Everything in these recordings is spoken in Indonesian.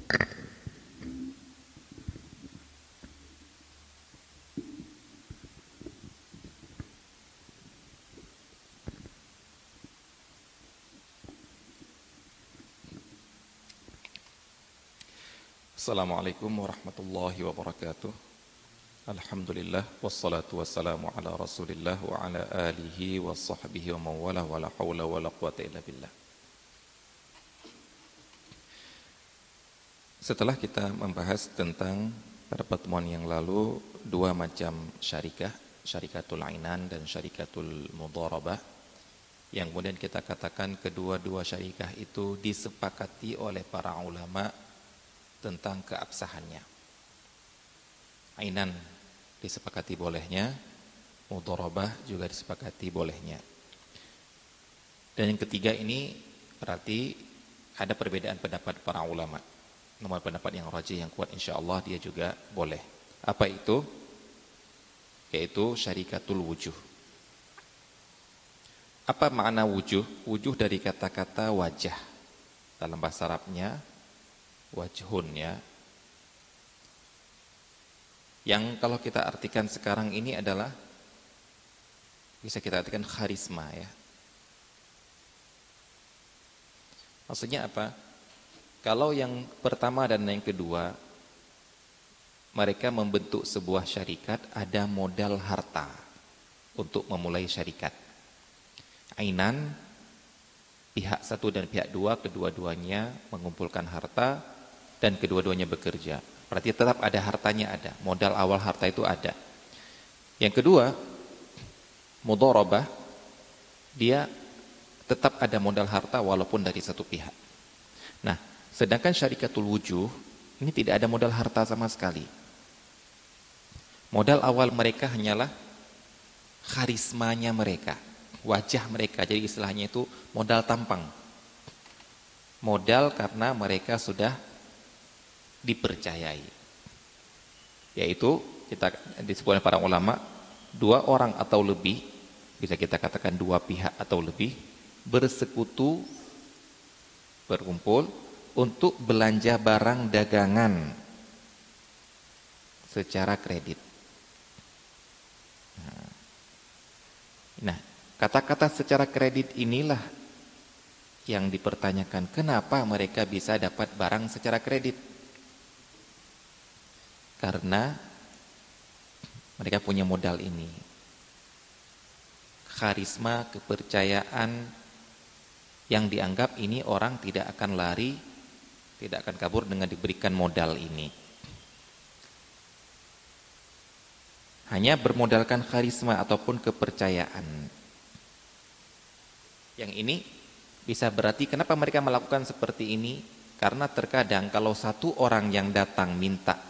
Assalamualaikum warahmatullahi wabarakatuh. Alhamdulillah wassalatu wassalamu ala Rasulillah wa ala alihi wa sahbihi wa mawala wa la hawla wa la quwata illa billah. Setelah kita membahas tentang pada pertemuan yang lalu dua macam syarikah, syarikatul ainan dan syarikatul mudharabah, yang kemudian kita katakan kedua-dua syarikah itu disepakati oleh para ulama tentang keabsahannya. Ainan disepakati bolehnya, mudharabah juga disepakati bolehnya. Dan yang ketiga ini berarti ada perbedaan pendapat para ulama. Nomor pendapat yang rajih yang kuat insyaallah dia juga boleh. Apa itu? Yaitu syarikatul wujuh. Apa makna wujuh? Wujuh dari kata-kata wajah. Dalam bahasa Arabnya wajhun ya. Yang kalau kita artikan sekarang ini adalah bisa kita artikan karisma ya. Maksudnya apa? Kalau yang pertama dan yang kedua mereka membentuk sebuah syarikat, ada modal harta untuk memulai syarikat. Ainan pihak satu dan pihak dua, kedua-duanya mengumpulkan harta dan kedua-duanya bekerja. Berarti tetap ada hartanya, ada. Modal awal harta itu ada. Yang kedua, mudharabah, dia tetap ada modal harta walaupun dari satu pihak. Nah, sedangkan syarikatul wujuh, ini tidak ada modal harta sama sekali. Modal awal mereka hanyalah karismanya mereka, wajah mereka. Jadi istilahnya itu modal tampang. Modal karena mereka sudah dipercayai, yaitu kita disebut oleh para ulama dua orang atau lebih, bisa kita katakan dua pihak atau lebih bersekutu, berkumpul untuk belanja barang dagangan secara kredit. Nah, kata-kata secara kredit inilah yang dipertanyakan, kenapa mereka bisa dapat barang secara kredit? Karena mereka punya modal ini. Karisma, kepercayaan yang dianggap ini orang tidak akan lari, tidak akan kabur dengan diberikan modal ini. Hanya bermodalkan karisma ataupun kepercayaan. Yang ini bisa berarti kenapa mereka melakukan seperti ini? Karena terkadang kalau satu orang yang datang minta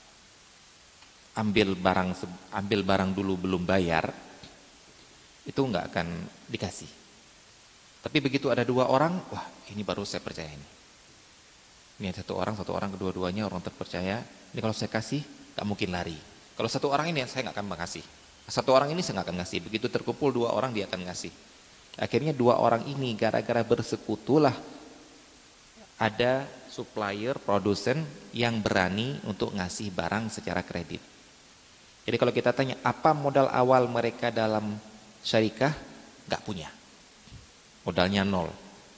ambil barang dulu belum bayar, itu nggak akan dikasih. Tapi begitu ada dua orang, wah ini baru saya percaya ini. Ini satu orang, kedua-duanya orang terpercaya. Ini kalau saya kasih, nggak mungkin lari. Kalau satu orang ini saya nggak akan mengasih. Satu orang ini saya nggak akan ngasih. Begitu terkumpul dua orang dia akan ngasih. Akhirnya dua orang ini gara-gara bersekutulah ada supplier, produsen yang berani untuk ngasih barang secara kredit. Jadi kalau kita tanya apa modal awal mereka dalam syarikah, nggak punya, modalnya nol.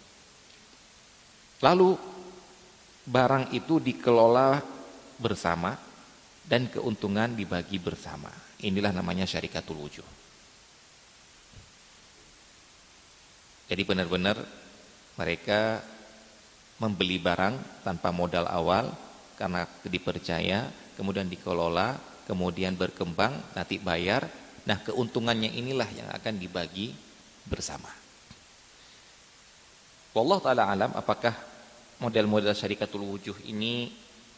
Lalu barang itu dikelola bersama dan keuntungan dibagi bersama. Inilah namanya syarikatul wujuh. Jadi benar-benar mereka membeli barang tanpa modal awal karena dipercaya, kemudian dikelola, kemudian berkembang, nanti bayar. Nah, keuntungannya inilah yang akan dibagi bersama. Wallahu ta'ala alam, apakah model-model syarikatul wujuh ini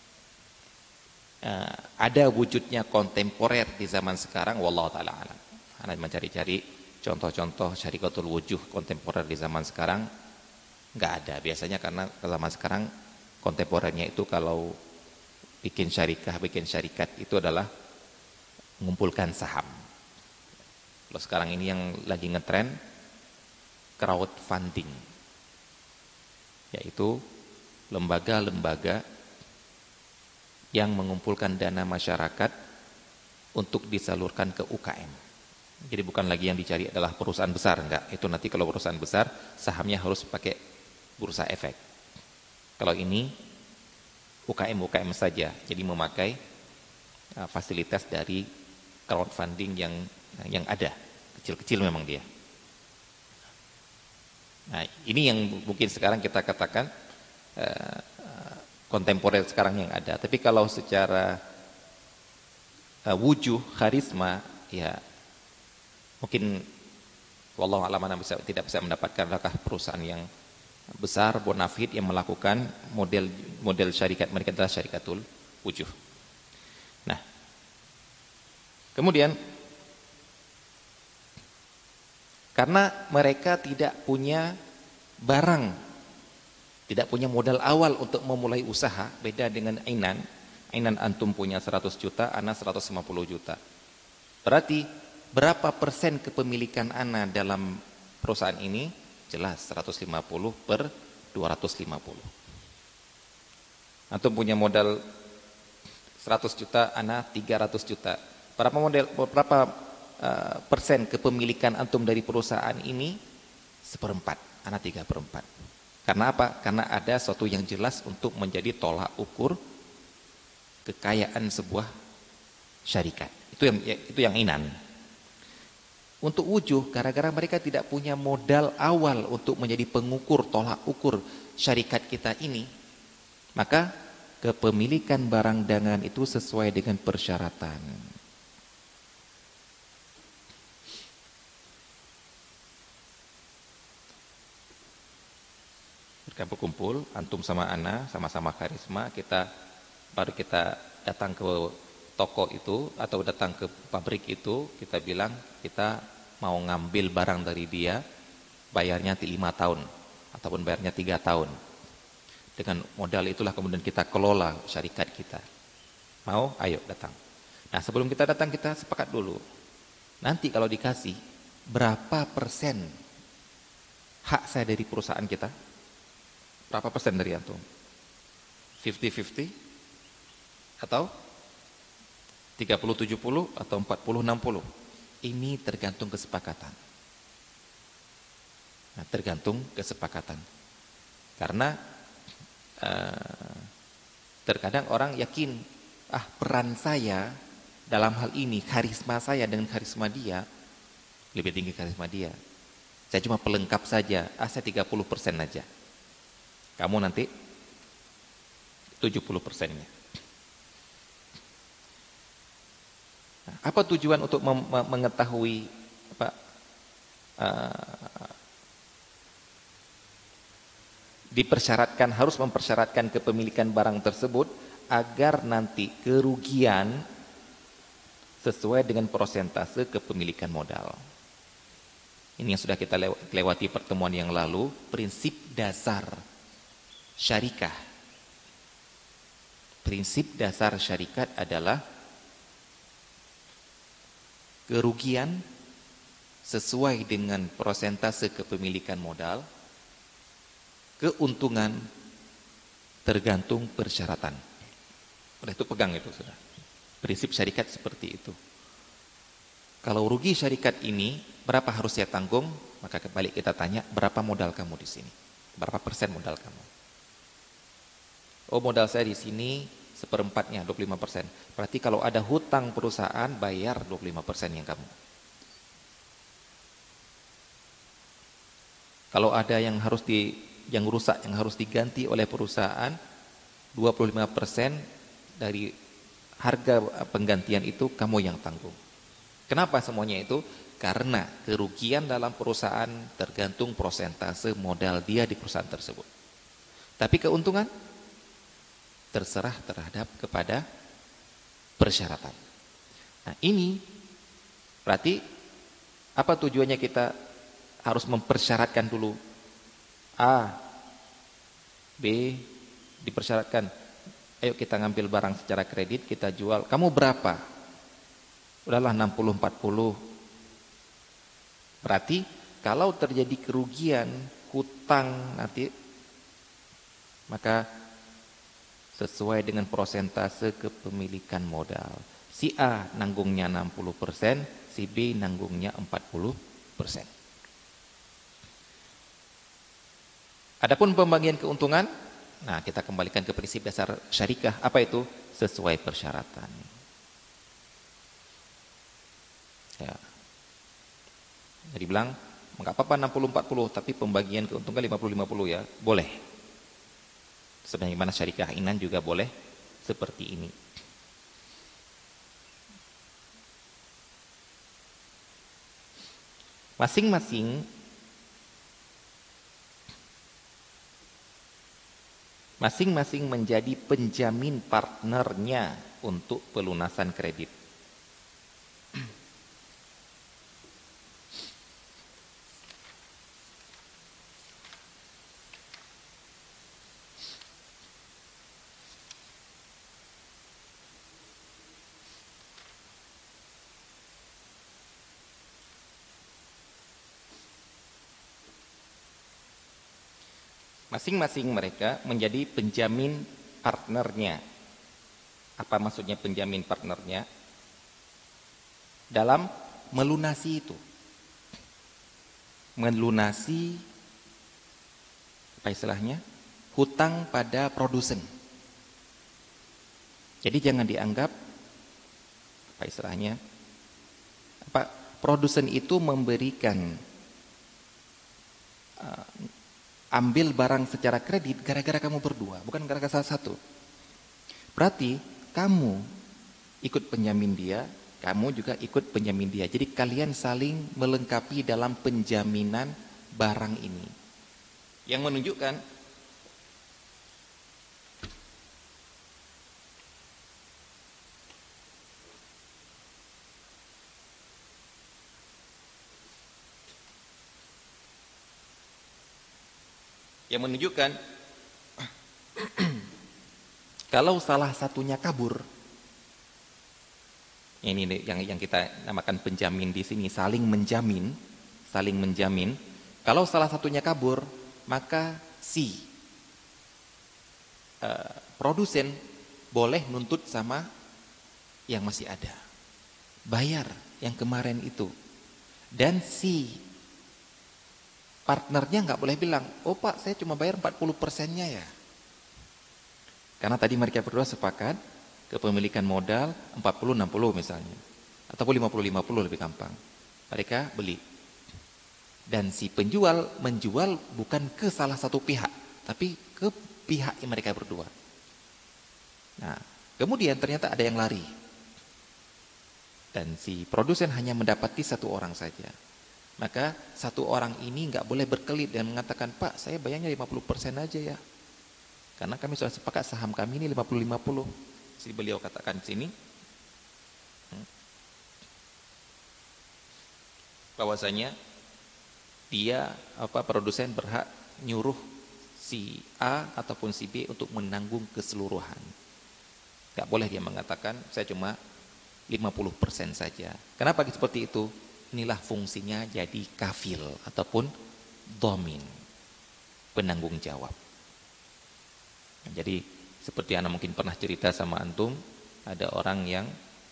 ada wujudnya kontemporer di zaman sekarang? Wallahu ta'ala alam. Anda mencari-cari contoh-contoh syarikatul wujuh kontemporer di zaman sekarang, nggak ada. Biasanya karena zaman sekarang kontemporernya itu kalau bikin syarikat itu adalah mengumpulkan saham. Kalau sekarang ini yang lagi ngetren crowdfunding, yaitu lembaga-lembaga yang mengumpulkan dana masyarakat untuk disalurkan ke UKM. Jadi bukan lagi yang dicari adalah perusahaan besar, enggak. Itu nanti kalau perusahaan besar sahamnya harus pakai bursa efek. Kalau ini UKM saja, jadi memakai fasilitas dari crowdfunding yang ada, kecil-kecil memang dia. Nah, ini yang mungkin sekarang kita katakan kontemporer sekarang yang ada. Tapi kalau secara wujuh, karisma, ya mungkin wallahu a'lam tidak bisa mendapatkan apakah perusahaan yang besar bonafit yang melakukan model syarikat mereka adalah syarikatul wujuh. Nah, kemudian karena mereka tidak punya barang, tidak punya modal awal untuk memulai usaha, beda dengan Ainan. Ainan antum punya 100 juta, ana 150 juta. Berarti berapa persen kepemilikan ana dalam perusahaan ini? Jelas 150 per 250. Antum punya modal 100 juta, ana 300 juta. Berapa persen kepemilikan antum dari perusahaan ini? 1/4, ana 3/4. Karena apa? Karena ada sesuatu yang jelas untuk menjadi tolak ukur kekayaan sebuah syarikat. Itu yang Inan. Untuk wujuh, gara-gara mereka tidak punya modal awal untuk menjadi pengukur, tolak ukur syarikat kita ini, maka kepemilikan barang dagangan itu sesuai dengan persyaratan. Berkumpul, antum sama ana, sama-sama karisma, kita datang ke toko itu atau datang ke pabrik itu, kita bilang kita mau ngambil barang dari dia, bayarnya 5 tahun ataupun bayarnya 3 tahun. Dengan modal itulah kemudian kita kelola syarikat kita. Mau? Ayo datang. Nah, sebelum kita datang kita sepakat dulu. Nanti kalau dikasih berapa persen hak saya dari perusahaan kita? Berapa persen dari antum? 50-50? Atau 30-70? Atau 40-60? Ini tergantung kesepakatan. Nah, tergantung kesepakatan. Karena terkadang orang yakin, peran saya dalam hal ini, karisma saya dengan karisma dia lebih tinggi karisma dia. Saya cuma pelengkap saja, saya 30% aja. Kamu nanti 70%-nya. Nah, apa tujuan untuk mengetahui harus mempersyaratkan kepemilikan barang tersebut agar nanti kerugian sesuai dengan persentase kepemilikan modal. Ini yang sudah kita lewati pertemuan yang lalu, prinsip dasar syarikah. Prinsip dasar syarikat adalah kerugian sesuai dengan persentase kepemilikan modal, keuntungan tergantung persyaratan. Oleh itu pegang itu sudah. Prinsip syarikat seperti itu. Kalau rugi syarikat ini berapa harus saya tanggung? Maka kembali kita tanya, berapa modal kamu di sini? Berapa persen modal kamu? Oh, modal saya di sini 1/4-nya, 25%. Berarti kalau ada hutang perusahaan, bayar 25% yang kamu. Kalau ada yang rusak, yang harus diganti oleh perusahaan, 25% dari harga penggantian itu kamu yang tanggung. Kenapa semuanya itu? Karena kerugian dalam perusahaan tergantung persentase modal dia di perusahaan tersebut. Tapi keuntungan terserah terhadap kepada persyaratan. Nah, ini berarti apa tujuannya kita harus mempersyaratkan dulu? A, B dipersyaratkan. Ayo kita ngambil barang secara kredit, kita jual. Kamu berapa? Udahlah 60-40. Berarti kalau terjadi kerugian hutang nanti, maka sesuai dengan persentase kepemilikan modal. Si A nanggungnya 60%, si B nanggungnya 40%. Adapun pembagian keuntungan, nah kita kembalikan ke prinsip dasar syarikah. Apa itu? Sesuai persyaratan. Ya. Jadi bilang, enggak apa-apa 60-40, tapi pembagian keuntungan 50-50 ya, boleh. Sebagaimana syarikah inan juga boleh seperti ini. Masing-masing menjadi penjamin partnernya untuk pelunasan kredit. Masing-masing mereka menjadi penjamin partnernya. Apa maksudnya penjamin partnernya? Dalam melunasi itu. Melunasi, apa istilahnya? Hutang pada produsen. Jadi jangan dianggap, apa istilahnya? Produsen itu memberikan ambil barang secara kredit gara-gara kamu berdua, bukan gara-gara salah satu. Berarti kamu ikut penjamin dia, kamu juga ikut penjamin dia. Jadi kalian saling melengkapi dalam penjaminan barang ini. Yang menunjukkan kalau salah satunya kabur, ini yang kita namakan penjamin di sini, saling menjamin. Kalau salah satunya kabur, maka si produsen boleh nuntut sama yang masih ada, bayar yang kemarin itu, dan si partnernya nggak boleh bilang, oh Pak saya cuma bayar 40%-nya ya. Karena tadi mereka berdua sepakat kepemilikan modal 40-60 misalnya. Ataupun 50-50 lebih gampang. Mereka beli. Dan si penjual menjual bukan ke salah satu pihak, tapi ke pihak yang mereka berdua. Nah, kemudian ternyata ada yang lari. Dan si produsen hanya mendapati satu orang saja. Maka satu orang ini nggak boleh berkelit dan mengatakan, Pak saya bayarnya 50% aja ya. Karena kami sudah sepakat saham kami ini 50-50. Jadi beliau katakan di sini bahwasanya dia produsen berhak nyuruh si A ataupun si B untuk menanggung keseluruhan. Gak boleh dia mengatakan saya cuma 50% saja. Kenapa seperti itu? Inilah fungsinya jadi kafil ataupun domin, penanggung jawab. Nah, jadi seperti Ana mungkin pernah cerita sama antum, ada orang yang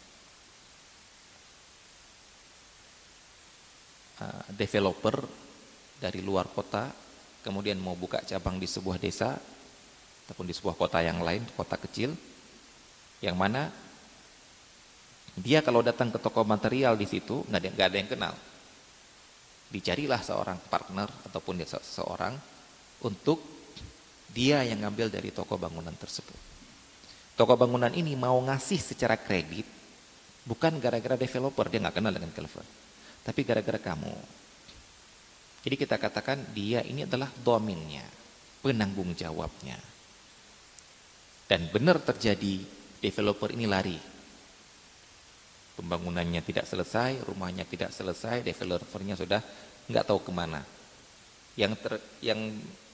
developer dari luar kota, kemudian mau buka cabang di sebuah desa ataupun di sebuah kota yang lain, kota kecil, yang mana dia kalau datang ke toko material di situ nggak ada yang kenal. Dicarilah seorang partner ataupun seseorang untuk dia yang ngambil dari toko bangunan tersebut. Toko bangunan ini mau ngasih secara kredit bukan gara-gara developer, dia nggak kenal dengan developer, tapi gara-gara kamu. Jadi kita katakan dia ini adalah dominnya, penanggung jawabnya. Dan benar terjadi, developer ini lari. Pembangunannya tidak selesai, rumahnya tidak selesai, developernya sudah nggak tahu kemana. Yang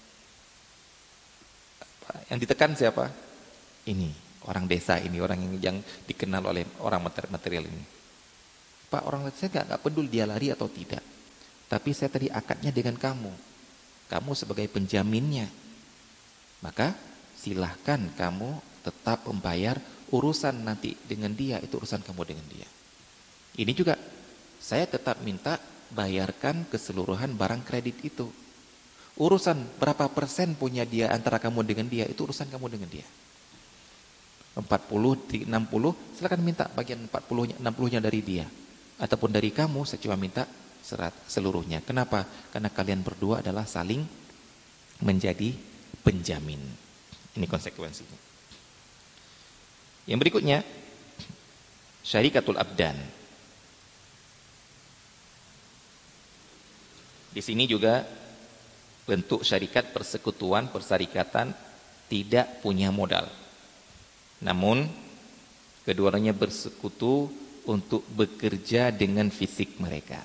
ditekan siapa? Ini orang desa ini, orang yang dikenal oleh orang material ini. Pak, orang saya nggak peduli dia lari atau tidak, tapi saya tadi akadnya dengan kamu sebagai penjaminnya, maka silahkan kamu tetap membayar, urusan nanti dengan dia itu urusan kamu dengan dia. Ini juga saya tetap minta bayarkan keseluruhan barang kredit itu. Urusan berapa persen punya dia antara kamu dengan dia itu urusan kamu dengan dia. 40, 60, silakan minta bagian 40-nya, 60-nya dari dia. Ataupun dari kamu, saya cuma minta seluruhnya. Kenapa? Karena kalian berdua adalah saling menjadi penjamin. Ini konsekuensinya. Yang berikutnya, syarikatul abdan. Di sini juga bentuk syarikat persekutuan, persyarikatan tidak punya modal. Namun keduanya bersekutu untuk bekerja dengan fisik mereka.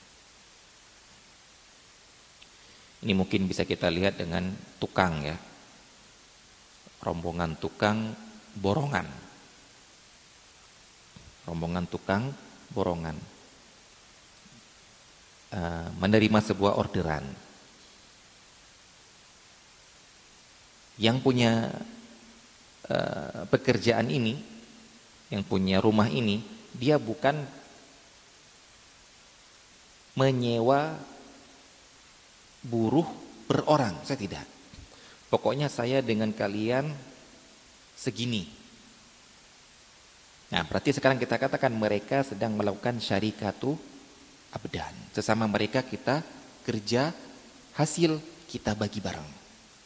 Ini mungkin bisa kita lihat dengan tukang ya. Rombongan tukang borongan. Rombongan tukang borongan. Menerima sebuah orderan. Yang punya pekerjaan ini, yang punya rumah ini, dia bukan menyewa buruh per orang, saya tidak. Pokoknya saya dengan kalian segini. Nah, berarti sekarang kita katakan mereka sedang melakukan syarikatu abdan. Sesama mereka kita kerja, hasil kita bagi bareng.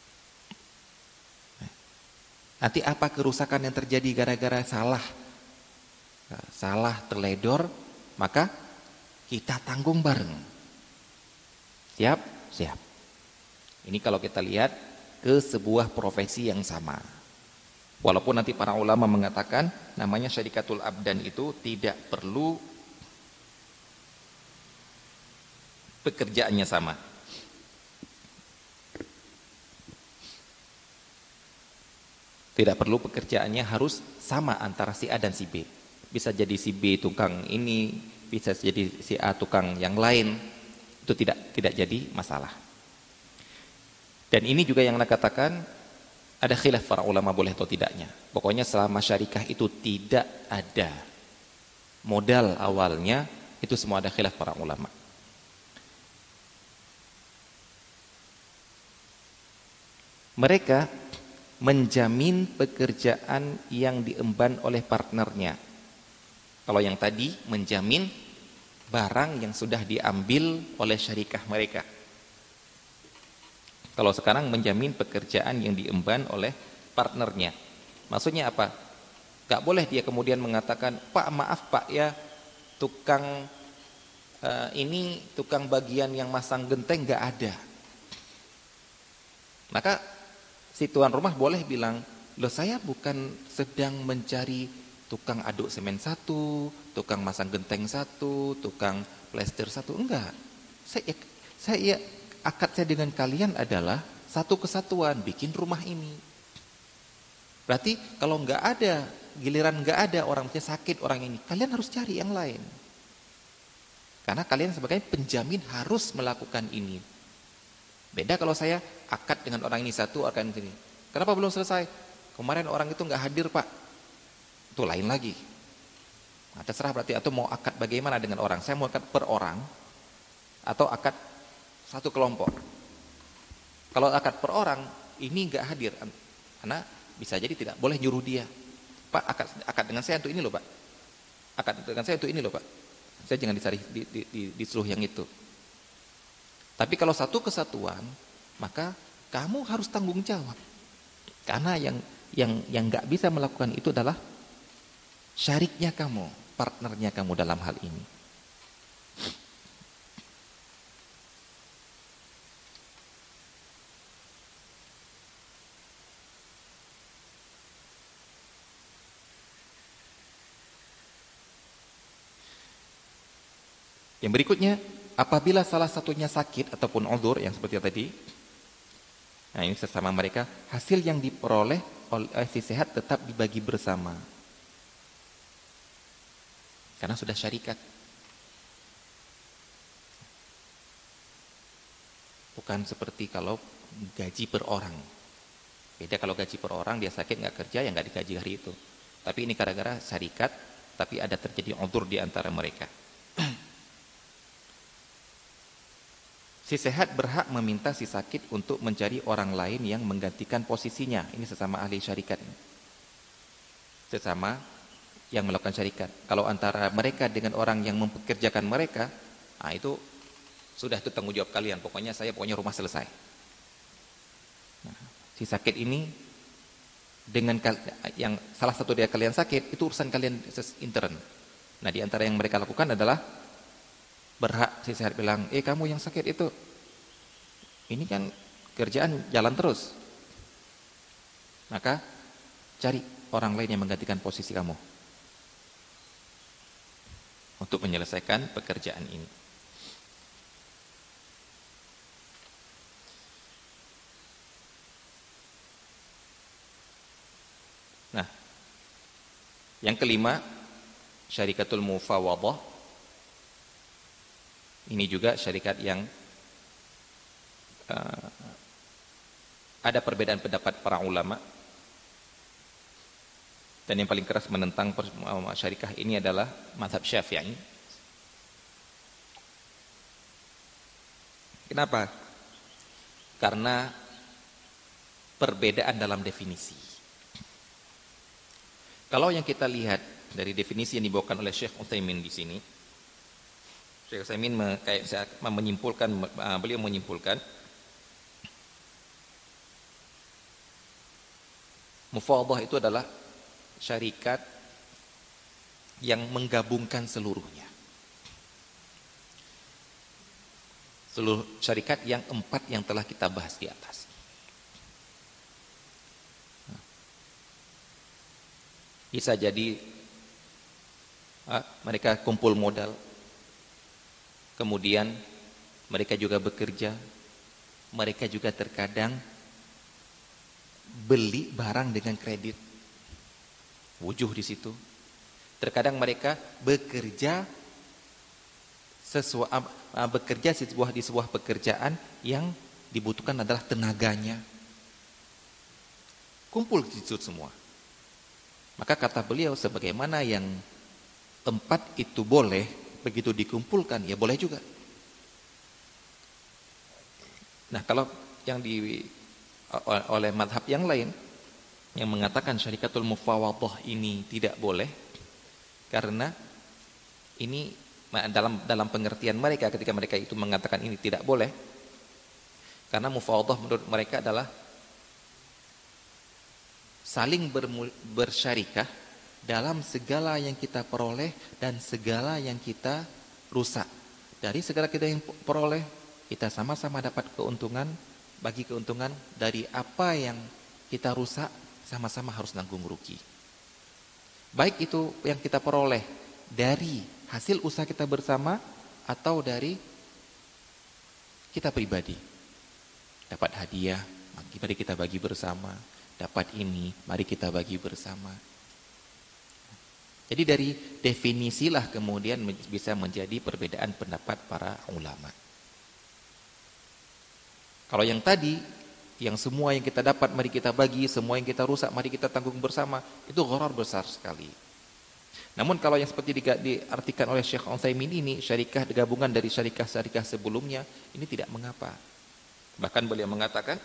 Nanti apa kerusakan yang terjadi gara-gara salah terledor, maka kita tanggung bareng. Siap? Siap. Ini kalau kita lihat ke sebuah profesi yang sama. Walaupun nanti para ulama mengatakan namanya syarikatul abdan itu tidak perlu pekerjaannya sama. Tidak perlu pekerjaannya harus sama antara si A dan si B. Bisa jadi si B tukang ini, bisa jadi si A tukang yang lain. Itu tidak jadi masalah. Dan ini juga yang katakan ada khilaf para ulama boleh atau tidaknya. Pokoknya selama syarikah itu tidak ada modal awalnya, itu semua ada khilaf para ulama. Mereka menjamin pekerjaan yang diemban oleh partnernya. Kalau yang tadi menjamin barang yang sudah diambil oleh syarikah mereka. Kalau sekarang menjamin pekerjaan yang diemban oleh partnernya. Maksudnya apa? Gak boleh dia kemudian mengatakan, Pak maaf Pak ya, tukang ini tukang bagian yang masang genteng gak ada. Maka si tuan rumah boleh bilang, loh saya bukan sedang mencari tukang aduk semen satu, tukang masang genteng satu, tukang plester satu, enggak. Saya akad saya dengan kalian adalah satu kesatuan bikin rumah ini. Berarti kalau enggak ada, giliran enggak ada orangnya sakit orang ini, kalian harus cari yang lain. Karena kalian sebagai penjamin harus melakukan ini. Beda kalau saya akad dengan orang ini satu, akan ini. Kenapa belum selesai? Kemarin orang itu nggak hadir Pak. Itu lain lagi. Nah, terserah berarti atau mau akad bagaimana dengan orang. Saya mau akad per orang atau akad satu kelompok. Kalau akad per orang ini nggak hadir, karena bisa jadi tidak boleh nyuruh dia. Pak akad dengan saya untuk ini loh Pak. Akad dengan saya untuk ini loh Pak. Saya jangan dicari di seluruh yang itu. Tapi kalau satu kesatuan, maka kamu harus tanggung jawab. Karena yang nggak bisa melakukan itu adalah syariknya kamu, partnernya kamu dalam hal ini. Yang berikutnya, apabila salah satunya sakit ataupun udzur yang seperti tadi, nah ini sesama mereka, hasil yang diperoleh oleh si sehat tetap dibagi bersama. Karena sudah syarikat. Bukan seperti kalau gaji per orang. Beda kalau gaji per orang, dia sakit nggak kerja, ya nggak digaji hari itu. Tapi ini gara-gara syarikat, tapi ada terjadi udzur di antara mereka. Si sehat berhak meminta si sakit untuk mencari orang lain yang menggantikan posisinya. Ini sesama ahli syarikat. Sesama yang melakukan syarikat. Kalau antara mereka dengan orang yang mempekerjakan mereka, nah itu sudah, itu tanggung jawab kalian. Pokoknya rumah selesai. Nah, si sakit ini dengan yang salah satu dari kalian sakit, itu urusan kalian intern. Nah, di antara yang mereka lakukan adalah berhak si sehat bilang, kamu yang sakit itu, ini kan kerjaan jalan terus, maka cari orang lain yang menggantikan posisi kamu untuk menyelesaikan pekerjaan ini. Nah, yang kelima, syarikatul mufawadah. Ini juga syarikat yang ada perbedaan pendapat para ulama. Dan yang paling keras menentang syarikat ini adalah mazhab Syafi'i. Kenapa? Karena perbedaan dalam definisi. Kalau yang kita lihat dari definisi yang dibawakan oleh Syekh Utsaimin di sini, Syekh Utsaimin beliau menyimpulkan mufawadah itu adalah syarikat yang menggabungkan seluruhnya. Seluruh syarikat yang 4 yang telah kita bahas di atas. Bisa jadi mereka kumpul modal, kemudian mereka juga bekerja, mereka juga terkadang beli barang dengan kredit, wujuh di situ. Terkadang mereka bekerja di sebuah pekerjaan yang dibutuhkan adalah tenaganya. Kumpul di situ semua. Maka kata beliau, sebagaimana yang 4 itu boleh, begitu dikumpulkan, ya boleh juga. Nah, kalau yang oleh madhab yang lain, yang mengatakan syarikatul mufawadah ini tidak boleh, karena ini dalam pengertian mereka, ketika mereka itu mengatakan ini tidak boleh, karena mufawadah menurut mereka adalah saling bersyarikah dalam segala yang kita peroleh dan segala yang kita rusak. Dari segala kita yang peroleh, kita sama-sama dapat keuntungan, bagi keuntungan. Dari apa yang kita rusak, sama-sama harus nanggung rugi. Baik itu yang kita peroleh dari hasil usaha kita bersama, atau dari kita pribadi. Dapat hadiah, mari kita bagi bersama. Dapat ini, mari kita bagi bersama. Jadi dari definisilah kemudian bisa menjadi perbedaan pendapat para ulama. Kalau yang tadi, yang semua yang kita dapat mari kita bagi, semua yang kita rusak mari kita tanggung bersama, itu gharar besar sekali. Namun kalau yang seperti diartikan oleh Syekh Utsaimin ini, syarikah gabungan dari syarikah-syarikah sebelumnya, ini tidak mengapa. Bahkan beliau mengatakan,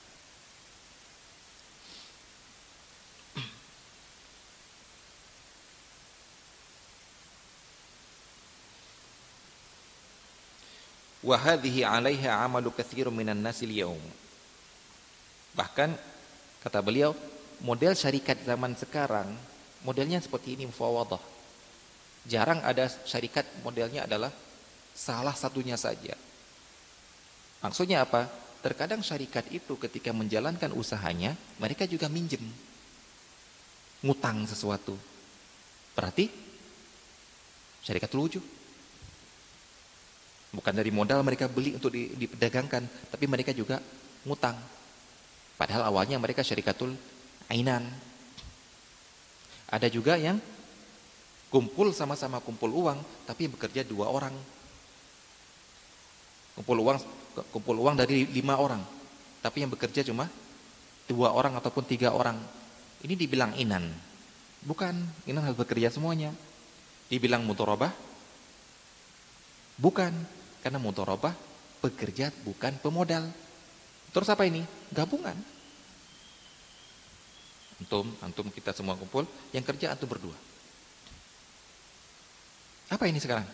wa hadhihi 'alaiha 'amalu katsirun minan nasil yaum. Bahkan kata beliau, model syarikat zaman sekarang modelnya seperti ini, mufawadah. Jarang ada syarikat modelnya adalah salah satunya saja. Maksudnya apa? Terkadang syarikat itu ketika menjalankan usahanya, mereka juga minjem, ngutang sesuatu. Berarti syarikat lucu. Bukan dari modal mereka beli untuk diperdagangkan, tapi mereka juga ngutang. Padahal awalnya mereka syarikatul ainan. Ada juga yang kumpul sama-sama kumpul uang, tapi bekerja 2 orang. Kumpul uang dari 5 orang, tapi yang bekerja cuma 2 orang ataupun 3 orang. Ini dibilang inan. Bukan, inan harus bekerja semuanya. Dibilang mudharabah? Bukan, karena mudharabah bekerja bukan pemodal. Terus apa ini? Gabungan. Antum kita semua kumpul, yang kerja antum berdua. Apa ini sekarang?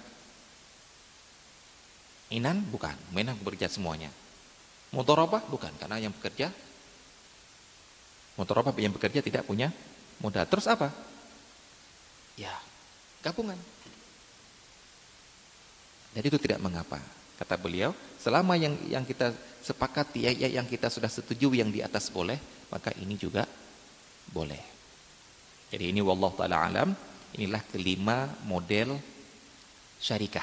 Inan? Bukan, menang bekerja semuanya. Mudharabah? Bukan, karena yang bekerja mudharabah yang bekerja tidak punya modal. Terus apa? Ya, gabungan. Jadi itu tidak mengapa. Kata beliau, selama yang kita sepakati, yang kita sudah setuju yang di atas boleh, maka ini juga boleh. Jadi ini wallahu taala alam, inilah kelima model syarikah.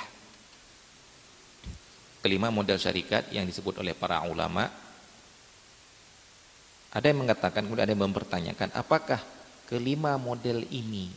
Kelima model syarikat yang disebut oleh para ulama. Ada yang mengatakan, kemudian ada yang mempertanyakan, apakah kelima model ini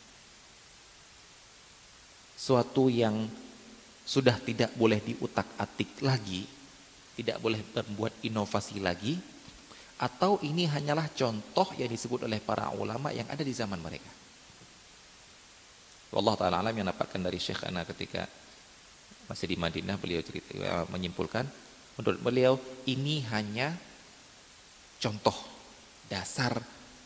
suatu yang sudah tidak boleh diutak-atik lagi, tidak boleh membuat inovasi lagi, atau ini hanyalah contoh yang disebut oleh para ulama yang ada di zaman mereka. Wallahu ta'ala alam, yang dapatkan dari Syekh Ana ketika masih di Madinah, beliau cerita, menyimpulkan, menurut beliau ini hanya contoh dasar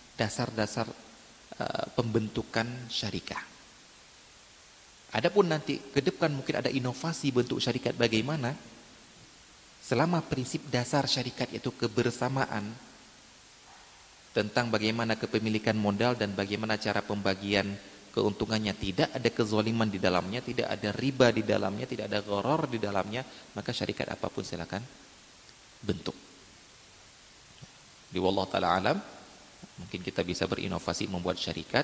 pembentukan syarikah. Adapun nanti ke depan mungkin ada inovasi bentuk syarikat bagaimana, selama prinsip dasar syarikat yaitu kebersamaan, tentang bagaimana kepemilikan modal dan bagaimana cara pembagian keuntungannya, tidak ada kezaliman di dalamnya, tidak ada riba di dalamnya, tidak ada gharar di dalamnya, maka syarikat apapun silakan bentuk. Di wallahu taala alam, mungkin kita bisa berinovasi membuat syarikat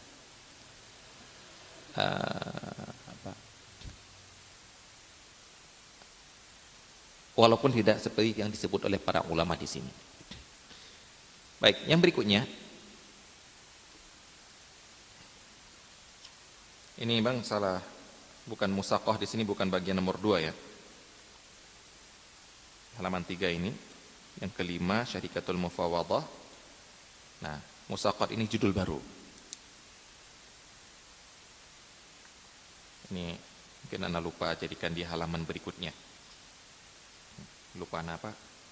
walaupun tidak seperti yang disebut oleh para ulama di sini. Baik, yang berikutnya. Ini Bang salah, bukan musaqah di sini, bukan bagian nomor 2 ya. Halaman 3 ini, yang kelima syarikatul mufawadah. Nah, musaqah ini judul baru. Ini mungkin Anda lupa jadikan di halaman berikutnya. Lupa apa?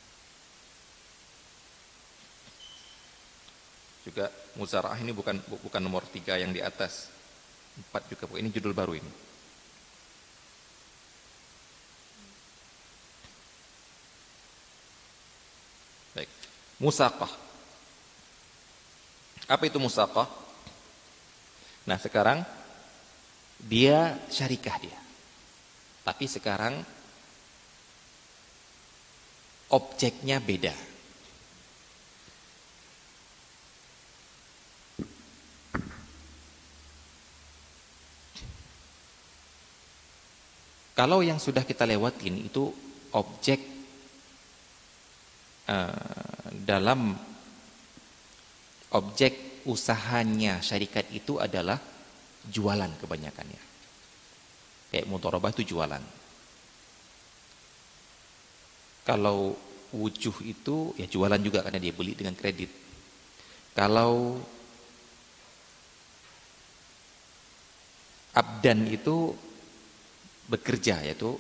Juga muzara'ah ini bukan nomor 3 yang di atas. 4 juga, ini judul baru ini. Baik, musaqah. Apa itu musaqah? Nah, sekarang dia syarikah dia. Tapi sekarang objeknya beda. Kalau yang sudah kita lewatin itu objek dalam objek usahanya syarikat itu adalah jualan kebanyakannya. Kayak mudharabah itu jualan. Kalau wujuh itu ya jualan juga karena dia beli dengan kredit. Kalau abdan itu bekerja, yaitu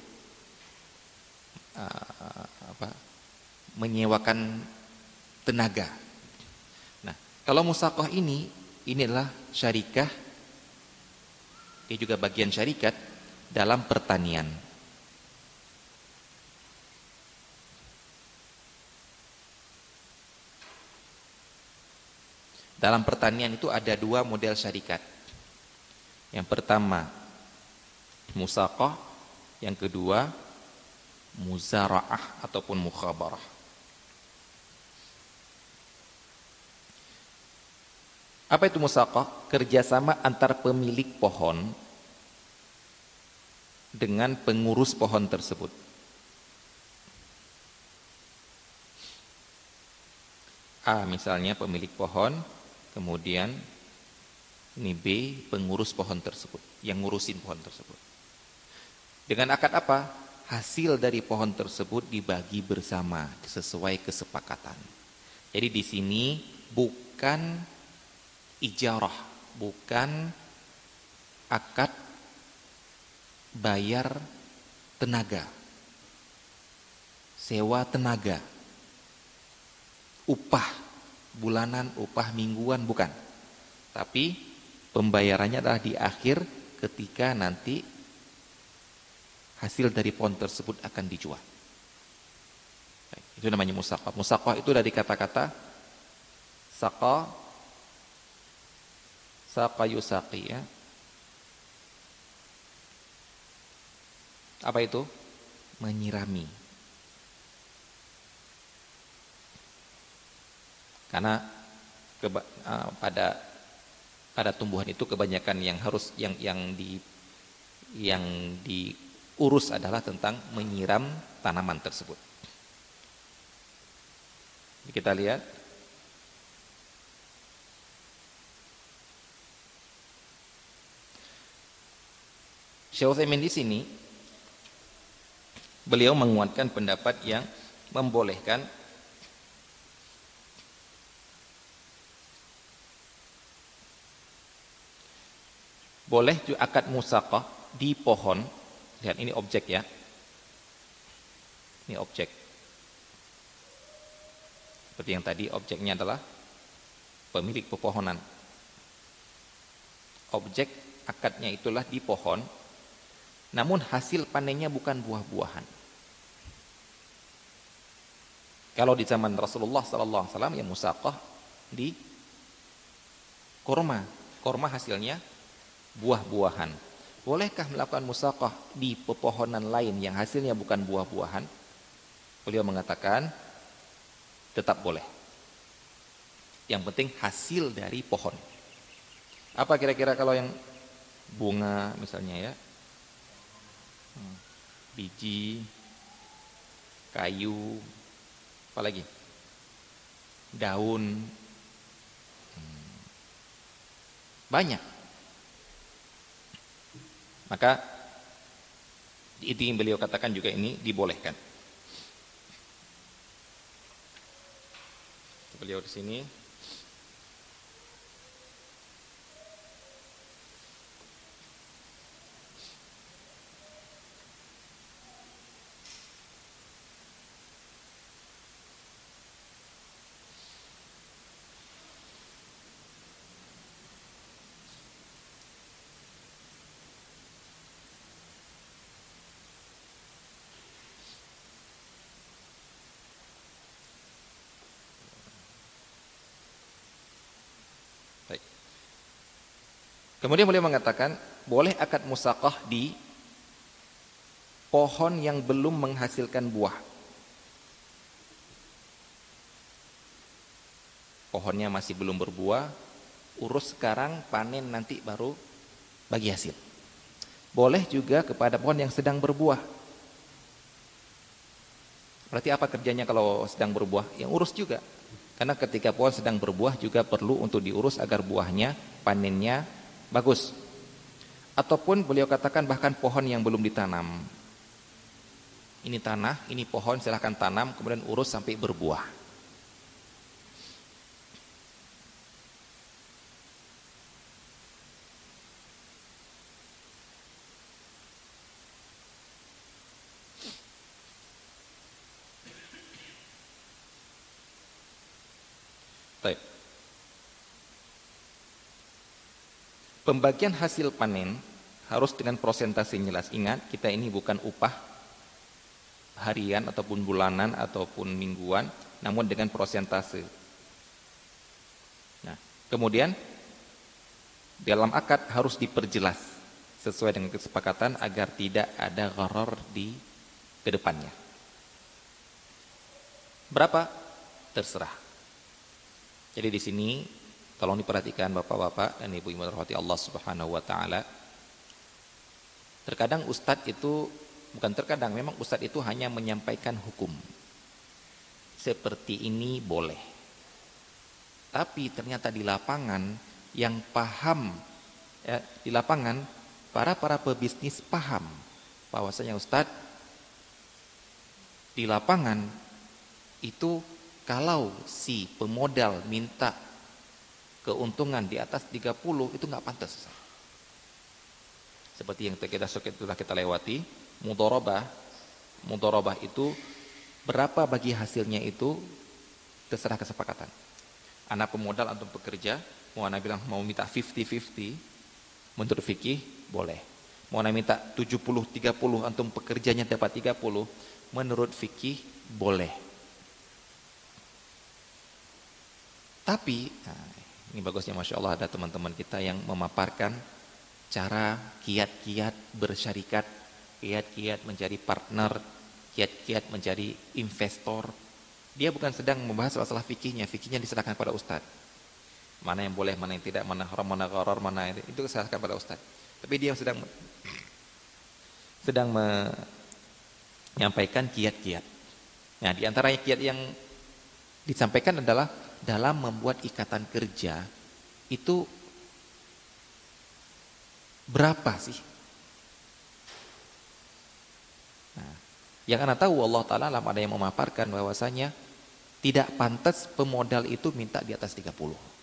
menyewakan tenaga. Nah, kalau musaqah ini adalah syarikah, dia juga bagian syarikat dalam pertanian. Dalam pertanian itu ada 2 model syarikat. Yang pertama musaqah, yang kedua muzara'ah ataupun mukhabarah. Apa itu musaqah? Kerjasama antar pemilik pohon dengan pengurus pohon tersebut. A misalnya pemilik pohon, kemudian ini B pengurus pohon tersebut, yang ngurusin pohon tersebut. Dengan akad apa? Hasil dari pohon tersebut dibagi bersama sesuai kesepakatan. Jadi di sini bukan ijarah, bukan akad bayar tenaga, sewa tenaga, upah bulanan, upah mingguan, bukan. Tapi pembayarannya adalah di akhir ketika nanti hasil dari pohon tersebut akan dijual. Itu namanya musaqah. Musaqah itu dari kata-kata saqa, saqa yusaqi, ya. Apa itu? Menyirami. Karena pada tumbuhan itu kebanyakan yang diurus adalah tentang menyiram tanaman tersebut. Kita lihat Syekh Utsaimin di sini beliau menguatkan pendapat yang membolehkan boleh akad musaqah di pohon. Lihat ini objek, ya. Ini objek. Seperti yang tadi, objeknya adalah pemilik pepohonan. Objek akadnya itulah di pohon, namun hasil panennya bukan buah-buahan. Kalau di zaman Rasulullah SAW, ya musaqah di kurma. Kurma hasilnya buah-buahan. Bolehkah melakukan musaqah di pepohonan lain yang hasilnya bukan buah-buahan? Beliau mengatakan tetap boleh. Yang penting hasil dari pohon. Apa kira-kira kalau yang bunga misalnya, ya? Biji, kayu, apalagi? Daun. Banyak. Maka itu yang beliau katakan juga ini dibolehkan. Beliau di sini kemudian beliau mengatakan boleh akad musaqah di pohon yang belum menghasilkan buah. Pohonnya masih belum berbuah, urus sekarang, panen nanti baru bagi hasil. Boleh juga kepada pohon yang sedang berbuah. Berarti apa kerjanya kalau sedang berbuah? Yang urus juga. Karena ketika pohon sedang berbuah juga perlu untuk diurus agar buahnya, panennya bagus. Ataupun beliau katakan bahkan pohon yang belum ditanam. Ini tanah, ini pohon, silahkan tanam, kemudian urus sampai berbuah. Baik. Pembagian hasil panen harus dengan persentase jelas. Ingat, kita ini bukan upah harian ataupun bulanan ataupun mingguan, namun dengan persentase. Nah, kemudian dalam akad harus diperjelas sesuai dengan kesepakatan agar tidak ada gharar di kedepannya. Berapa? Terserah. Jadi di sini tolong diperhatikan bapak-bapak dan ibu-ibu rahmati Allah Subhanahu wa taala. Terkadang ustadz itu, bukan terkadang, memang ustadz itu hanya menyampaikan hukum. Seperti ini boleh. Tapi ternyata di lapangan yang paham, ya, di lapangan para pebisnis paham bahwasanya ustadz di lapangan itu kalau si pemodal minta keuntungan di atas 30 itu nggak pantas. Seperti yang sudah kita lewati, mudharabah itu berapa bagi hasilnya itu terserah kesepakatan. Anak pemodal atau pekerja, mau anak bilang mau minta 50-50, menurut fikih boleh. Mau anak minta 70-30 antum pekerjanya dapat 30, menurut fikih boleh. Tapi, ini bagusnya Masya Allah ada teman-teman kita yang memaparkan cara kiat-kiat bersyarikat, kiat-kiat mencari partner, kiat-kiat mencari investor. Dia bukan sedang membahas masalah fikihnya diserahkan pada ustadz. Mana yang boleh, mana yang tidak, mana haram, mana gharar, mana itu diserahkan pada ustadz. Tapi dia sedang menyampaikan kiat-kiat. Nah, di antara kiat yang disampaikan adalah dalam membuat ikatan kerja itu berapa sih? Nah, yang Anda tahu Allah Ta'ala ada yang memaparkan bahwasanya tidak pantas pemodal itu minta di atas 30.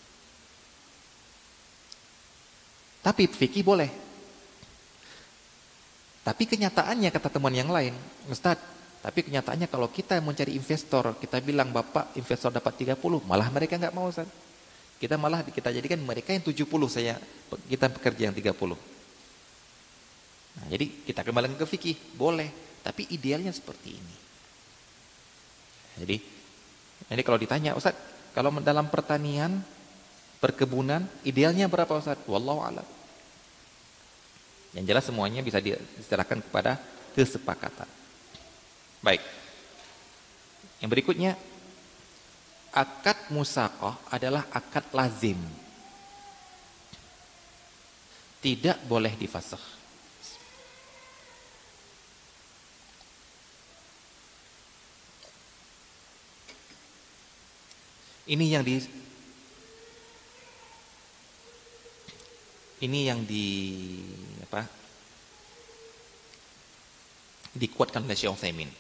Tapi fikih boleh. Tapi kenyataannya kata teman yang lain, Ustadz, tapi kenyataannya kalau kita mencari investor, kita bilang Bapak investor dapat 30, malah mereka nggak mau, Ustaz. Kita jadikan mereka yang 70, kita pekerja yang 30. Nah, jadi kita kembali ke fikih, boleh, tapi idealnya seperti ini. Jadi kalau ditanya, Ustaz, kalau dalam pertanian, perkebunan, idealnya berapa, Ustaz? Wallahu a'lam. Yang jelas semuanya bisa diserahkan kepada kesepakatan. Baik. Yang berikutnya, akad musaqah adalah akad lazim. Tidak boleh difasakh. Ini yang dikuatkan oleh Syekh Utsaimin.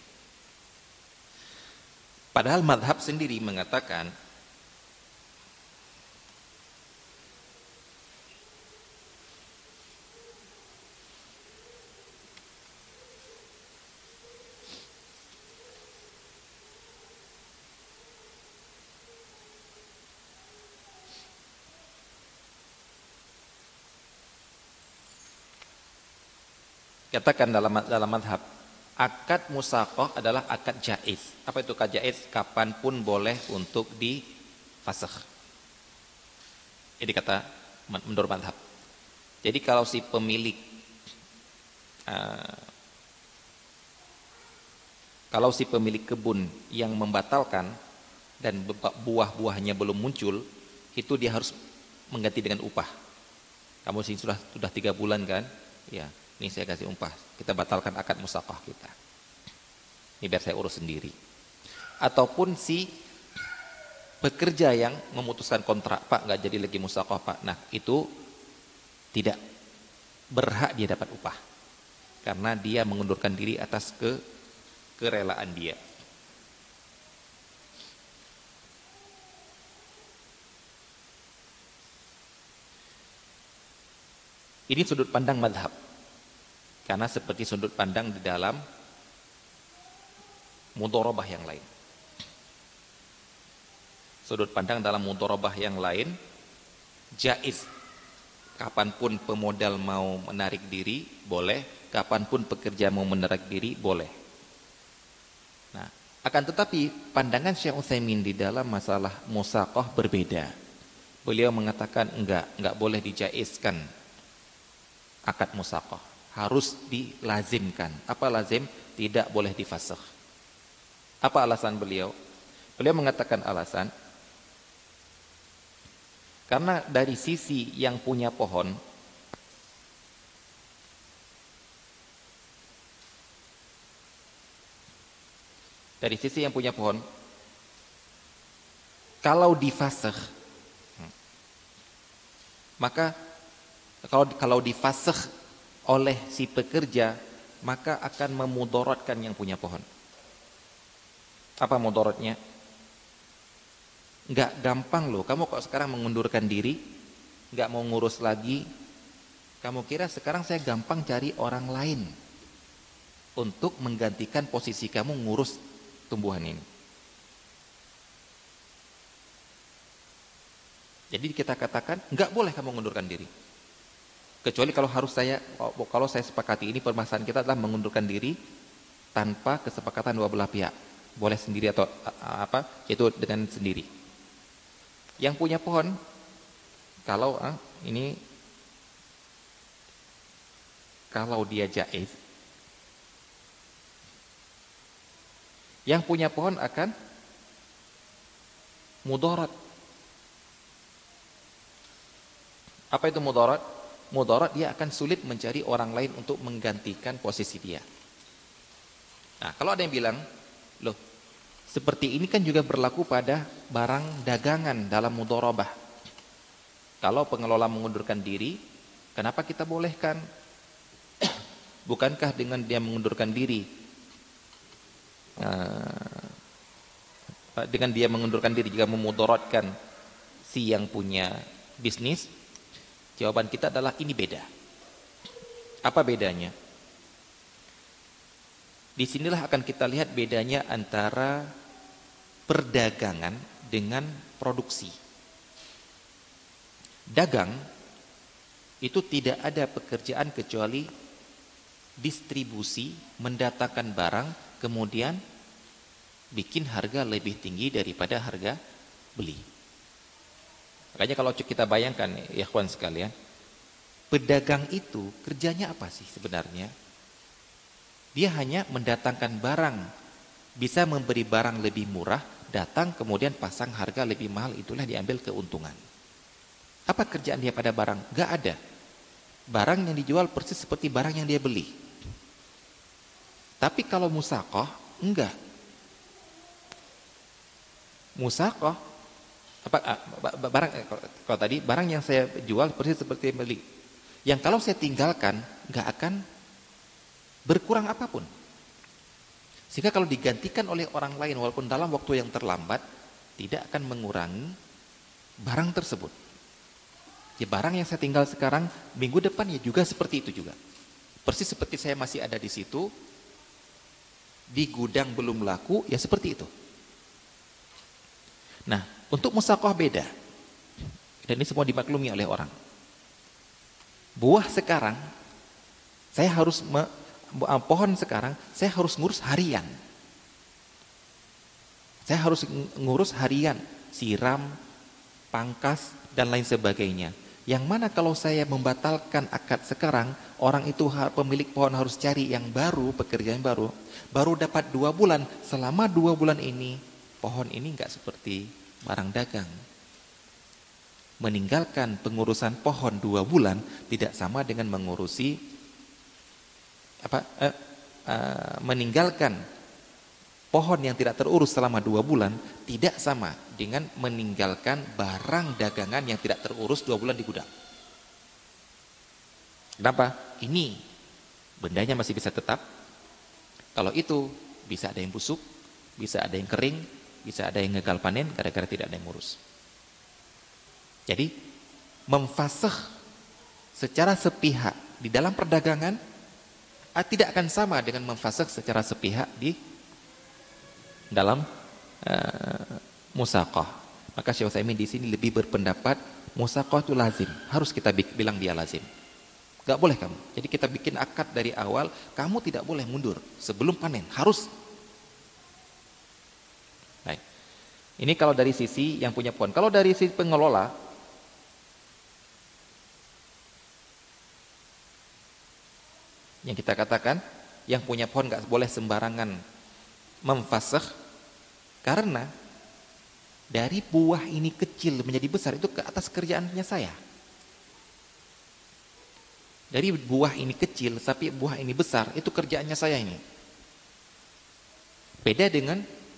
Padahal mazhab sendiri mengatakan dalam mazhab akad musaqah adalah akad jaiz. Apa itu akad jaiz? Kapanpun boleh untuk difasakh. Ini kata menurut mazhab. Jadi kalau si pemilik kebun yang membatalkan dan buah-buahnya belum muncul, itu dia harus mengganti dengan upah. Kamu sih sudah 3 bulan kan? Ya. Ini saya kasih upah, kita batalkan akad musaqah kita. Ini biar saya urus sendiri. Ataupun si pekerja yang memutuskan kontrak, Pak nggak jadi lagi musaqah Pak. Nah itu tidak berhak dia dapat upah. Karena dia mengundurkan diri atas kerelaan dia. Ini sudut pandang mazhab. Karena seperti sudut pandang di dalam mudharabah yang lain. Sudut pandang dalam mudharabah yang lain, jaiz. Kapanpun pemodal mau menarik diri, boleh. Kapanpun pekerja mau menarik diri, boleh. Nah, akan tetapi pandangan Syekh Utsaimin di dalam masalah musaqah berbeda. Beliau mengatakan enggak boleh dijaizkan akad musaqah. Harus dilazimkan. Apa lazim? Tidak boleh difasakh. Apa alasan beliau? Beliau mengatakan alasan karena dari sisi yang punya pohon, kalau difasakh, maka kalau difasakh oleh si pekerja, maka akan memudaratkan yang punya pohon. Apa mudaratnya? Nggak gampang loh, kamu kok sekarang mengundurkan diri, nggak mau ngurus lagi. Kamu kira sekarang saya gampang cari orang lain untuk menggantikan posisi kamu ngurus tumbuhan ini. Jadi kita katakan nggak boleh kamu mengundurkan diri. Kecuali kalau saya sepakati ini permasalahan kita adalah mengundurkan diri tanpa kesepakatan dua belah pihak. Boleh sendiri atau itu dengan sendiri. Yang punya pohon, kalau dia jaiz, yang punya pohon akan mudarat. Apa itu mudarat? Mudarat, dia akan sulit mencari orang lain untuk menggantikan posisi dia. Nah, kalau ada yang bilang, loh, seperti ini kan juga berlaku pada barang dagangan dalam mudharabah. Kalau pengelola mengundurkan diri, kenapa kita bolehkan? Bukankah dengan dia mengundurkan diri, jika memudaratkan si yang punya bisnis? Jawaban kita adalah ini beda. Apa bedanya? Disinilah akan kita lihat bedanya antara perdagangan dengan produksi. Dagang itu tidak ada pekerjaan kecuali distribusi, mendatangkan barang, kemudian bikin harga lebih tinggi daripada harga beli. Makanya kalau kita bayangkan ya ikhwan sekalian, pedagang itu kerjanya apa sih sebenarnya? Dia hanya mendatangkan barang, bisa memberi barang lebih murah, datang kemudian pasang harga lebih mahal, itulah diambil keuntungan. Apa kerjaan dia pada barang? Gak ada. Barang yang dijual persis seperti barang yang dia beli. Tapi kalau musaqah, enggak. Musaqah, kalau tadi barang yang saya jual persis seperti yang beli. Yang kalau saya tinggalkan, enggak akan berkurang apapun. Sehingga kalau digantikan oleh orang lain walaupun dalam waktu yang terlambat, tidak akan mengurangi barang tersebut. Ya, barang yang saya tinggal sekarang, minggu depan ya juga seperti itu juga. Persis seperti saya masih ada di situ, di gudang belum laku, ya seperti itu. Nah, untuk musaqah beda. Dan ini semua dimaklumi oleh orang. Buah sekarang, pohon sekarang, saya harus ngurus harian. Saya harus ngurus harian, siram, pangkas, dan lain sebagainya. Yang mana kalau saya membatalkan akad sekarang, orang itu pemilik pohon harus cari yang baru, pekerjaan baru dapat 2 bulan. Selama 2 bulan ini, pohon ini enggak seperti barang dagang. Meninggalkan pengurusan pohon 2 bulan tidak sama dengan meninggalkan pohon yang tidak terurus selama 2 bulan tidak sama dengan meninggalkan barang dagangan yang tidak terurus 2 bulan di gudang. Kenapa? Ini bendanya masih bisa tetap. Kalau itu bisa ada yang busuk, bisa ada yang kering, bisa ada yang gagal panen gara-gara tidak ada yang ngurus. Jadi memfasakh secara sepihak di dalam perdagangan tidak akan sama dengan memfasakh secara sepihak di dalam musaqah. Maka Syekh Utsaimin di sini lebih berpendapat musaqah itu lazim, harus kita bilang dia lazim. Gak boleh kamu. Jadi kita bikin akad dari awal, kamu tidak boleh mundur sebelum panen, harus. Baik. Ini kalau dari sisi yang punya pohon. Kalau dari sisi pengelola, yang kita katakan yang punya pohon gak boleh sembarangan memfasakh, karena dari buah ini kecil menjadi besar itu ke atas kerjaannya saya. Dari buah ini kecil tapi buah ini besar itu kerjaannya saya ini. Beda dengan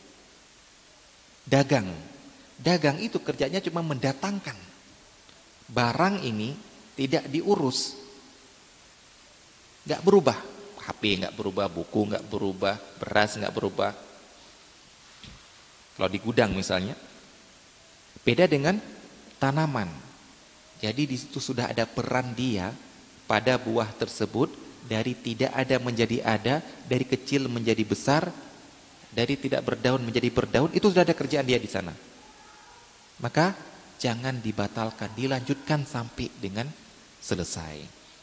dagang. Dagang itu kerjanya cuma mendatangkan. Barang ini tidak diurus. Gak berubah. HP gak berubah, buku gak berubah, beras gak berubah. Kalau di gudang misalnya, Beda dengan tanaman. Jadi di situ sudah ada peran dia pada buah tersebut, dari tidak ada menjadi ada, dari kecil menjadi besar, dari tidak berdaun menjadi berdaun, itu sudah ada kerjaan dia di sana. Maka jangan dibatalkan, dilanjutkan sampai dengan selesai.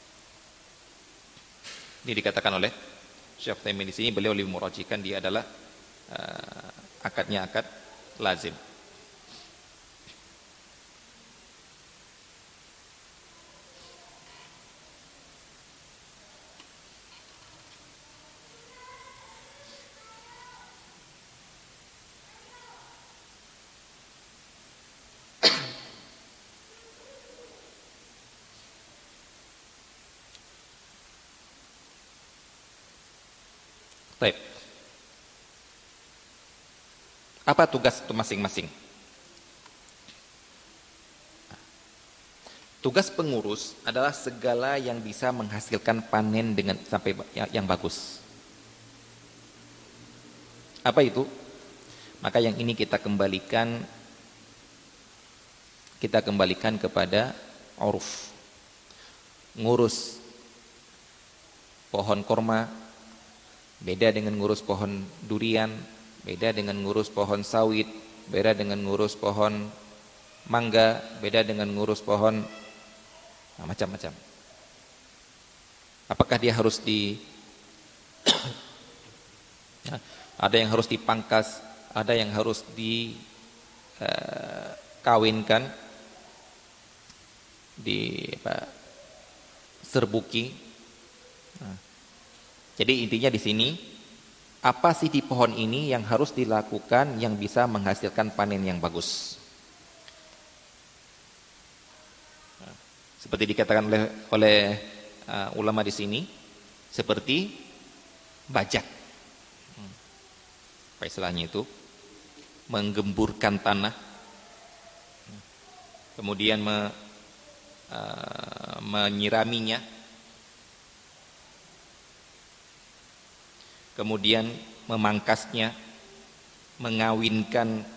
Ini dikatakan oleh Syekh Utsaimin di sini, beliau lebih merajikan dia adalah akadnya akad lazim. Baik. Apa tugas itu masing-masing? Tugas pengurus adalah segala yang bisa menghasilkan panen dengan sampai yang bagus. Apa itu? Maka yang ini kita kembalikan kepada uruf. Ngurus pohon korma beda dengan ngurus pohon durian, beda dengan ngurus pohon sawit, beda dengan ngurus pohon mangga, beda dengan ngurus pohon macam-macam. Apakah dia harus ada yang harus dipangkas, ada yang harus dikawinkan, serbuki. Jadi intinya di sini, apa sih di pohon ini yang harus dilakukan yang bisa menghasilkan panen yang bagus? Seperti dikatakan oleh ulama di sini, seperti bajak. Apa istilahnya itu? Menggemburkan tanah, kemudian menyiraminya, kemudian memangkasnya, mengawinkan,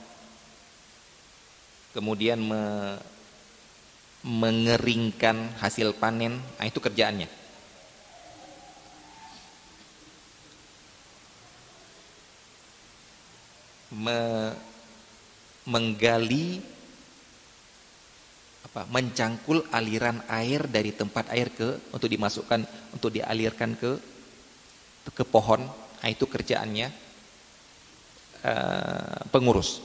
kemudian mengeringkan hasil panen. Nah, itu kerjaannya. Menggali, mencangkul aliran air dari tempat air untuk dimasukkan, untuk dialirkan ke pohon. Nah, itu kerjaannya pengurus.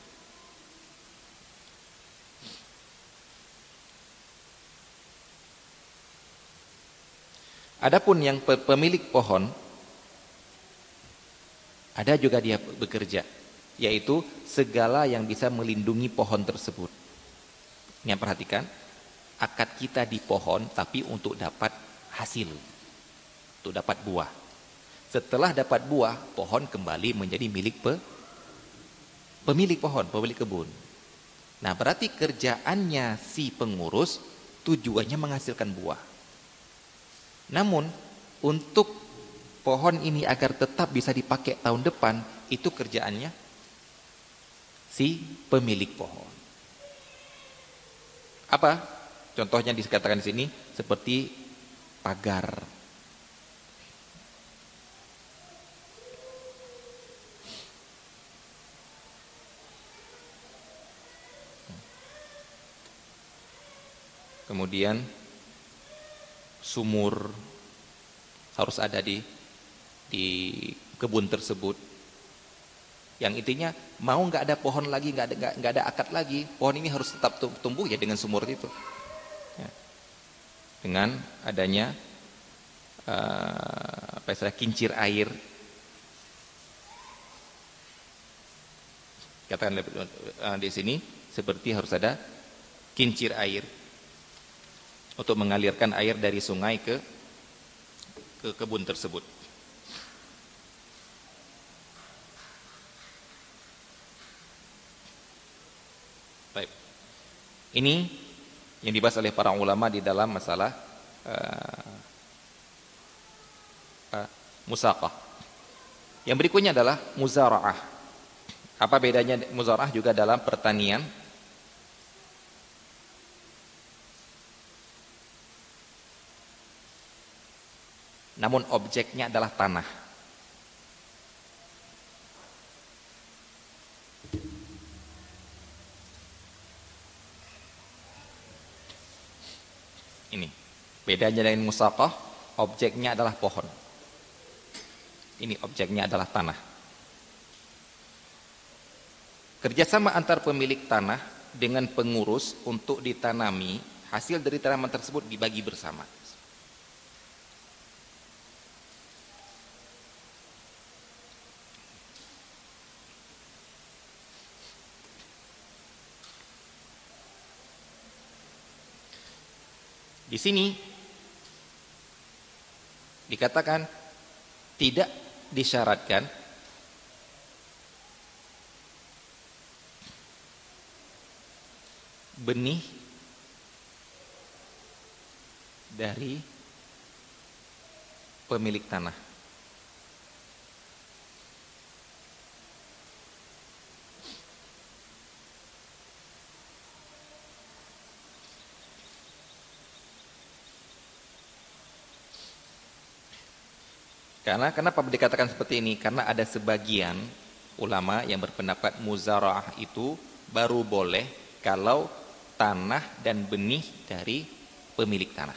Adapun yang pemilik pohon, ada juga dia bekerja, yaitu segala yang bisa melindungi pohon tersebut. Yang perhatikan, akad kita di pohon tapi untuk dapat hasil, untuk dapat buah. Setelah dapat buah, pohon kembali menjadi milik pemilik pohon, pemilik kebun. Nah, berarti kerjaannya si pengurus tujuannya menghasilkan buah. Namun, untuk pohon ini agar tetap bisa dipakai tahun depan, itu kerjaannya si pemilik pohon. Apa? Contohnya dikatakan di sini seperti pagar. Kemudian sumur harus ada di kebun tersebut. Yang intinya mau nggak ada pohon lagi, nggak ada akad lagi, pohon ini harus tetap tumbuh ya dengan sumur itu. Ya. Dengan adanya kincir air. Katakan di sini seperti harus ada kincir air untuk mengalirkan air dari sungai ke kebun tersebut. Baik. Ini yang dibahas oleh para ulama di dalam masalah musaqah. Yang berikutnya adalah muzara'ah. Apa bedanya muzara'ah juga dalam pertanian? namun objeknya adalah tanah. Ini bedanya dengan musaqah, objeknya adalah pohon. Ini objeknya adalah tanah. Kerjasama antar pemilik tanah dengan pengurus untuk ditanami, hasil dari tanaman tersebut dibagi bersama. Di sini dikatakan tidak disyaratkan benih dari pemilik tanah. Karena kenapa dikatakan seperti ini? Karena ada sebagian ulama yang berpendapat muzara'ah itu baru boleh kalau tanah dan benih dari pemilik tanah.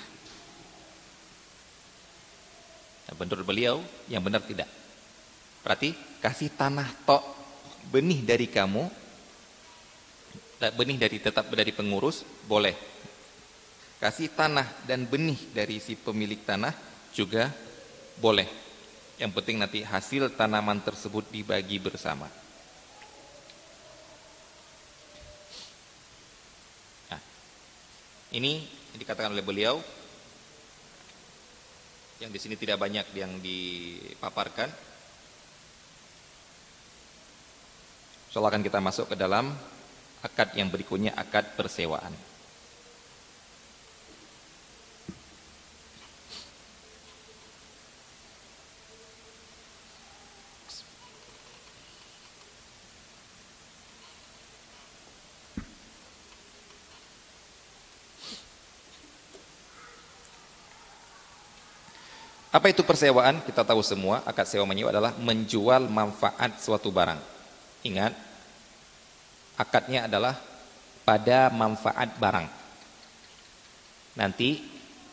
Nah, menurut beliau yang benar tidak. Berarti kasih tanah tok, benih dari kamu, benih dari tetap dari pengurus boleh. Kasih tanah dan benih dari si pemilik tanah juga boleh. Yang penting nanti hasil tanaman tersebut dibagi bersama. Nah, ini dikatakan oleh beliau yang di sini tidak banyak yang dipaparkan. Insyaallah akan kita masuk ke dalam akad yang berikutnya, akad persewaan. Apa itu persewaan? Kita tahu semua, akad sewa menyewa adalah menjual manfaat suatu barang. Ingat, akadnya adalah pada manfaat barang. Nanti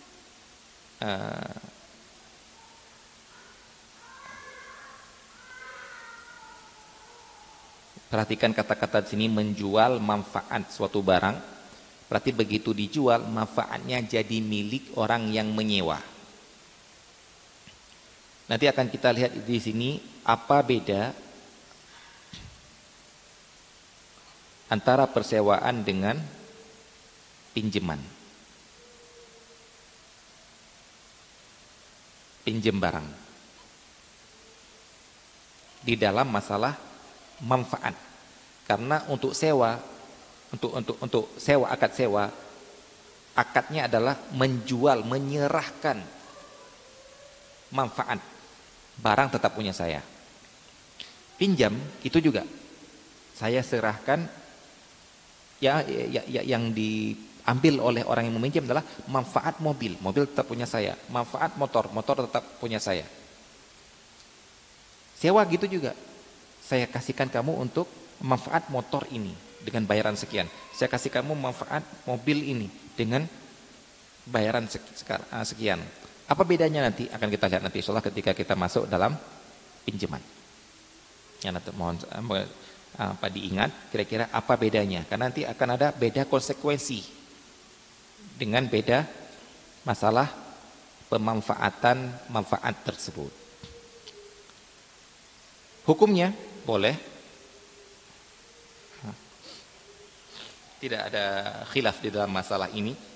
perhatikan kata-kata di sini, menjual manfaat suatu barang. Berarti begitu dijual, manfaatnya jadi milik orang yang menyewa. Nanti akan kita lihat di sini apa beda antara persewaan dengan pinjaman. Pinjam barang. Di dalam masalah manfaat. Karena untuk sewa, untuk sewa, akad sewa, akadnya adalah menjual, menyerahkan manfaat. Barang tetap punya saya. Pinjam itu juga saya serahkan, yang diambil oleh orang yang meminjam adalah manfaat mobil tetap punya saya, manfaat motor tetap punya saya. Sewa gitu juga, saya kasihkan kamu untuk manfaat motor ini dengan bayaran sekian, saya kasih kamu manfaat mobil ini dengan bayaran sekian. Apa bedanya nanti akan kita lihat nanti insyaallah ketika kita masuk dalam pinjaman. Ya, nanti mohon diingat kira-kira apa bedanya, karena nanti akan ada beda konsekuensi dengan beda masalah pemanfaatan manfaat tersebut. Hukumnya boleh, tidak ada khilaf di dalam masalah ini.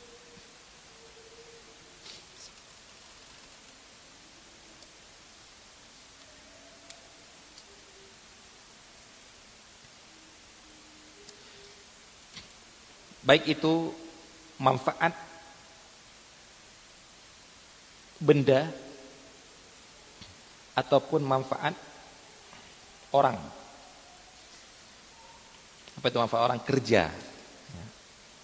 Baik itu manfaat benda ataupun manfaat orang. Apa itu manfaat orang? Kerja.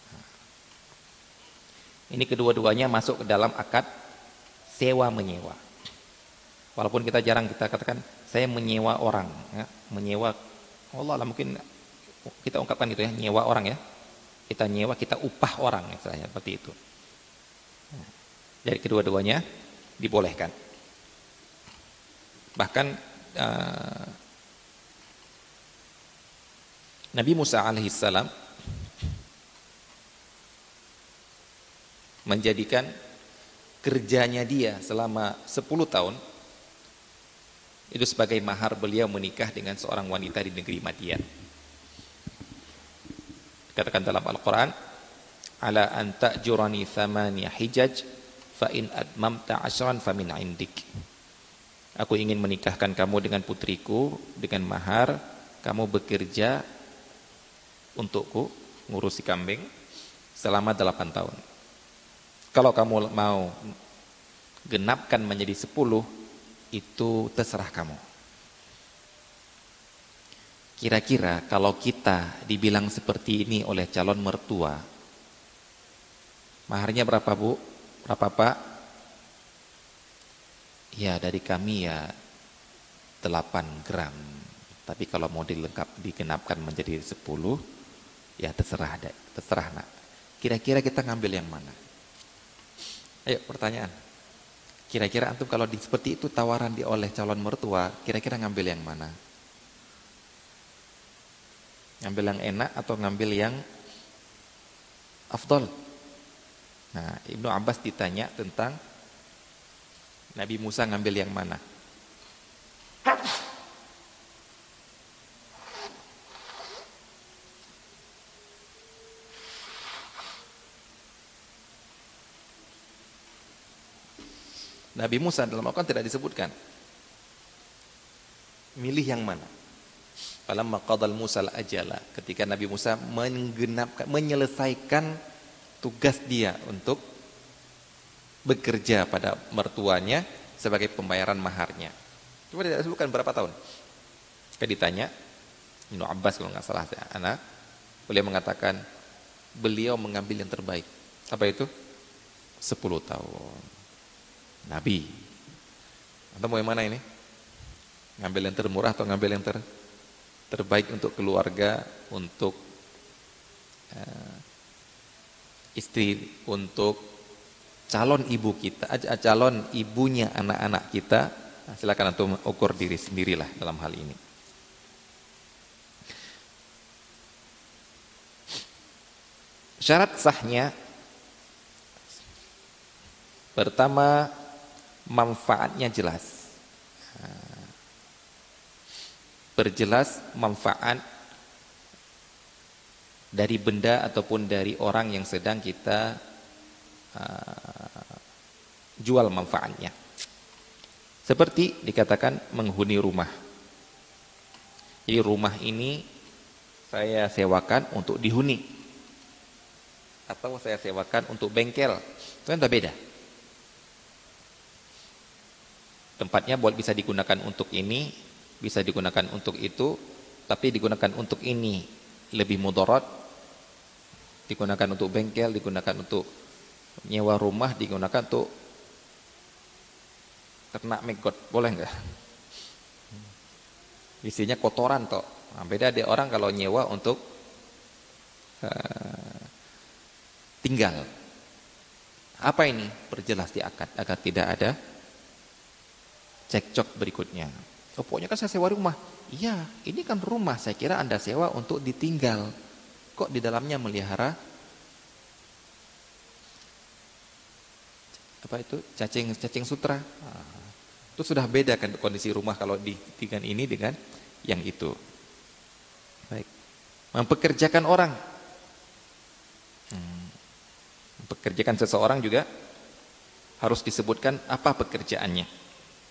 Ini kedua-duanya masuk ke dalam akad sewa menyewa. Walaupun kita jarang kita katakan saya menyewa orang, ya, menyewa. Allah lah mungkin kita ungkapkan gitu ya, nyewa orang ya. Kita nyewa, kita upah orang misalnya seperti itu. Jadi kedua-duanya dibolehkan. Bahkan Nabi Musa alaihissalam menjadikan kerjanya dia selama 10 tahun itu sebagai mahar beliau menikah dengan seorang wanita di negeri Madian. Dikatakan dalam Al-Quran, ala an ta'jurani thamaniya hijaj fa in atmamta ashran fa min indik. Aku ingin menikahkan kamu dengan putriku dengan mahar kamu bekerja untukku ngurusi kambing selama 8 tahun. Kalau kamu mau genapkan menjadi 10, itu terserah kamu. Kira-kira kalau kita dibilang seperti ini oleh calon mertua, maharnya berapa Bu? Berapa Pak? Ya dari kami ya 8 gram. Tapi kalau mau digenapkan menjadi 10, ya terserah deh, terserah nak. Kira-kira kita ngambil yang mana? Ayo pertanyaan. Kira-kira antum kalau seperti itu tawaran oleh calon mertua, kira-kira ngambil yang mana? Ngambil yang enak atau ngambil yang afdal? Nah, Ibnu Abbas ditanya tentang Nabi Musa ngambil yang mana? Nabi Musa dalam Al-Quran tidak disebutkan milih yang mana. Falamma qadal Musa al-ajala, ketika Nabi Musa menyelesaikan tugas dia untuk bekerja pada mertuanya sebagai pembayaran maharnya. Cuma tidak disebutkan berapa tahun. Ketika ditanya Ibnu Abbas kalau nggak salah anak, beliau mengatakan beliau mengambil yang terbaik. Apa itu? 10 tahun. Nabi. Atau mau yang mana ini? Ngambil yang termurah atau ngambil yang terbaik untuk keluarga, untuk istri, untuk calon ibu kita, calon ibunya anak-anak kita. Nah, silakan untuk ukur diri sendirilah dalam hal ini. Syarat sahnya pertama, manfaatnya jelas. Berjelas manfaat dari benda ataupun dari orang yang sedang kita jual manfaatnya. Seperti dikatakan menghuni rumah. Jadi rumah ini saya sewakan untuk dihuni, atau saya sewakan untuk bengkel. Itu kan beda. Tempatnya bisa digunakan untuk ini, bisa digunakan untuk itu, tapi digunakan untuk ini lebih mudarat, digunakan untuk bengkel, digunakan untuk nyewa rumah, digunakan untuk ternak megot, boleh nggak? Isinya kotoran toh. Nah, beda ada orang kalau nyewa untuk tinggal. Apa ini? Perjelas di akad agar tidak ada cekcok berikutnya. Oh, pokoknya kan saya sewa rumah. Iya, ini kan rumah. Saya kira Anda sewa untuk ditinggal. Kok di dalamnya melihara apa itu? Cacing sutra. Nah, itu sudah beda kan kondisi rumah kalau dengan ini dengan yang itu. Baik. Mempekerjakan orang. Mempekerjakan seseorang juga harus disebutkan apa pekerjaannya.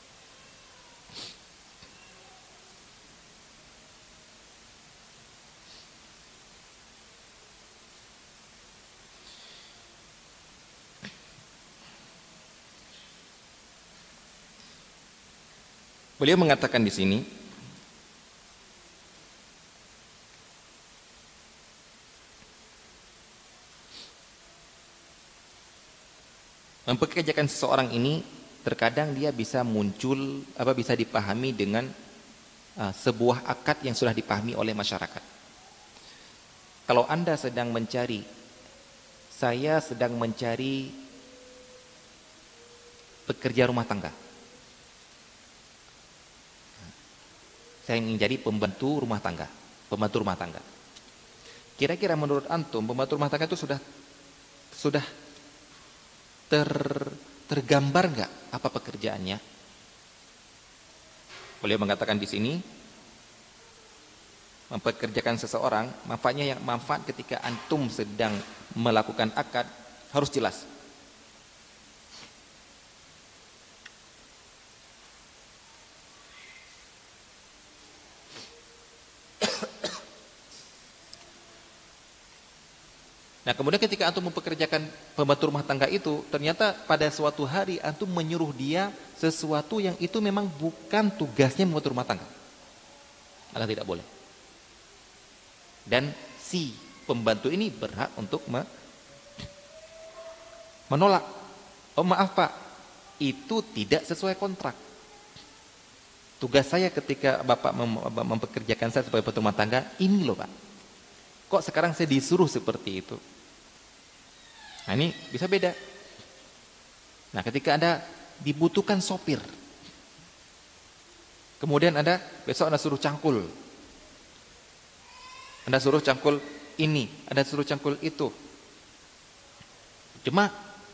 Beliau mengatakan di sini, mempekerjakan seseorang ini terkadang dia bisa muncul, bisa dipahami dengan sebuah akad yang sudah dipahami oleh masyarakat. Kalau Anda sedang mencari, saya sedang mencari pekerja rumah tangga. Saya ingin jadi pembantu rumah tangga. Kira-kira menurut antum pembantu rumah tangga itu sudah tergambar nggak apa pekerjaannya? Beliau mengatakan di sini, mempekerjakan seseorang, manfaat ketika antum sedang melakukan akad harus jelas. Nah, kemudian ketika antum mempekerjakan pembantu rumah tangga itu, ternyata pada suatu hari antum menyuruh dia sesuatu yang itu memang bukan tugasnya pembantu rumah tangga. Maka tidak boleh. Dan si pembantu ini berhak untuk menolak. Oh maaf Pak, itu tidak sesuai kontrak. Tugas saya ketika Bapak mempekerjakan saya sebagai pembantu rumah tangga, ini loh Pak. Kok sekarang saya disuruh seperti itu? Nah ini bisa beda. Nah ketika ada dibutuhkan sopir, kemudian besok Anda suruh cangkul, Anda suruh cangkul ini, Anda suruh cangkul itu. Cuma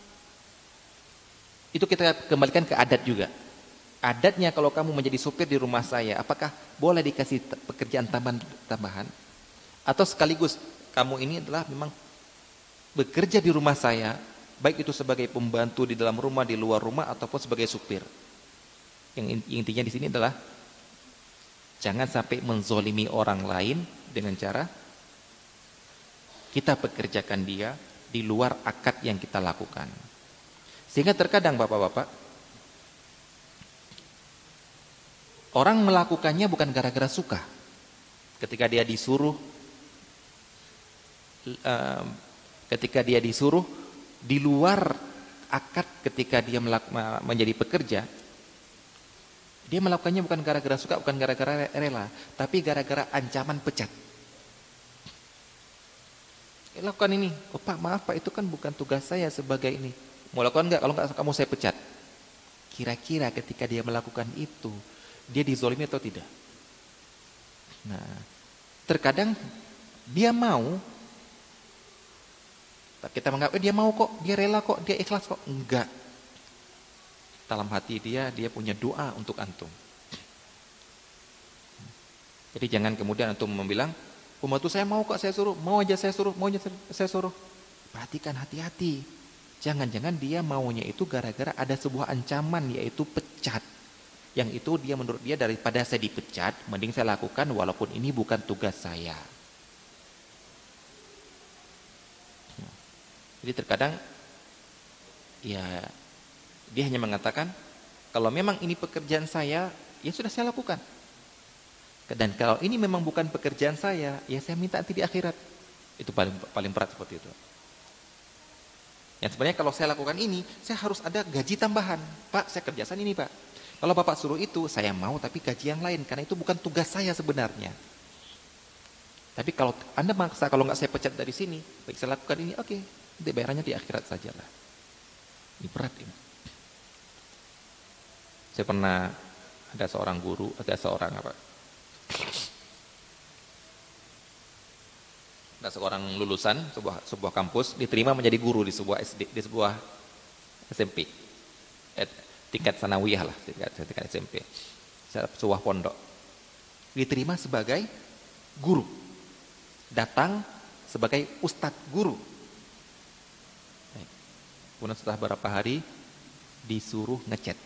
itu kita kembalikan ke adat juga. Adatnya kalau kamu menjadi sopir di rumah saya, apakah boleh dikasih pekerjaan tambahan? Atau sekaligus kamu ini adalah memang bekerja di rumah saya, baik itu sebagai pembantu di dalam rumah, di luar rumah, ataupun sebagai supir. Yang intinya di sini adalah jangan sampai menzolimi orang lain dengan cara kita pekerjakan dia di luar akad yang kita lakukan. Sehingga terkadang bapak-bapak, orang melakukannya bukan gara-gara suka. Ketika dia disuruh di luar akad, ketika dia menjadi pekerja, dia melakukannya bukan gara-gara suka, bukan gara-gara rela, tapi gara-gara ancaman pecat. Lakukan ini. Oh Pak, maaf Pak, itu kan bukan tugas saya sebagai ini. Mau lakukan enggak? Kalau enggak kamu saya pecat. Kira-kira ketika dia melakukan itu, dia dizolimi atau tidak? Nah, terkadang dia mau, kita menganggap dia mau kok, dia rela kok, dia ikhlas kok. Enggak. Dalam hati dia punya doa untuk antum. Jadi jangan kemudian antum membilang, pembantu saya mau kok, saya suruh, mau aja saya suruh. Perhatikan, hati-hati. Jangan-jangan dia maunya itu gara-gara ada sebuah ancaman, yaitu pecat. Yang itu dia menurut dia, daripada saya dipecat, mending saya lakukan walaupun ini bukan tugas saya. Jadi terkadang ya dia hanya mengatakan kalau memang ini pekerjaan saya, ya sudah saya lakukan. Dan kalau ini memang bukan pekerjaan saya, ya saya minta nanti di akhirat. Itu paling berat seperti itu. Yang sebenarnya kalau saya lakukan ini, saya harus ada gaji tambahan. Pak, saya kerjasan ini Pak. Kalau Bapak suruh itu, saya mau tapi gaji yang lain, karena itu bukan tugas saya sebenarnya. Tapi kalau Anda maksa, kalau nggak saya pecat dari sini, baik saya lakukan ini, oke. Nanti bayarannya di akhirat sajalah. Ini berat ini. Saya pernah ada seorang guru, ada seorang lulusan sebuah kampus diterima menjadi guru di sebuah SMP. Tingkat sanawiyah lah, tingkat SMP. Sebuah pondok. Diterima sebagai guru. Datang sebagai ustadz guru. Kemudian setelah beberapa hari disuruh ngecat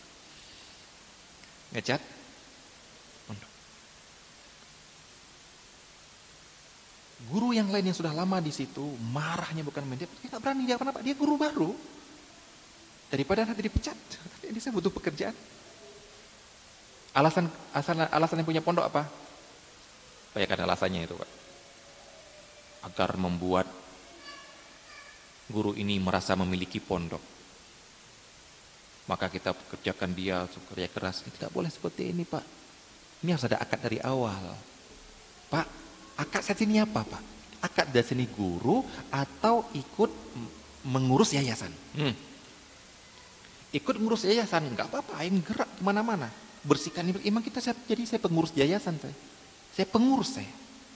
guru yang lain yang sudah lama di situ marahnya bukan main, dia nggak berani, dia kenapa? Dia guru baru, daripada nanti dipecat, ini saya butuh pekerjaan. Alasan yang punya pondok apa? Banyak kan alasannya itu Pak, agar membuat guru ini merasa memiliki pondok. maka kita kerjakan dia kerja keras. Tidak boleh seperti ini, Pak. Ini harus ada akad dari awal. Pak, akad saat ini apa, Pak? Akad dari sini guru atau ikut mengurus yayasan? Ikut ngurus yayasan, enggak apa-apa, ayo gerak kemana-mana. Bersihkan, emang jadi saya pengurus yayasan saya. Saya pengurus saya.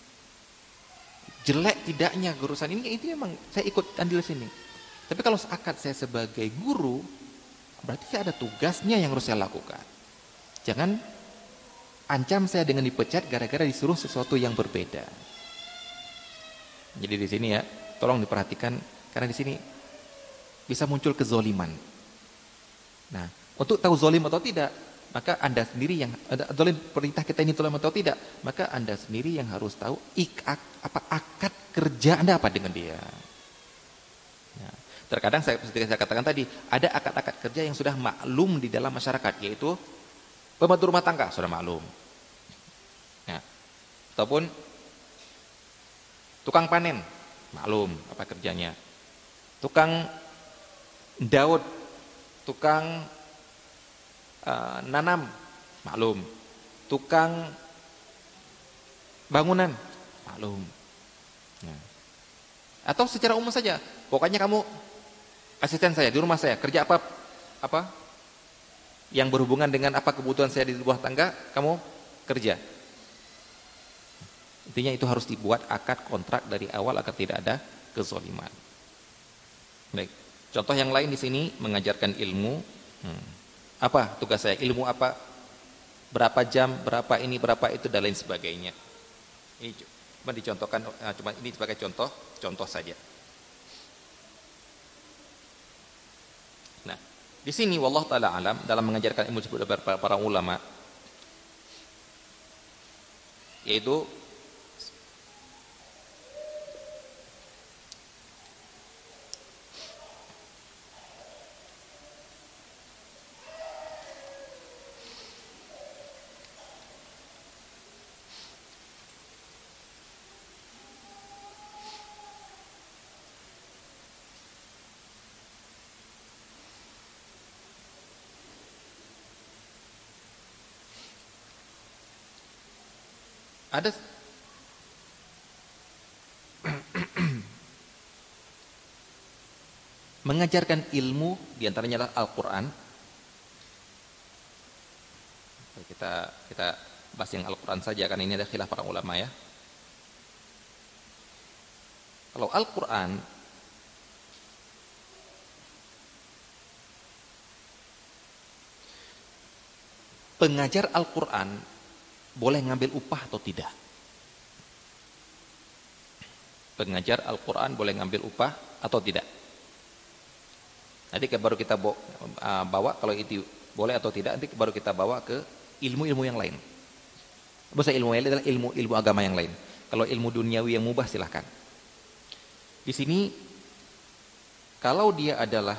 Jelek tidaknya gurusan ini, itu memang saya ikut andil sini. Tapi kalau akad saya sebagai guru, berarti saya ada tugasnya yang harus saya lakukan. Jangan ancam saya dengan dipecat gara-gara disuruh sesuatu yang berbeda. Jadi di sini ya, tolong diperhatikan karena di sini bisa muncul kezoliman. Nah, untuk tahu zolim atau tidak, maka Anda sendiri yang zolim perintah kita ini zolim atau tidak, maka Anda sendiri yang harus tahu akad kerja Anda apa dengan dia. Nah, terkadang seperti saya katakan tadi, ada akad-akad kerja yang sudah maklum di dalam masyarakat, yaitu pembantu rumah tangga sudah maklum. Nah, ataupun tukang panen, maklum apa kerjanya. Tukang daud, tukang nanam, maklum. Tukang bangunan, maklum. Nah. Atau secara umum saja, pokoknya kamu asisten saya di rumah saya, kerja apa yang berhubungan dengan apa kebutuhan saya di rumah tangga, kamu kerja. Intinya itu harus dibuat akad kontrak dari awal agar tidak ada kezaliman. Baik. Contoh yang lain di sini mengajarkan ilmu. Apa tugas saya? Ilmu apa? Berapa jam? Berapa ini? Berapa itu dan lain sebagainya. Ini cuma dicontohkan, cuma ini sebagai contoh saja. Nah, di sini wallahu taala alam dalam mengajarkan ilmu disebut para ulama, yaitu ada mengajarkan ilmu diantaranya adalah Al-Quran. Kita bahas yang Al-Quran saja, kan ini ada khilaf para ulama ya. Kalau Al-Quran pengajar Al-Quran boleh ngambil upah atau tidak? Pengajar Al-Quran boleh ngambil upah atau tidak? Nanti baru kita bawa kalau itu boleh atau tidak, nanti baru kita bawa ke ilmu-ilmu yang lain. Bahasa ilmu yang lain adalah ilmu agama yang lain. Kalau ilmu duniawi yang mubah silahkan. Di sini kalau dia adalah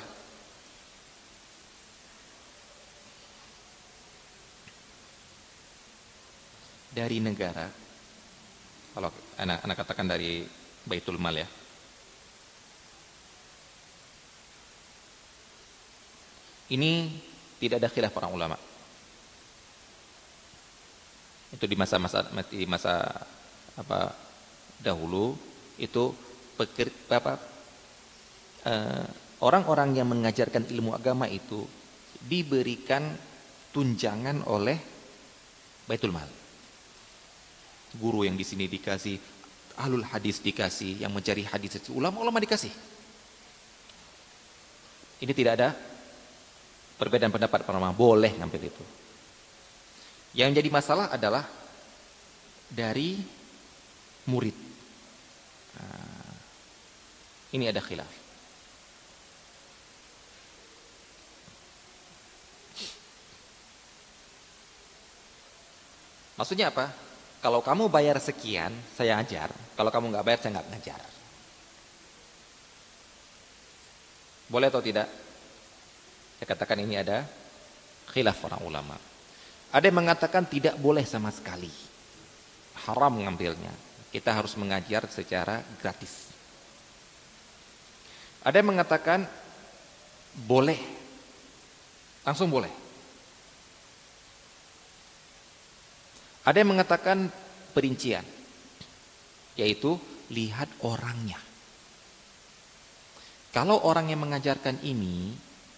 dari negara, kalau anak katakan dari Baitul Mal ya, ini tidak ada khilaf para ulama. Itu di masa dahulu itu orang-orang yang mengajarkan ilmu agama itu diberikan tunjangan oleh Baitul Mal. Guru yang di sini dikasih, ahlul hadis dikasih, yang mencari hadis itu ulama-ulama dikasih. Ini tidak ada perbedaan pendapat para ulama, boleh ngambil itu. Yang jadi masalah adalah dari murid. Nah, ini ada khilaf. Maksudnya apa? Kalau kamu bayar sekian, saya ajar. Kalau kamu nggak bayar, saya nggak ngajar. Boleh atau tidak? Saya katakan ini ada khilaf para ulama. Ada yang mengatakan tidak boleh sama sekali. Haram mengambilnya. Kita harus mengajar secara gratis. Ada yang mengatakan boleh langsung boleh. Ada yang mengatakan perincian, yaitu lihat orangnya. Kalau orang yang mengajarkan ini,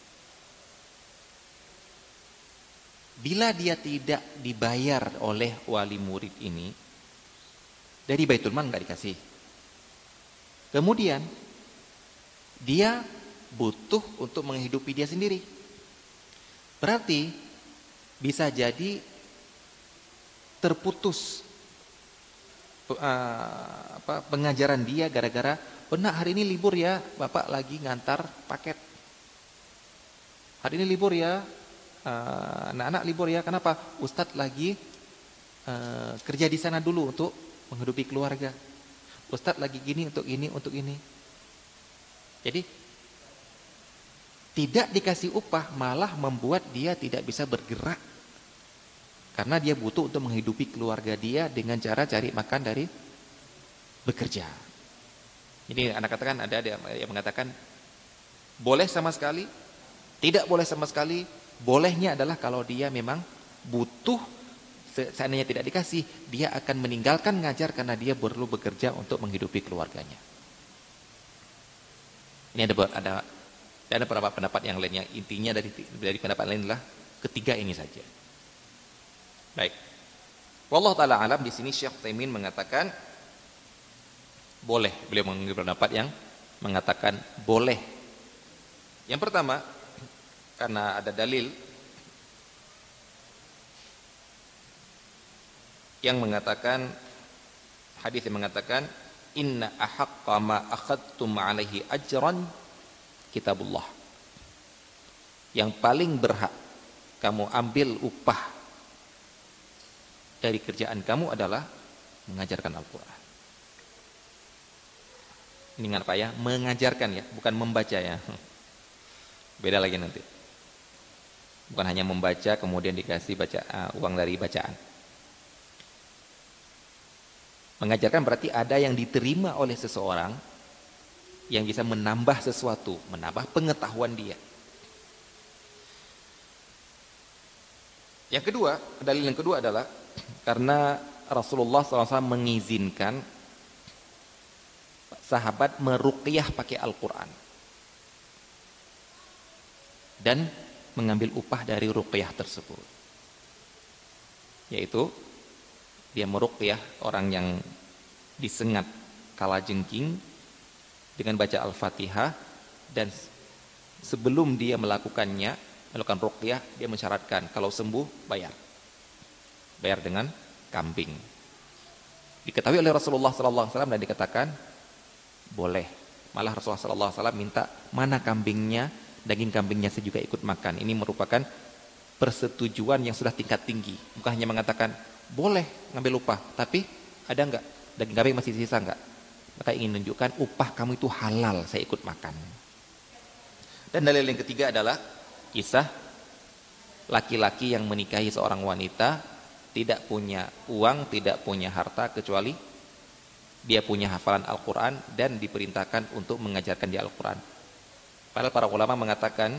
bila dia tidak dibayar oleh wali murid ini, dari Baitul Mal nggak dikasih. Kemudian dia butuh untuk menghidupi dia sendiri. Berarti bisa jadi terputus pengajaran dia gara-gara, "Nak, hari ini libur ya, Bapak lagi ngantar paket. Hari ini libur ya, anak-anak libur ya. Kenapa? Ustadz lagi kerja di sana dulu untuk menghidupi keluarga. Ustadz lagi gini untuk ini, untuk ini." Jadi tidak dikasih upah malah membuat dia tidak bisa bergerak, karena dia butuh untuk menghidupi keluarga dia dengan cara cari makan dari bekerja. Jadi anak katakan, ada yang mengatakan boleh sama sekali, tidak boleh sama sekali. Bolehnya adalah kalau dia memang butuh, seandainya tidak dikasih, dia akan meninggalkan ngajar karena dia perlu bekerja untuk menghidupi keluarganya. Ini ada beberapa pendapat yang lainnya. Intinya dari pendapat lain adalah ketiga ini saja. Baik. Wallahu taala alam, di sini Syekh Utsaimin mengatakan boleh. Beliau mengambil pendapat yang mengatakan boleh. Yang pertama, karena ada dalil yang mengatakan, hadis yang mengatakan, "Inna ahaqqa ma akhadtum alaihi ajran kitabullah." Yang paling berhak kamu ambil upah dari kerjaan kamu adalah mengajarkan Al-Quran. Ini ingat Pak ya, mengajarkan ya, bukan membaca ya. Beda lagi nanti. Bukan hanya membaca kemudian dikasih uang dari bacaan. Mengajarkan berarti ada yang diterima oleh seseorang yang bisa menambah sesuatu, menambah pengetahuan dia. Yang kedua, dalil yang kedua adalah karena Rasulullah SAW mengizinkan sahabat meruqyah pakai Al-Quran dan mengambil upah dari ruqyah tersebut, yaitu dia meruqyah orang yang disengat kalajengking dengan baca Al-Fatihah, dan sebelum dia melakukan ruqyah, dia mensyaratkan kalau sembuh bayar dengan kambing. Diketahui oleh Rasulullah SAW dan dikatakan boleh. Malah Rasulullah SAW minta mana kambingnya, daging kambingnya saya juga ikut makan. Ini merupakan persetujuan yang sudah tingkat tinggi. Bukan hanya mengatakan boleh ngambil upah, tapi ada enggak daging kambing masih sisa enggak? Maka ingin menunjukkan upah kamu itu halal, saya ikut makan. Dan dalil yang ketiga adalah kisah laki-laki yang menikahi seorang wanita, tidak punya uang, tidak punya harta, kecuali dia punya hafalan Al-Quran dan diperintahkan untuk mengajarkan dia Al-Quran. Padahal para ulama mengatakan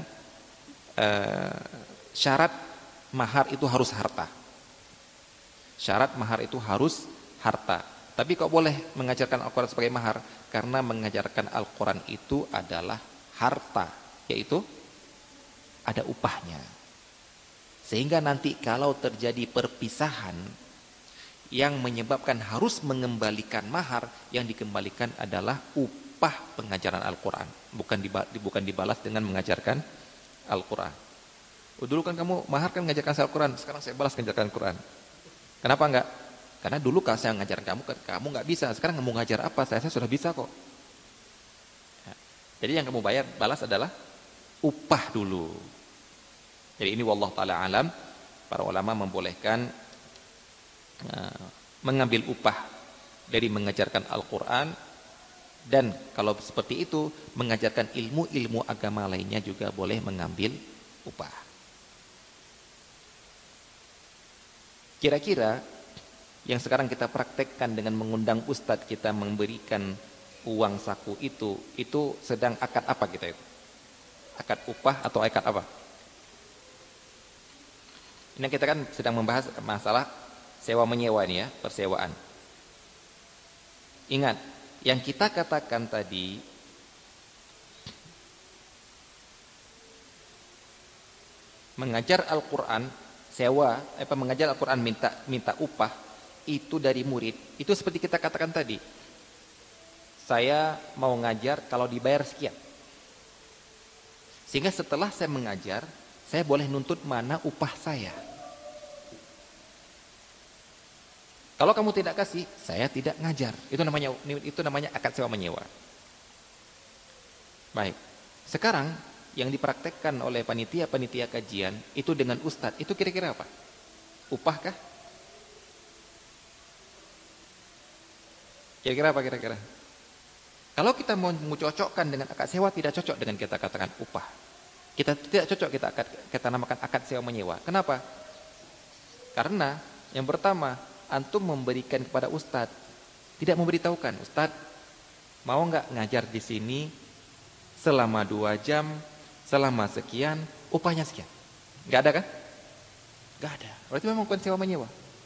syarat mahar itu harus harta. Syarat mahar itu harus harta. Tapi kok boleh mengajarkan Al-Quran sebagai mahar? Karena mengajarkan Al-Quran itu adalah harta, yaitu ada upahnya. Sehingga nanti kalau terjadi perpisahan yang menyebabkan harus mengembalikan mahar, yang dikembalikan adalah upah pengajaran Al-Quran, bukan dibalas dengan mengajarkan Al-Quran. Dulu kan kamu mahar kan mengajarkan Al-Quran, sekarang saya balas mengajarkan Al-Quran. Kenapa enggak? Karena dulu kalau saya mengajarkan kamu enggak bisa, sekarang kamu ngajar apa? Saya sudah bisa kok. Jadi yang kamu balas adalah upah dulu. Jadi ini wallahu taala alam, para ulama membolehkan mengambil upah dari mengajarkan Al-Quran, dan kalau seperti itu mengajarkan ilmu-ilmu agama lainnya juga boleh mengambil upah. Kira-kira yang sekarang kita praktekkan dengan mengundang ustadz, kita memberikan uang saku itu sedang akad apa kita itu? Akad upah atau akad apa? Ini kita kan sedang membahas masalah sewa menyewa nih ya, persewaan. Ingat, yang kita katakan tadi mengajar Al-Qur'an, mengajar Al-Qur'an minta upah itu dari murid. Itu seperti kita katakan tadi. Saya mau ngajar kalau dibayar sekian. Sehingga setelah saya mengajar, saya boleh nuntut mana upah saya. Kalau kamu tidak kasih, saya tidak ngajar. Itu namanya akad sewa menyewa. Baik. Sekarang yang dipraktekkan oleh panitia kajian itu dengan ustadz, itu kira-kira apa? Upah kah? Kira-kira apa kira-kira? Kalau kita mau cocokkan dengan akad sewa, tidak cocok dengan kita katakan upah. Kita tidak cocok kita namakan akad sewa menyewa. Kenapa? Karena yang pertama, antum memberikan kepada ustadz, tidak memberitahukan, ustadz mau nggak ngajar di sini selama 2 jam, selama sekian, upahnya sekian. Nggak ada kan? Nggak ada. Berarti memang bukan sewa menyewa.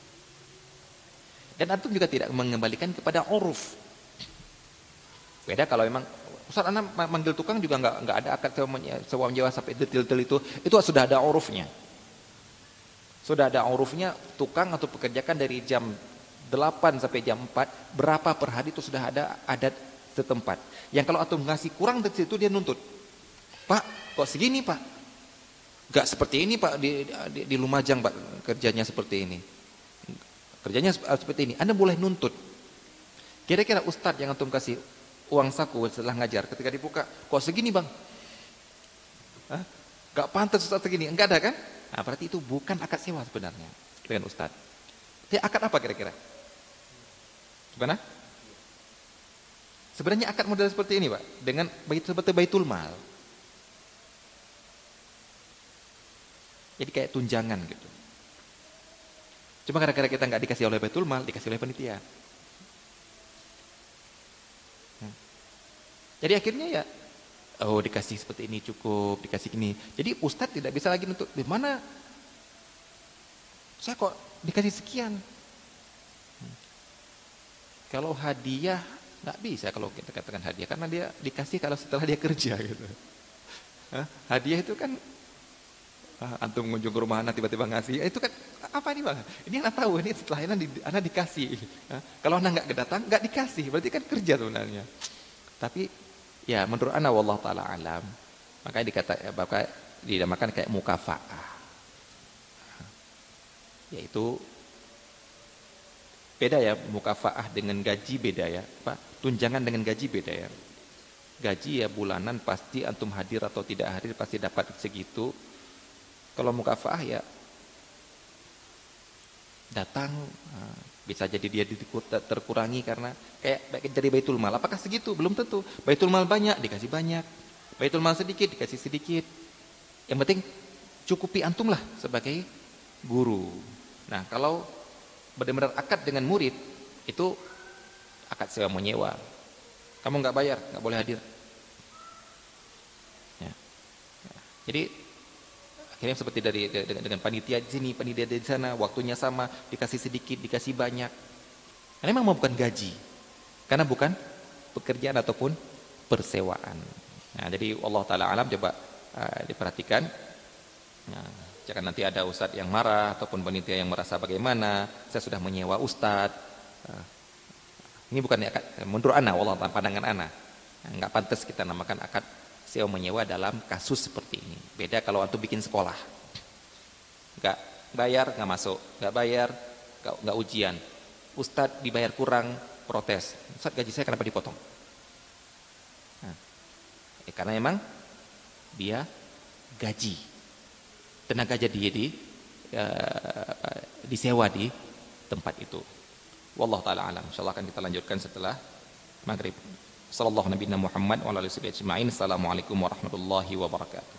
Dan antum juga tidak mengembalikan kepada uruf. Beda kalau memang ustadz anak manggil tukang juga nggak ada akad sewa menyewa sampai detail-detail itu sudah ada urufnya. Sudah ada urufnya, tukang atau pekerjakan dari jam 8 sampai jam 4, berapa per hari itu sudah ada adat setempat. Yang kalau antum ngasih kurang dari situ dia nuntut. Pak, kok segini Pak? Gak seperti ini Pak, di Lumajang Pak kerjanya seperti ini. Kerjanya seperti ini, Anda boleh nuntut. Kira-kira ustadz yang antum kasih uang saku setelah ngajar, ketika dibuka, kok segini Bang? Hah? Gak pantas ustadz segini, enggak ada kan? Nah, berarti itu bukan akad sewa sebenarnya dengan ustadz. Dia akad apa kira-kira? Gimana? Sebenarnya akad model seperti ini Pak, dengan seperti baitul mal. Jadi kayak tunjangan gitu. Cuma kadang-kadang kita nggak dikasih oleh baitul mal, dikasih oleh panitia. Jadi akhirnya ya, oh dikasih seperti ini cukup, dikasih gini. Jadi ustadz tidak bisa lagi untuk, di mana saya kok dikasih sekian. Kalau hadiah nggak bisa kalau kita katakan hadiah, karena dia dikasih kalau setelah dia kerja gitu. Hadiah itu kan antum mengunjung ke rumah anak tiba-tiba ngasih, itu kan apa ini Bang? Ini anak tahu, ini setelah anak dikasih. Kalau anak nggak datang nggak dikasih, berarti kan kerja sebenarnya. Tapi ya menurut ana wallahu taala alam, makanya dinamakan kayak mukafaah. Yaitu beda ya, mukafaah dengan gaji beda ya, Pak. Tunjangan dengan gaji beda ya. Gaji ya bulanan, pasti antum hadir atau tidak hadir pasti dapat segitu. Kalau mukafaah ya datang, bisa jadi dia terkurangi karena kayak dari baitul mal. Apakah segitu? Belum tentu. Baitul mal banyak dikasih banyak, baitul mal sedikit dikasih sedikit. Yang penting cukupi antum lah sebagai guru. Nah, kalau benar-benar akad dengan murid itu akad sewa menyewa. Kamu nggak bayar, nggak boleh hadir. Ya. Jadi akhirnya seperti dengan panitia di sini, panitia di sana, waktunya sama, dikasih sedikit, dikasih banyak. Karena memang bukan gaji, karena bukan pekerjaan ataupun persewaan. Nah, jadi Allah Taala alam coba diperhatikan. Nah, jangan nanti ada ustadz yang marah ataupun panitia yang merasa bagaimana, saya sudah menyewa ustadz. Ini bukan akad, menurut ana, Allah pandangan ana, nggak pantas kita namakan akad sewa menyewa dalam kasus seperti ini. Beda kalau antum bikin sekolah, nggak bayar nggak masuk, nggak bayar nggak ujian, ustadz dibayar kurang, protes, ustadz gaji saya kenapa dipotong? Nah, karena emang dia gaji, tenaga jadi disewa di tempat itu. Wallahu taala alam. Insyaallah akan kita lanjutkan setelah maghrib. Sallallahu nabiyana Muhammad wa ala alihi ajma'in. Assalamualaikum warahmatullahi wabarakatuh.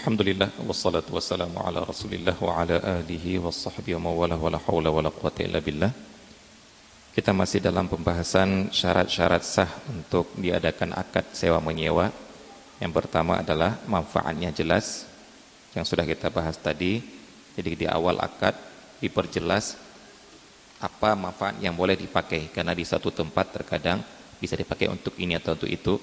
Alhamdulillah wassalatu wassalamu ala Rasulillah wa ala alihi washabbihi wa mawalah wala haula wala quwwata illa billah. Kita masih dalam pembahasan syarat-syarat sah untuk diadakan akad sewa menyewa. Yang pertama adalah manfaatnya jelas, yang sudah kita bahas tadi. Jadi di awal akad diperjelas apa manfaat yang boleh dipakai, karena di satu tempat terkadang bisa dipakai untuk ini atau untuk itu.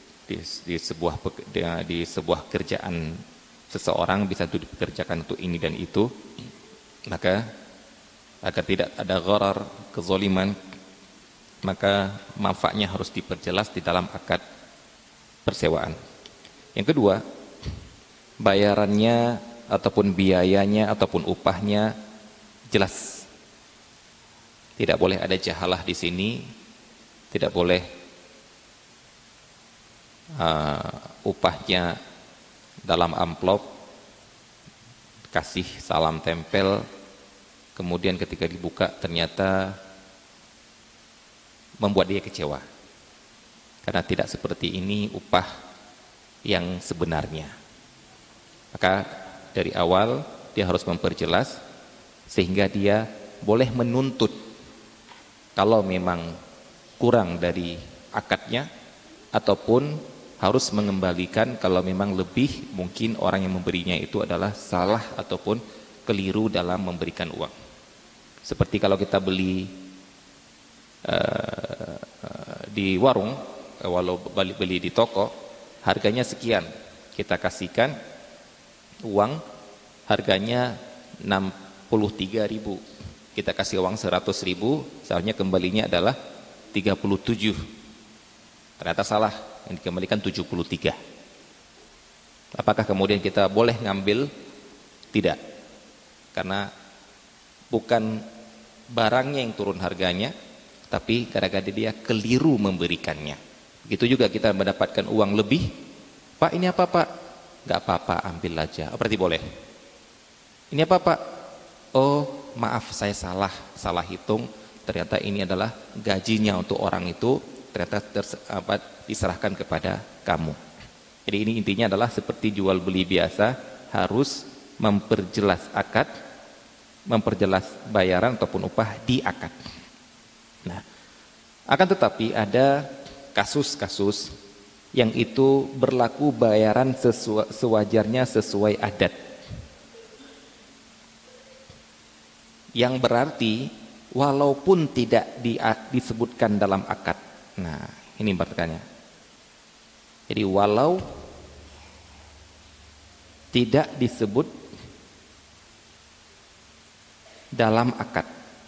Di sebuah kerjaan seseorang bisa dikerjakan untuk ini dan itu. Maka agar tidak ada gharar, kezaliman, maka manfaatnya harus diperjelas di dalam akad persewaan. Yang kedua, bayarannya ataupun biayanya ataupun upahnya jelas. Tidak boleh ada jahalah di sini, tidak boleh upahnya dalam amplop, kasih salam tempel, kemudian ketika dibuka ternyata membuat dia kecewa. Karena tidak seperti ini upah yang sebenarnya. Maka dari awal dia harus memperjelas sehingga dia boleh menuntut kalau memang kurang dari akadnya, ataupun harus mengembalikan kalau memang lebih, mungkin orang yang memberinya itu adalah salah ataupun keliru dalam memberikan uang. Seperti kalau kita beli di warung, walau beli di toko, harganya sekian, kita kasihkan uang harganya 63.000, kita kasih uang 100.000, seharusnya kembalinya adalah 37, ternyata salah, yang dikembalikan 73. Apakah kemudian kita boleh ngambil? Tidak, karena bukan barangnya yang turun harganya, tapi gara-gara dia keliru memberikannya. Begitu juga kita mendapatkan uang lebih, Pak ini apa Pak? Gak apa-apa, ambil aja. Oh, berarti boleh. Ini apa Pak? Oh maaf, saya salah hitung, ternyata ini adalah gajinya untuk orang itu, ternyata diserahkan kepada kamu. Jadi ini intinya adalah seperti jual beli biasa, harus memperjelas akad, memperjelas bayaran ataupun upah di akad. Nah, akan tetapi ada kasus-kasus yang itu berlaku bayaran sewajarnya sesuai adat, yang berarti walaupun tidak disebutkan dalam akad. Nah, ini bertanya. Jadi walau tidak disebut dalam akad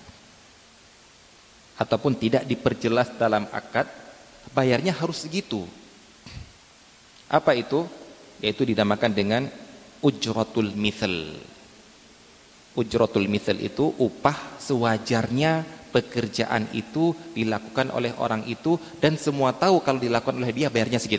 ataupun tidak diperjelas dalam akad, bayarnya harus segitu. Apa itu? Yaitu dinamakan dengan ujratul mithal. Ujratul mithal itu upah sewajarnya pekerjaan itu dilakukan oleh orang itu, dan semua tahu kalau dilakukan oleh dia bayarnya segitu.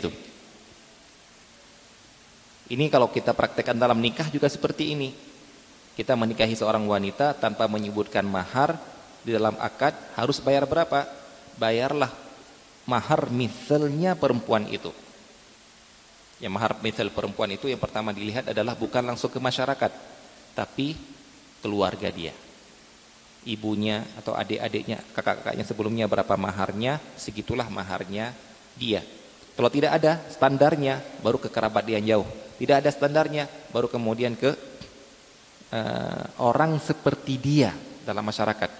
Ini kalau kita praktekkan dalam nikah juga seperti ini. Kita menikahi seorang wanita tanpa menyebutkan mahar, di dalam akad harus bayar berapa? Bayarlah mahar mithalnya perempuan itu. Yang mahar mithal perempuan itu yang pertama dilihat adalah bukan langsung ke masyarakat, tapi keluarga dia. Ibunya atau adik-adiknya, kakak-kakaknya sebelumnya berapa maharnya, segitulah maharnya dia. Kalau tidak ada standarnya, baru ke kerabat dia yang jauh. Tidak ada standarnya, baru kemudian ke orang seperti dia dalam masyarakat,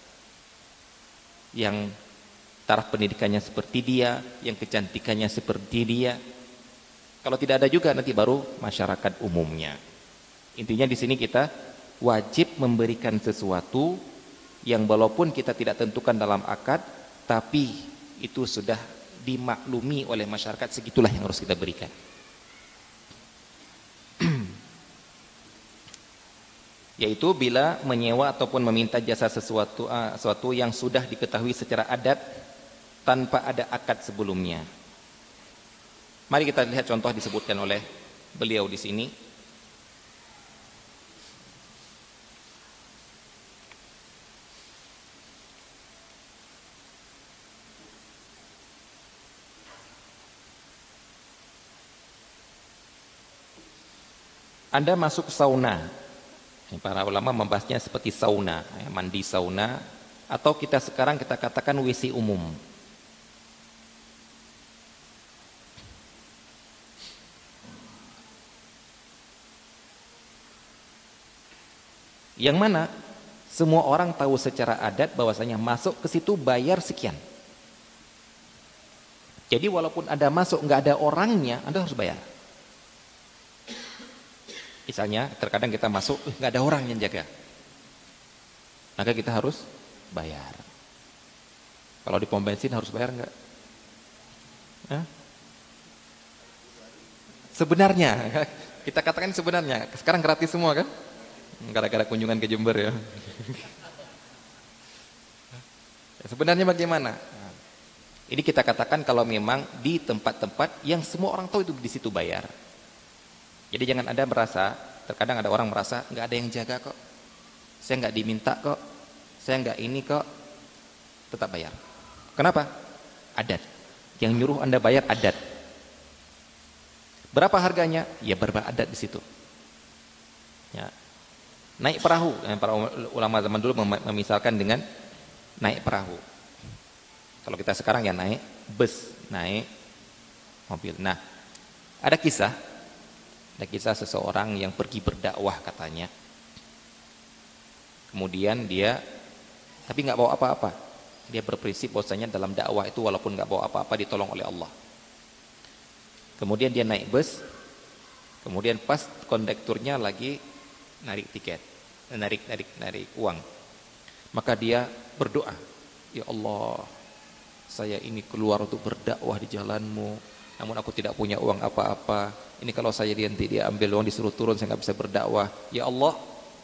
yang taraf pendidikannya seperti dia, yang kecantikannya seperti dia. Kalau tidak ada juga, nanti baru masyarakat umumnya. Intinya di sini kita wajib memberikan sesuatu yang walaupun kita tidak tentukan dalam akad, tapi itu sudah dimaklumi oleh masyarakat, segitulah yang harus kita berikan. Yaitu bila menyewa ataupun meminta jasa sesuatu yang sudah diketahui secara adat tanpa ada akad sebelumnya. Mari kita lihat contoh disebutkan oleh beliau di sini. Anda masuk sauna. Para ulama membahasnya seperti sauna, mandi sauna, atau sekarang kita katakan WC umum. Yang mana semua orang tahu secara adat bahwasanya masuk ke situ bayar sekian. Jadi walaupun Anda masuk nggak ada orangnya, Anda harus bayar. Misalnya terkadang kita masuk nggak ada orang yang jaga, maka kita harus bayar. Kalau di pom bensin harus bayar nggak? Sebenarnya kita katakan sebenarnya sekarang gratis semua kan? Gara-gara kunjungan ke Jember ya. Sebenarnya bagaimana? Ini kita katakan kalau memang di tempat-tempat yang semua orang tahu itu di situ bayar. Jadi jangan Anda merasa, terkadang ada orang merasa nggak ada yang jaga kok, saya nggak diminta kok, saya nggak ini kok, tetap bayar. Kenapa? Adat. Yang nyuruh Anda bayar adat. Berapa harganya? Ya beradat di situ. Ya. Naik perahu, para ulama zaman dulu memisalkan dengan naik perahu. Kalau kita sekarang ya naik bus, naik mobil. Nah, ada kisah seseorang yang pergi berdakwah katanya. Kemudian dia tapi nggak bawa apa-apa. Dia berprinsip bahwasanya dalam dakwah itu walaupun nggak bawa apa-apa ditolong oleh Allah. Kemudian dia naik bus. Kemudian pas kondekturnya lagi narik tiket, narik uang. Maka dia berdoa, ya Allah, saya ini keluar untuk berdakwah di jalan-Mu, namun aku tidak punya uang apa-apa. Ini kalau saya nanti dia ambil uang disuruh turun, saya nggak bisa berdakwah. Ya Allah,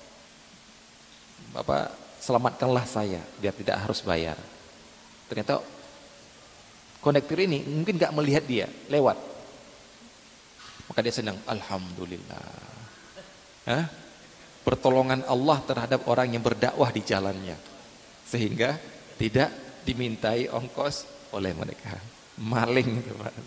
Bapak selamatkanlah saya biar tidak harus bayar. Ternyata kondektur ini mungkin nggak melihat dia lewat, maka dia senang, alhamdulillah. Pertolongan Allah terhadap orang yang berdakwah di jalannya, sehingga tidak dimintai ongkos oleh mereka. Maling itu Pak.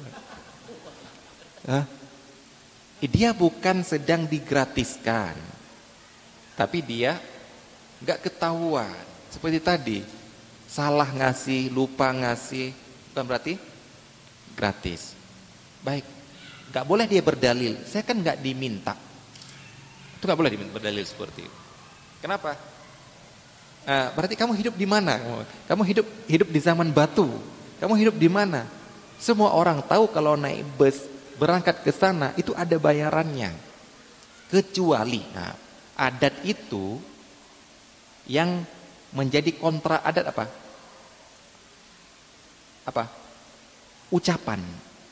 Dia bukan sedang digratiskan, tapi dia nggak ketahuan. Seperti tadi, salah ngasih, lupa ngasih, bukan berarti gratis. Baik, nggak boleh dia berdalil, saya kan nggak diminta. Itu nggak boleh berdalil seperti itu. Kenapa? Berarti kamu hidup di mana? Kamu hidup di zaman batu. Kamu hidup di mana? Semua orang tahu kalau naik bus berangkat ke sana itu ada bayarannya. Kecuali, adat itu yang menjadi kontra adat apa? Apa? Ucapan.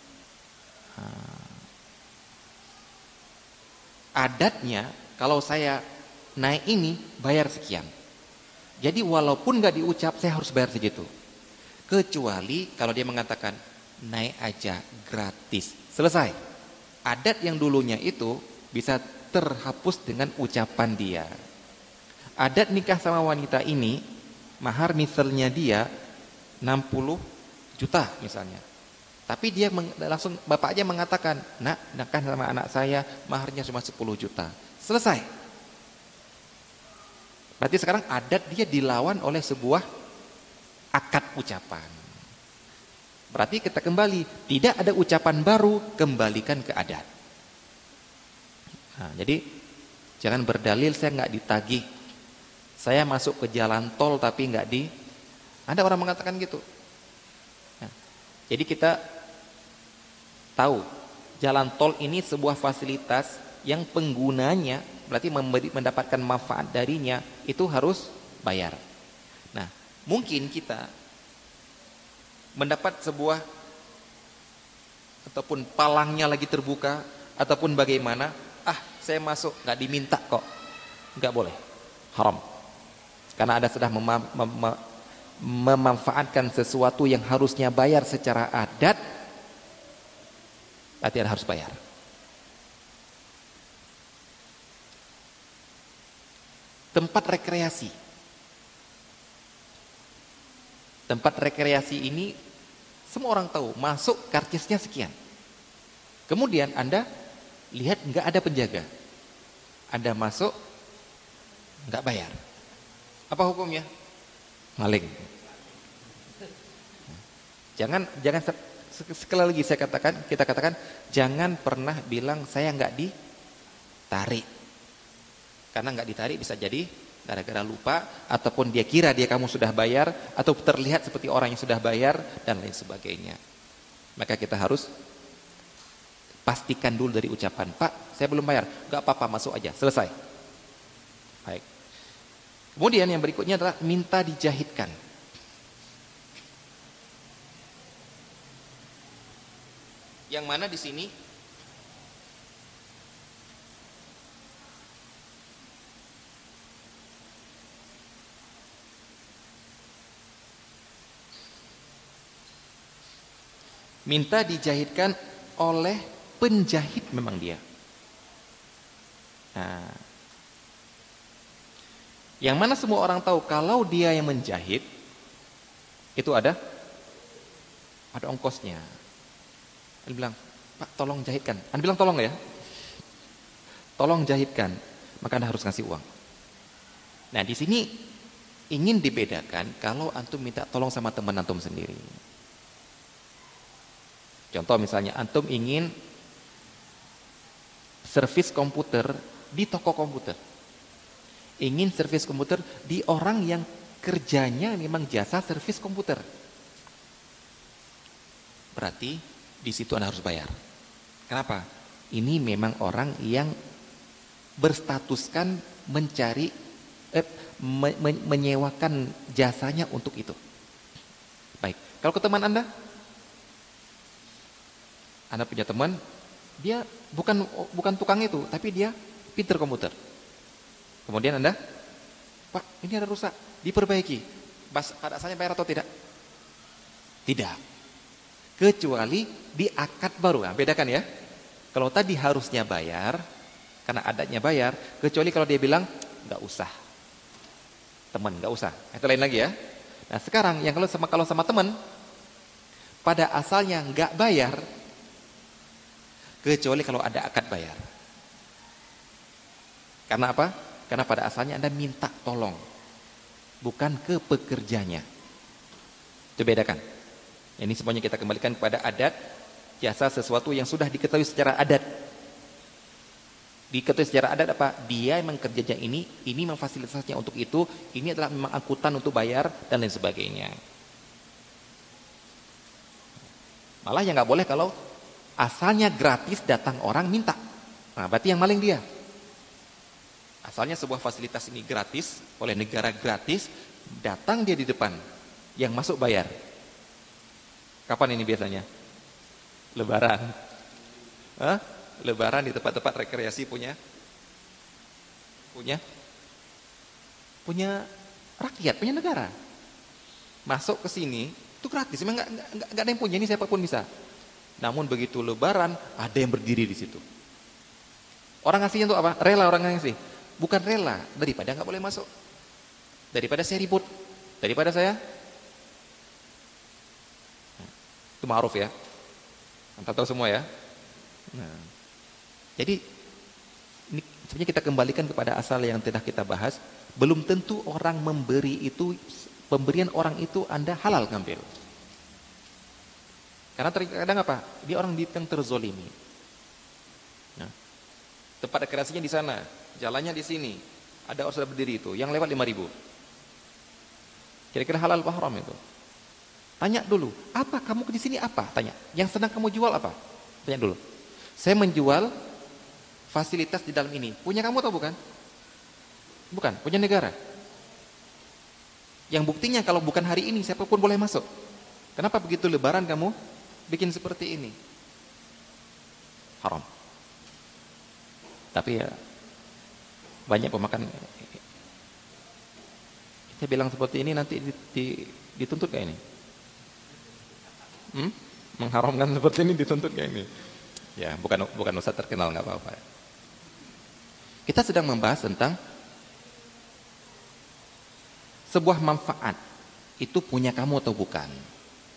Adatnya kalau saya naik ini bayar sekian. Jadi walaupun nggak diucap saya harus bayar segitu. Kecuali kalau dia mengatakan naik aja gratis. Selesai. Adat yang dulunya itu bisa terhapus dengan ucapan dia. Adat nikah sama wanita ini, mahar misalnya dia 60 juta misalnya. Tapi dia langsung bapaknya mengatakan, nak nikah sama anak saya maharnya cuma 10 juta. Selesai. Berarti sekarang adat dia dilawan oleh sebuah akad ucapan. Berarti kita kembali, tidak ada ucapan baru, kembalikan ke adat. Jadi jangan berdalil saya nggak ditagih. Saya masuk ke jalan tol tapi nggak di. Ada orang mengatakan gitu. Jadi kita tahu jalan tol ini sebuah fasilitas yang penggunanya berarti mendapatkan manfaat darinya itu harus bayar. Nah, mungkin kita mendapat sebuah ataupun palangnya lagi terbuka ataupun bagaimana, saya masuk nggak diminta kok, nggak boleh, haram. Karena Anda sudah memanfaatkan sesuatu yang harusnya bayar secara adat, berarti Anda harus bayar. Tempat rekreasi. Tempat rekreasi ini semua orang tahu, masuk karcisnya sekian. Kemudian Anda lihat nggak ada penjaga. Anda masuk nggak bayar. Apa hukumnya? Maling. Jangan sekali lagi kita katakan jangan pernah bilang saya nggak ditarik. Karena nggak ditarik bisa jadi gara-gara lupa, ataupun dia kira kamu sudah bayar, atau terlihat seperti orang yang sudah bayar, dan lain sebagainya. Maka kita harus pastikan dulu dari ucapan, Pak, saya belum bayar. Gak apa-apa, masuk aja, selesai. Baik. Kemudian yang berikutnya adalah minta dijahitkan. Yang mana di sini minta dijahitkan oleh penjahit memang dia. Nah, yang mana semua orang tahu kalau dia yang menjahit itu ada ongkosnya. Anda bilang, Pak tolong jahitkan. Anda bilang tolong ya. Tolong jahitkan. Maka Anda harus ngasih uang. Nah di sini ingin dibedakan kalau antum minta tolong sama teman antum sendiri. Contoh misalnya antum ingin servis komputer di toko komputer. Ingin servis komputer di orang yang kerjanya memang jasa servis komputer. Berarti di situ Anda harus bayar. Kenapa? Ini memang orang yang berstatuskan mencari menyewakan jasanya untuk itu. Baik. Kalau ke teman Anda punya teman, dia bukan tukang itu, tapi dia pinter komputer. Kemudian Anda, Pak, ini ada rusak, diperbaiki. Pada asalnya bayar atau tidak? Tidak. Kecuali di akad baru. Nah, bedakan ya. Kalau tadi harusnya bayar, karena adatnya bayar, kecuali kalau dia bilang nggak usah. Teman nggak usah. Itu lain lagi ya. Nah sekarang yang kalau sama teman, pada asalnya nggak bayar, kecuali kalau ada akad bayar. Karena apa? Karena pada asalnya Anda minta tolong, bukan ke pekerjanya. Itu bedakan. Ini semuanya kita kembalikan kepada adat, jasa sesuatu yang sudah diketahui secara adat. Diketahui secara adat apa? Dia memang kerjanya ini memfasilitasinya untuk itu, ini adalah memang angkutan untuk bayar, dan lain sebagainya. Malah yang nggak boleh kalau asalnya gratis datang orang minta. Nah, berarti yang maling dia. Asalnya sebuah fasilitas ini gratis, oleh negara gratis, datang dia di depan, yang masuk bayar. Kapan ini biasanya? Lebaran. Hah? Lebaran di tempat-tempat rekreasi punya rakyat, punya negara. Masuk ke sini itu gratis, memang nggak ada yang punya, ini siapapun bisa. Namun begitu Lebaran ada yang berdiri di situ. Orang ngasihnya untuk apa? Rela orang ngasih. Bukan rela, daripada nggak boleh masuk. Daripada saya ribut, daripada saya. Itu ma'ruf ya. Anda tahu semua ya. Nah, jadi ini sebenarnya kita kembalikan kepada asal yang telah kita bahas. Belum tentu orang memberi itu, pemberian orang itu Anda halal ngambil. Karena terkadang apa? Dia orang yang terzolimi. Nah, tempat rekreasinya di sana, jalannya di sini, ada orang sudah berdiri itu, yang lewat 5.000. Kira-kira halal apa haram itu? Tanya dulu, apa kamu di sini apa? Tanya. Yang sedang kamu jual apa? Tanya dulu. Saya menjual fasilitas di dalam ini. Punya kamu atau bukan? Bukan, punya negara. Yang buktinya kalau bukan hari ini siapapun boleh masuk. Kenapa begitu Lebaran kamu bikin seperti ini? Haram. Tapi ya banyak pemakan. Saya bilang seperti ini nanti dituntut kayak ini. Mengharamkan seperti ini dituntut kayak ini. Ya, bukan ustaz terkenal, nggak apa-apa. Kita sedang membahas tentang sebuah manfaat itu punya kamu atau bukan.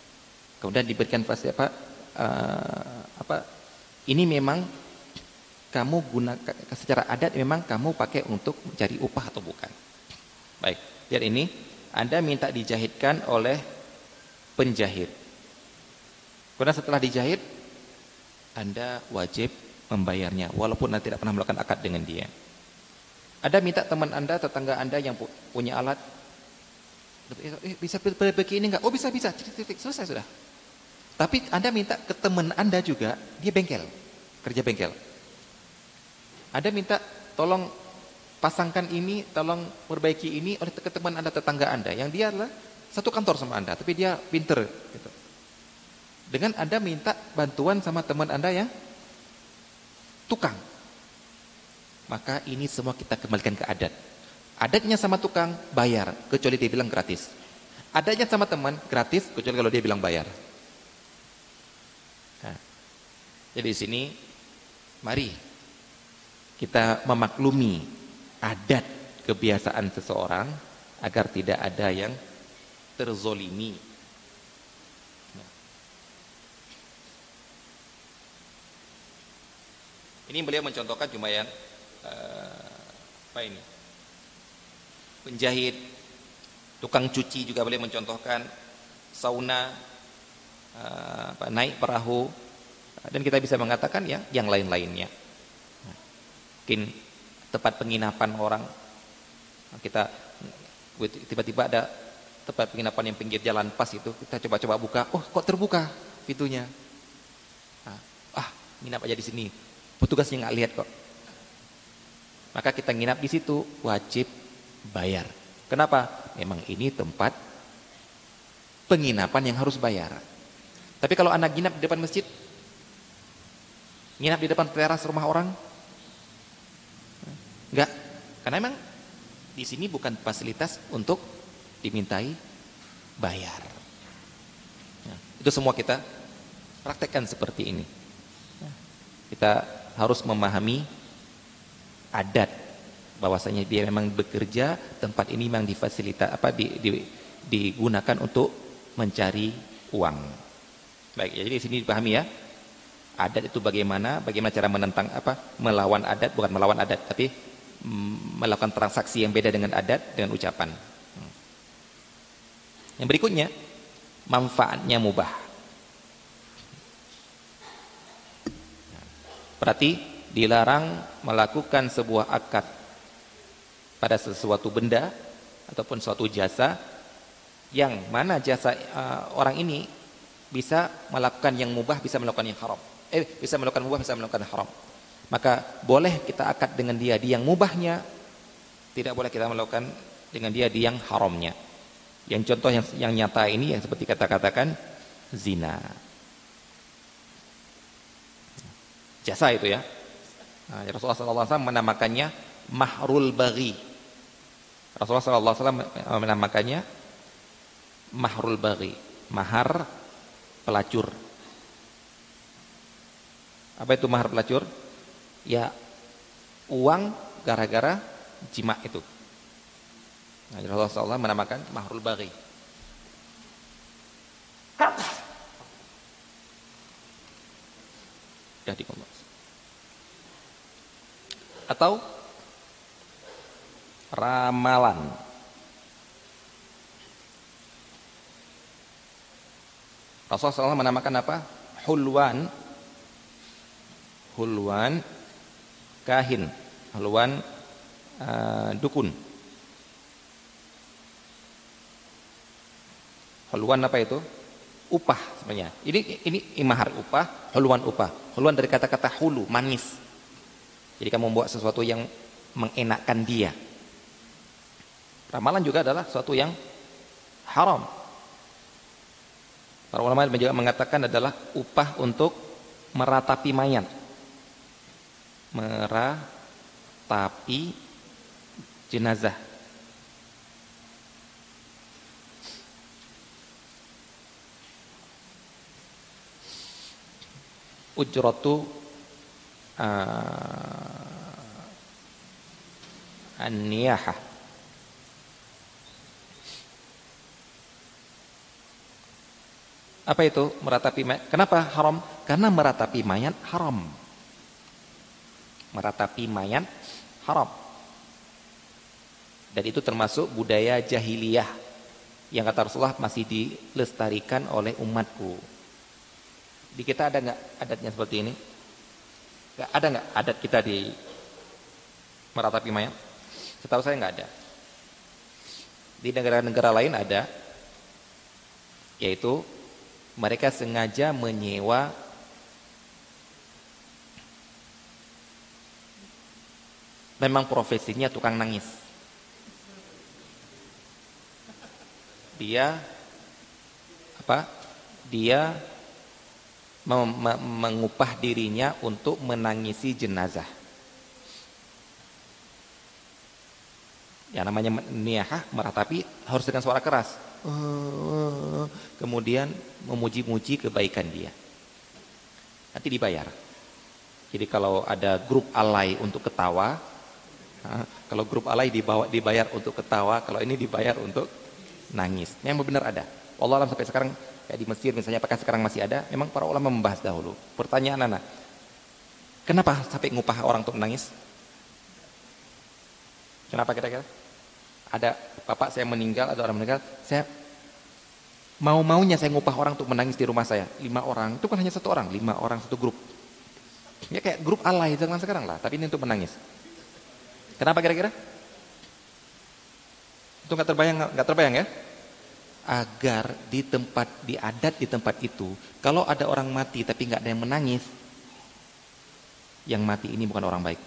Kemudian diberikan pasti ini memang kamu gunakan secara adat, memang kamu pakai untuk mencari upah atau bukan. Baik, lihat ini, Anda minta dijahitkan oleh penjahit. Karena setelah dijahit, Anda wajib membayarnya walaupun Anda tidak pernah melakukan akad dengan dia. Ada minta teman Anda, tetangga Anda yang punya alat, bisa perbaiki ini enggak? Oh bisa, selesai sudah. Tapi Anda minta ke teman Anda juga, dia bengkel, kerja bengkel. Anda minta tolong pasangkan ini, tolong perbaiki ini oleh ke teman Anda, tetangga Anda, yang dia adalah satu kantor sama Anda, tapi dia pinter gitu. Dengan Anda minta bantuan sama teman Anda yang tukang, maka ini semua kita kembalikan ke adat. Adatnya sama tukang bayar, kecuali dia bilang gratis. Adatnya sama teman gratis, kecuali kalau dia bilang bayar. Nah, jadi di sini mari kita memaklumi adat kebiasaan seseorang agar tidak ada yang terzolimi. Ini beliau mencontohkan cuma yang apa ini? Penjahit, tukang cuci juga beliau mencontohkan, sauna, naik perahu, dan kita bisa mengatakan ya yang lain-lainnya. Mungkin tempat penginapan orang, kita tiba-tiba ada tempat penginapan yang pinggir jalan pas itu, kita coba-coba buka, oh kok terbuka pintunya, nginap aja di sini. Petugasnya nggak lihat kok. Maka kita nginap di situ wajib bayar. Kenapa? Memang ini tempat penginapan yang harus bayar. Tapi kalau anak nginap di depan masjid, nginap di depan teras rumah orang, enggak. Karena memang di sini bukan fasilitas untuk dimintai bayar. Nah, itu semua kita praktekkan seperti ini. Kita harus memahami adat bahwasanya dia memang bekerja, tempat ini memang digunakan untuk mencari uang. Baik, jadi di sini dipahami ya. Adat itu bagaimana cara menentang melawan adat, bukan melawan adat, tapi melakukan transaksi yang beda dengan adat dengan ucapan. Yang berikutnya, manfaatnya mubah. Berarti dilarang melakukan sebuah akad pada sesuatu benda ataupun suatu jasa yang mana jasa orang ini bisa melakukan yang mubah, bisa melakukan yang haram. Bisa melakukan mubah, bisa melakukan haram. Maka boleh kita akad dengan dia di yang mubahnya, tidak boleh kita melakukan dengan dia di yang haramnya. Yang contoh yang nyata ini yang seperti katakan zina. Jasa itu ya. Nah, Rasulullah SAW menamakannya mahrul baghi. Rasulullah SAW menamakannya mahrul baghi, mahar pelacur. Apa itu mahar pelacur? Ya uang gara-gara jima itu. Nah, Rasulullah SAW menamakan mahrul baghi. Jadi atau ramalan. Rasulullah SAW menamakan apa? Hulwan kahin, hulwan dukun. Hulwan apa itu? Upah sebenarnya. Ini mahar upah, hulwan upah. Hulwan dari kata-kata hulu, manis. Jadi kamu membuat sesuatu yang mengenakkan dia. Ramalan juga adalah sesuatu yang haram. Para ulama juga mengatakan adalah upah untuk meratapi mayat. Meratapi jenazah. Ujratu an-niyahah. Apa itu meratapi mayat? Kenapa haram? Karena meratapi mayat haram. Meratapi mayat haram. Dan itu termasuk budaya jahiliyah yang kata Rasulullah masih dilestarikan oleh umatku. Di kita ada nggak adatnya seperti ini? Ada nggak adat kita di meratapi mayat? Setahu saya nggak ada. Di negara-negara lain ada, yaitu mereka sengaja menyewa memang profesinya tukang nangis. Dia mengupah dirinya untuk menangisi jenazah. Yang namanya niyahah, meratapi harus dengan suara keras. Kemudian memuji-muji kebaikan dia. Nanti dibayar. Jadi kalau ada grup alay untuk ketawa, kalau grup alay dibayar untuk ketawa, kalau ini dibayar untuk nangis. Yang benar ada. Wallah alam sampai sekarang kayak di Mesir misalnya, apakah sekarang masih ada? Memang para ulama membahas dahulu. Pertanyaan anak, kenapa sampai ngupah orang untuk menangis? Kenapa kira-kira? Ada bapak saya meninggal atau orang meninggal, saya maunya saya ngupah orang untuk menangis di rumah saya. 5 orang, itu kan hanya 1 orang, 5 orang 1 grup. Ya kayak grup alay zaman sekarang lah, tapi ini untuk menangis. Kenapa kira-kira? Itu nggak terbayang ya? Agar di adat di tempat itu, kalau ada orang mati tapi nggak ada yang menangis, yang mati ini bukan orang baik.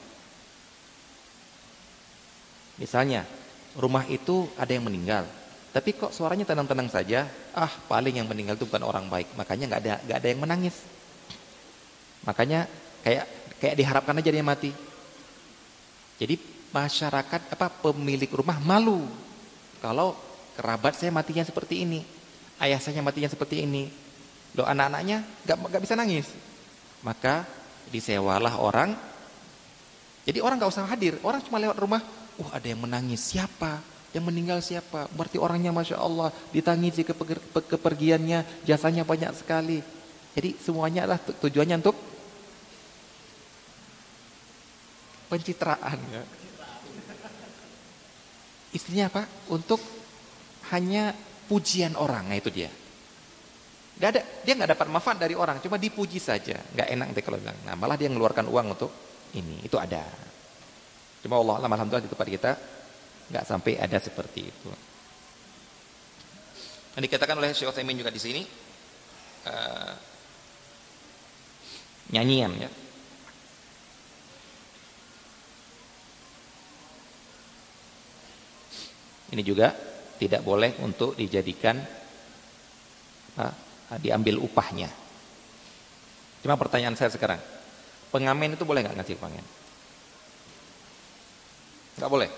Misalnya rumah itu ada yang meninggal, tapi kok suaranya tenang-tenang saja, paling yang meninggal itu bukan orang baik, makanya nggak ada yang menangis. Makanya kayak diharapkan aja dia mati. Jadi masyarakat pemilik rumah malu kalau kerabat saya matinya seperti ini, ayah saya matinya seperti ini, loh anak-anaknya nggak bisa nangis, maka disewalah orang. Jadi orang nggak usah hadir, orang cuma lewat rumah, ada yang menangis, siapa? Yang meninggal siapa? Berarti orangnya Masya Allah ditangisi kepergiannya, jasanya banyak sekali. Jadi semuanya adalah tujuannya untuk pencitraan. Ya. Istrinya apa? Untuk hanya pujian orang, itu dia. Dia nggak dapat manfaat dari orang, cuma dipuji saja. Nggak enak deh kalau bilang. Nah, malah dia mengeluarkan uang untuk ini, itu ada. Cuma Allah alam, alhamdulillah di tempat kita nggak sampai ada seperti itu. Yang dikatakan oleh Syekh Utsaimin juga di sini, nyanyian ya. Ini juga tidak boleh untuk dijadikan diambil upahnya. Cuma pertanyaan saya sekarang, pengamen itu boleh nggak ngasih pengamen? Nggak boleh.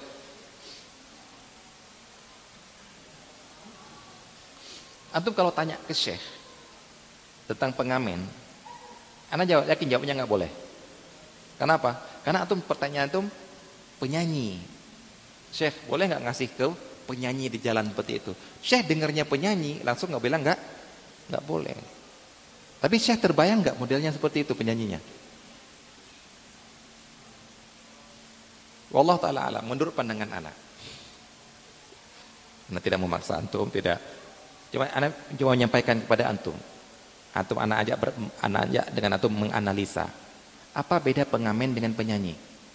Antum kalau tanya ke Syekh tentang pengamen, ana yakin jawabnya nggak boleh. Kenapa? Karena antum pertanyaan antum penyanyi. Syekh boleh nggak ngasih ke penyanyi di jalan seperti itu? Syekh dengarnya penyanyi langsung nggak bilang nggak boleh. Tapi Syekh terbayang nggak modelnya seperti itu penyanyinya? Wallahu taala alam, menurut pandangan anak. Anak tidak memaksa antum, tidak. Cuma anak cuma menyampaikan kepada antum. Anak ajak dengan antum menganalisa. Apa beda pengamen dengan penyanyi?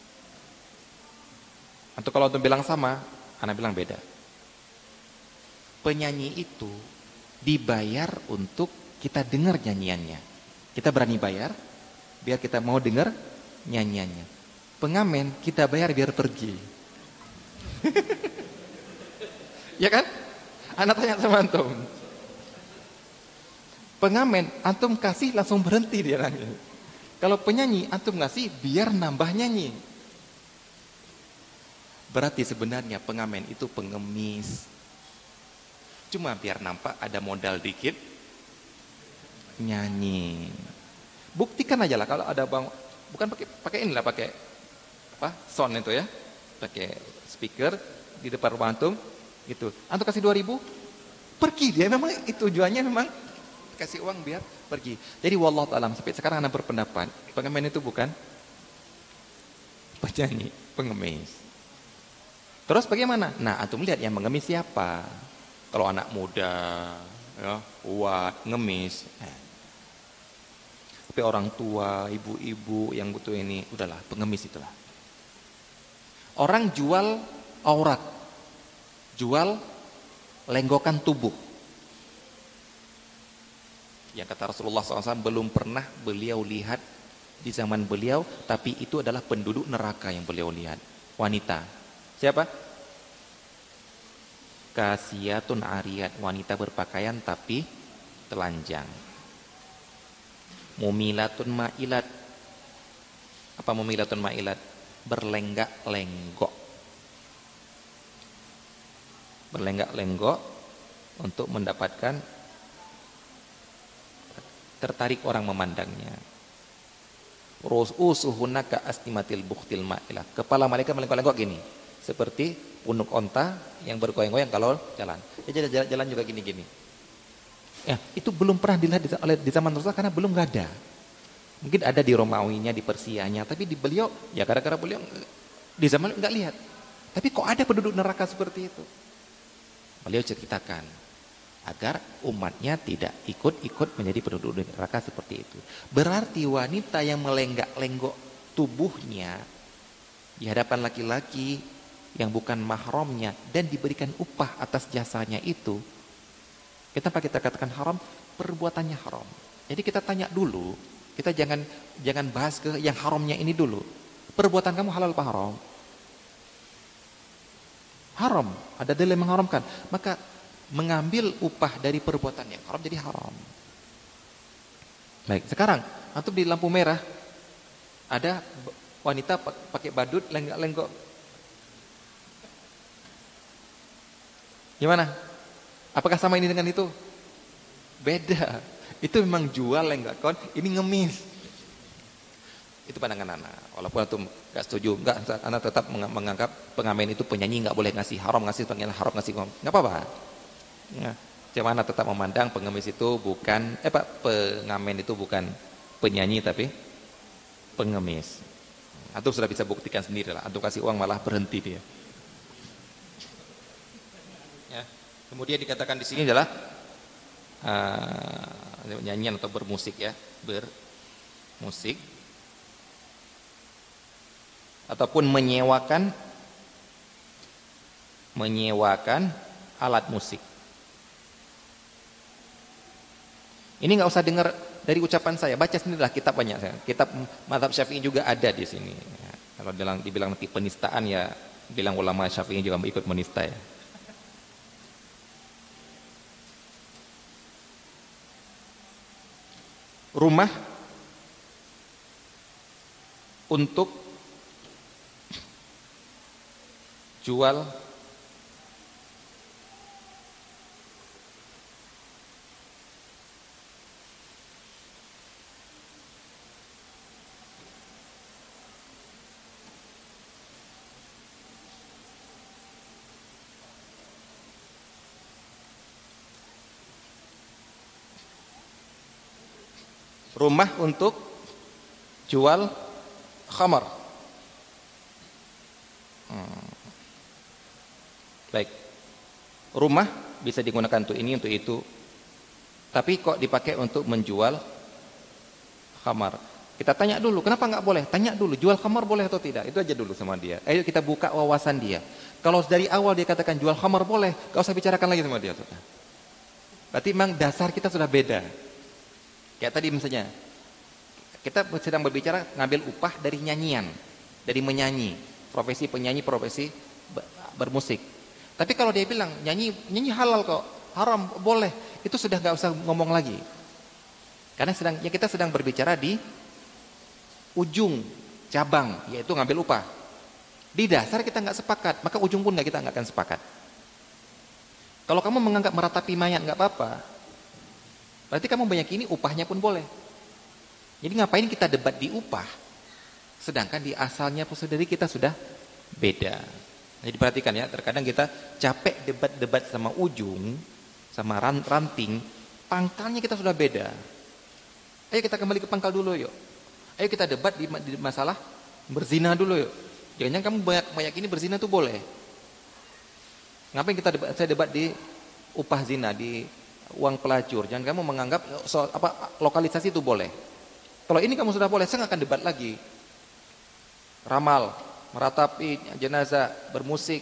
Atau kalau antum bilang sama, anak bilang beda. Penyanyi itu dibayar untuk kita dengar nyanyiannya. Kita berani bayar biar kita mau dengar nyanyiannya. Pengamen kita bayar biar pergi. Ya kan? Anak tanya sama antum. Pengamen antum kasih langsung berhenti dia nangis. Kalau penyanyi antum ngasih biar nambah nyanyi. Berarti sebenarnya pengamen itu pengemis. Cuma biar nampak ada modal dikit nyanyi. Buktikan aja lah kalau ada bang, bukan pakai inilah, pakai sound itu ya, pakai speaker di depan rumah antum gitu. Antum kasih 2.000, pergi dia, memang itu tujuannya, memang kasih uang biar pergi. Jadi wallahu ta'ala sampai sekarang anak berpendapat pengamen itu bukan penyanyi, pengemis. Terus bagaimana? Nah, antum lihat yang mengemis siapa? Kalau anak muda, ya, kuat, ngemis. Tapi orang tua, ibu-ibu yang butuh ini, udahlah, pengemis itulah. Orang jual aurat, jual lenggokan tubuh. Yang kata Rasulullah SAW belum pernah beliau lihat di zaman beliau, tapi itu adalah penduduk neraka yang beliau lihat. Wanita. Siapa? Kasiyatun ariyat, wanita berpakaian tapi telanjang. Mumilatun ma'ilat. Apa mumilatun ma'ilat? Berlenggak-lenggok. Berlenggak-lenggok untuk mendapatkan tertarik orang memandangnya. Rusuhunna ka astimatil bukhtil ma'ilah. Kepala mereka melenggok-lenggok gini, seperti punuk onta yang bergoyang-goyang kalau jalan. Ya, jalan juga gini-gini. Ya, itu belum pernah dilihat di zaman Rasulullah karena belum nggak ada. Mungkin ada di Romawinya, di Persianya, tapi di beliau ya gara-gara beliau di zaman nggak lihat. Tapi kok ada penduduk neraka seperti itu? Beliau ceritakan agar umatnya tidak ikut-ikut menjadi penduduk neraka seperti itu. Berarti wanita yang melenggak-lenggok tubuhnya di hadapan laki-laki yang bukan mahramnya dan diberikan upah atas jasanya itu, kenapa kita katakan haram? Perbuatannya haram. Jadi kita tanya dulu, kita jangan bahas ke yang haramnya ini dulu. Perbuatan kamu halal apa haram? Haram, ada dalil yang mengharamkan. Maka mengambil upah dari perbuatan yang haram jadi haram. Baik, sekarang antum di lampu merah ada wanita pakai badut lenggak-lenggok. Gimana? Apakah sama ini dengan itu? Beda. Itu memang jual lenggakon, ini ngemis. Itu pandangan anak. Walaupun antum enggak setuju, enggak, anak tetap menganggap pengamen itu penyanyi, enggak boleh ngasih haram, ngasih pengen haram, ngasih enggak apa-apa. Ya, cuma anak tetap memandang pengemis itu bukan pengamen itu bukan penyanyi tapi pengemis. Antum sudah bisa buktikan sendiri lah. Antum kasih uang malah berhenti dia. Ya. Kemudian dikatakan di sini adalah nyanyian atau bermusik ya, bermusik ataupun menyewakan alat musik. Ini nggak usah dengar dari ucapan saya, baca sendirilah kitab banyak saya. Kitab mazhab Syafi'i juga ada di sini. Ya, kalau dibilang nanti penistaan ya, bilang ulama Syafi'i juga ikut menista ya. Rumah untuk jual rumah untuk jual khamar. Baik. Rumah bisa digunakan untuk ini, untuk itu. Tapi kok dipakai untuk menjual khamar? Kita tanya dulu, kenapa nggak boleh? Tanya dulu, jual khamar boleh atau tidak? Itu aja dulu sama dia. Ayo kita buka wawasan dia. Kalau dari awal dia katakan jual khamar boleh, nggak usah bicarakan lagi sama dia. Berarti memang dasar kita sudah beda. Kayak tadi misalnya, kita sedang berbicara ngambil upah dari nyanyian, dari menyanyi, profesi penyanyi, profesi bermusik. Tapi kalau dia bilang nyanyi halal kok, haram boleh, itu sudah nggak usah ngomong lagi. Karena kita sedang berbicara di ujung cabang, yaitu ngambil upah. Di dasar kita nggak sepakat, maka ujung pun kita nggak akan sepakat. Kalau kamu menganggap meratapi mayat nggak apa-apa, berarti kamu meyakini upahnya pun boleh. Jadi ngapain kita debat di upah, sedangkan di asalnya prosedur kita sudah beda. Jadi perhatikan ya, terkadang kita capek debat-debat sama ujung, sama ranting, pangkalnya kita sudah beda. Ayo kita kembali ke pangkal dulu yuk. Ayo kita debat di masalah berzina dulu yuk. Jangan-jangan kamu meyakini berzina itu boleh. Ngapain saya debat di upah zina, di uang pelacur? Jangan kamu menganggap lokalisasi itu boleh. Kalau ini kamu sudah boleh, saya nggak akan debat lagi. Ramal, meratapi jenazah, bermusik,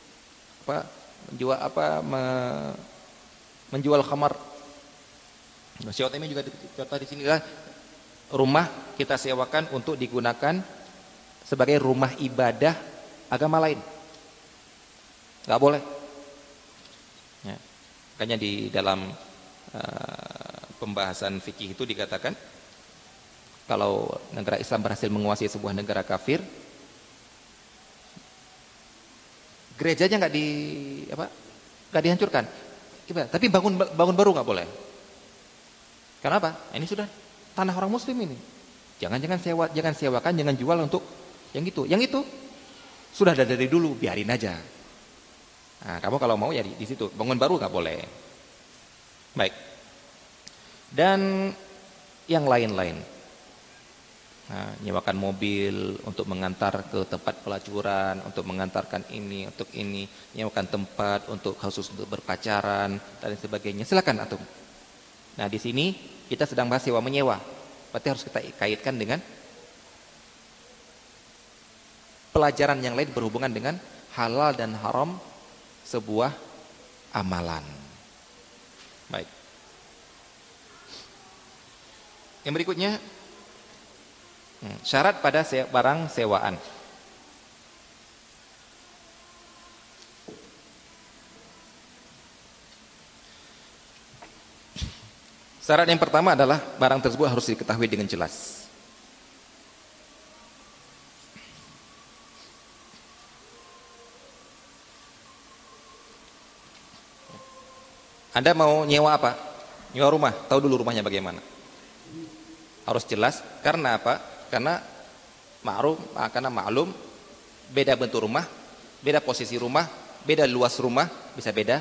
menjual khamar. Syekh Utsaimin juga contoh di sini lah, rumah kita sewakan untuk digunakan sebagai rumah ibadah agama lain, nggak boleh. Ya. Makanya di dalam pembahasan fikih itu dikatakan, kalau negara Islam berhasil menguasai sebuah negara kafir, gerejanya nggak dihancurkan, tapi bangun baru nggak boleh. Kenapa? Ini sudah tanah orang Muslim ini. Jangan sewakan, jangan jual untuk yang itu. Yang itu sudah ada dari dulu, biarin aja. Nah, kamu kalau mau ya di situ. Bangun baru nggak boleh. Baik. Dan yang lain-lain. Nah, nyewakan mobil untuk mengantar ke tempat pelacuran, untuk mengantarkan ini, untuk ini, nyewakan tempat untuk khusus untuk berpacaran dan sebagainya. Silakan antum. Nah, di sini kita sedang bahas sewa menyewa. Berarti harus kita kaitkan dengan pelajaran yang lain berhubungan dengan halal dan haram sebuah amalan. Baik. Yang berikutnya, syarat pada barang sewaan. Syarat yang pertama adalah barang tersebut harus diketahui dengan jelas. Anda mau nyewa apa? Nyewa rumah, tahu dulu rumahnya bagaimana. Harus jelas, karena apa? Karena maklum, beda bentuk rumah, beda posisi rumah, beda luas rumah, bisa beda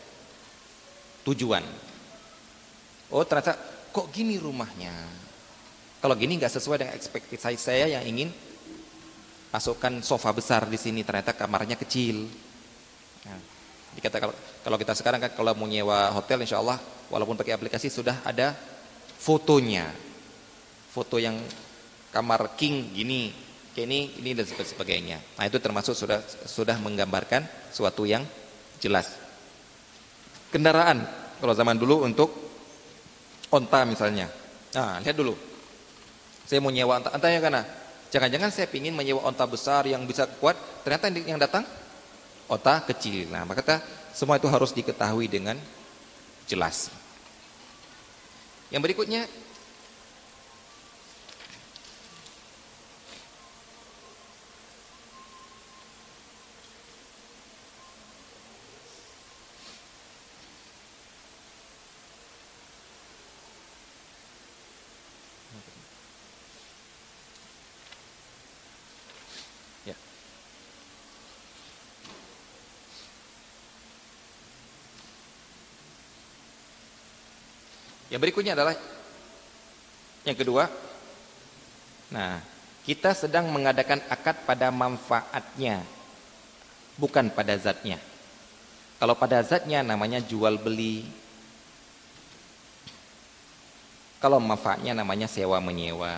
tujuan. Oh, ternyata kok gini rumahnya. Kalau gini nggak sesuai dengan ekspektasi saya yang ingin masukkan sofa besar di sini, ternyata kamarnya kecil. Nah, dikata kalau kita sekarang kan kalau mau nyewa hotel, insya Allah walaupun pakai aplikasi sudah ada fotonya, foto yang kamar king gini, kayak ini dan sebagainya. Nah, itu termasuk sudah menggambarkan suatu yang jelas. Kendaraan kalau zaman dulu untuk onta misalnya. Nah, lihat dulu. Saya mau nyewa ontanya karena jangan-jangan saya ingin menyewa onta besar yang bisa kuat, ternyata yang datang onta kecil. Nah, maka semua itu harus diketahui dengan jelas. Yang berikutnya, yang berikutnya adalah yang kedua. Nah, kita sedang mengadakan akad pada manfaatnya, bukan pada zatnya. Kalau pada zatnya namanya jual beli. Kalau manfaatnya namanya sewa menyewa.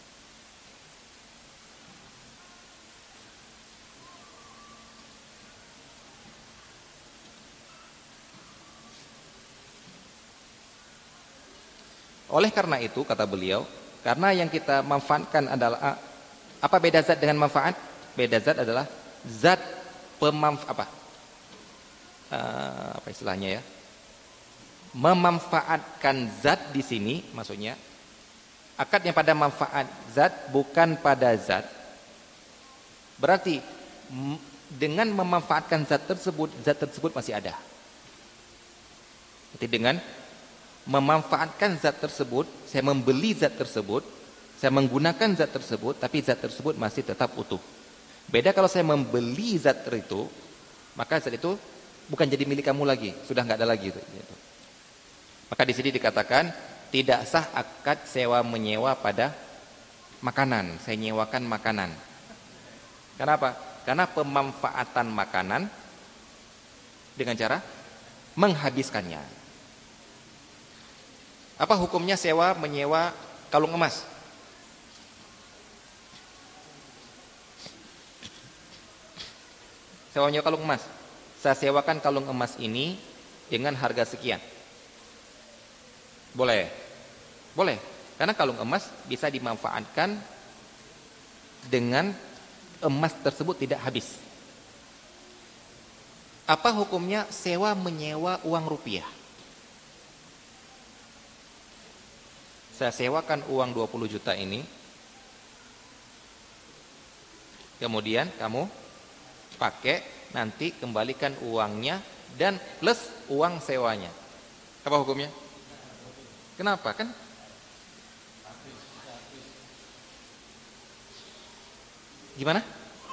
Oleh karena itu, kata beliau, karena yang kita manfaatkan adalah apa beda zat dengan manfaat? Beda zat adalah zat apa istilahnya ya? Memanfaatkan zat di sini, maksudnya akad yang pada manfaat zat bukan pada zat. Berarti dengan memanfaatkan zat tersebut masih ada. Berarti dengan memanfaatkan zat tersebut, saya membeli zat tersebut, saya menggunakan zat tersebut, tapi zat tersebut masih tetap utuh. Beda kalau saya membeli zat itu, maka zat itu bukan jadi milik kamu lagi, sudah nggak ada lagi. Maka di sini dikatakan tidak sah akad sewa menyewa pada makanan. Saya nyewakan makanan. Kenapa? Karena pemanfaatan makanan dengan cara menghabiskannya. Apa hukumnya sewa menyewa kalung emas? Sewa menyewa kalung emas. Saya sewakan kalung emas ini dengan harga sekian. Boleh? Boleh. Karena kalung emas bisa dimanfaatkan dengan emas tersebut tidak habis. Apa hukumnya sewa menyewa uang rupiah? Saya sewakan uang 20 juta ini, kemudian kamu pakai, nanti kembalikan uangnya dan plus uang sewanya. Apa hukumnya? Kenapa? Kan gimana?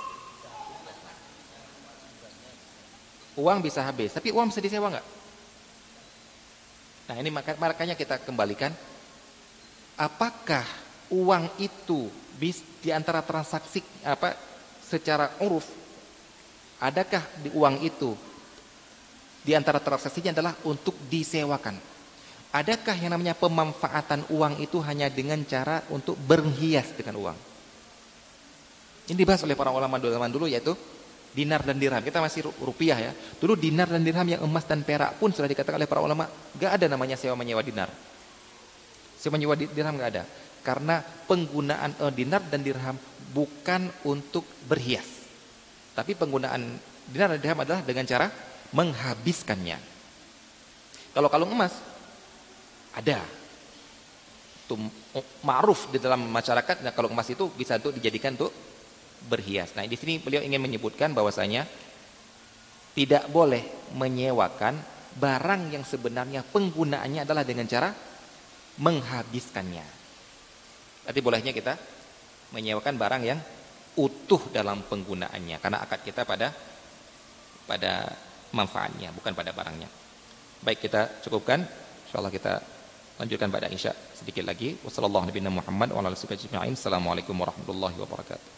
Uang bisa habis, tapi uang bisa disewa nggak? Nah ini makanya kita kembalikan. Apakah uang itu di antara transaksi secara uruf, adakah di uang itu di antara transaksinya adalah untuk disewakan? Adakah yang namanya pemanfaatan uang itu hanya dengan cara untuk berhias dengan uang? Ini dibahas oleh para ulama zaman dulu, yaitu dinar dan dirham. Kita masih rupiah ya. Dulu dinar dan dirham yang emas dan perak pun sudah dikatakan oleh para ulama, gak ada namanya sewa menyewa dinar. Sewa menyewa dirham gak ada. Karena penggunaan dinar dan dirham bukan untuk berhias. Tapi penggunaan dinar dan dirham adalah dengan cara menghabiskannya. Kalau kalung emas ada. Itu ma'ruf di dalam masyarakat. Nah, kalung emas itu bisa untuk dijadikan untuk berhias. Nah, di sini beliau ingin menyebutkan bahwasanya tidak boleh menyewakan barang yang sebenarnya penggunaannya adalah dengan cara menghabiskannya. Berarti bolehnya kita menyewakan barang yang utuh dalam penggunaannya, karena akad kita pada manfaatnya, bukan pada barangnya. Baik, kita cukupkan. Insyaallah kita lanjutkan pada Isya sedikit lagi. Wassalamualaikum warahmatullahi wabarakatuh.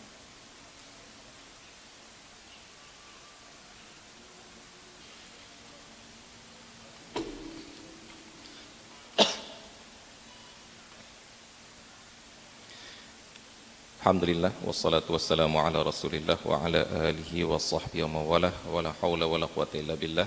Alhamdulillah wassalatu wassalamu ala Rasulillah wa ala alihi wa sahbihi wa mawalah wa la haula wa la quwwata illa billah.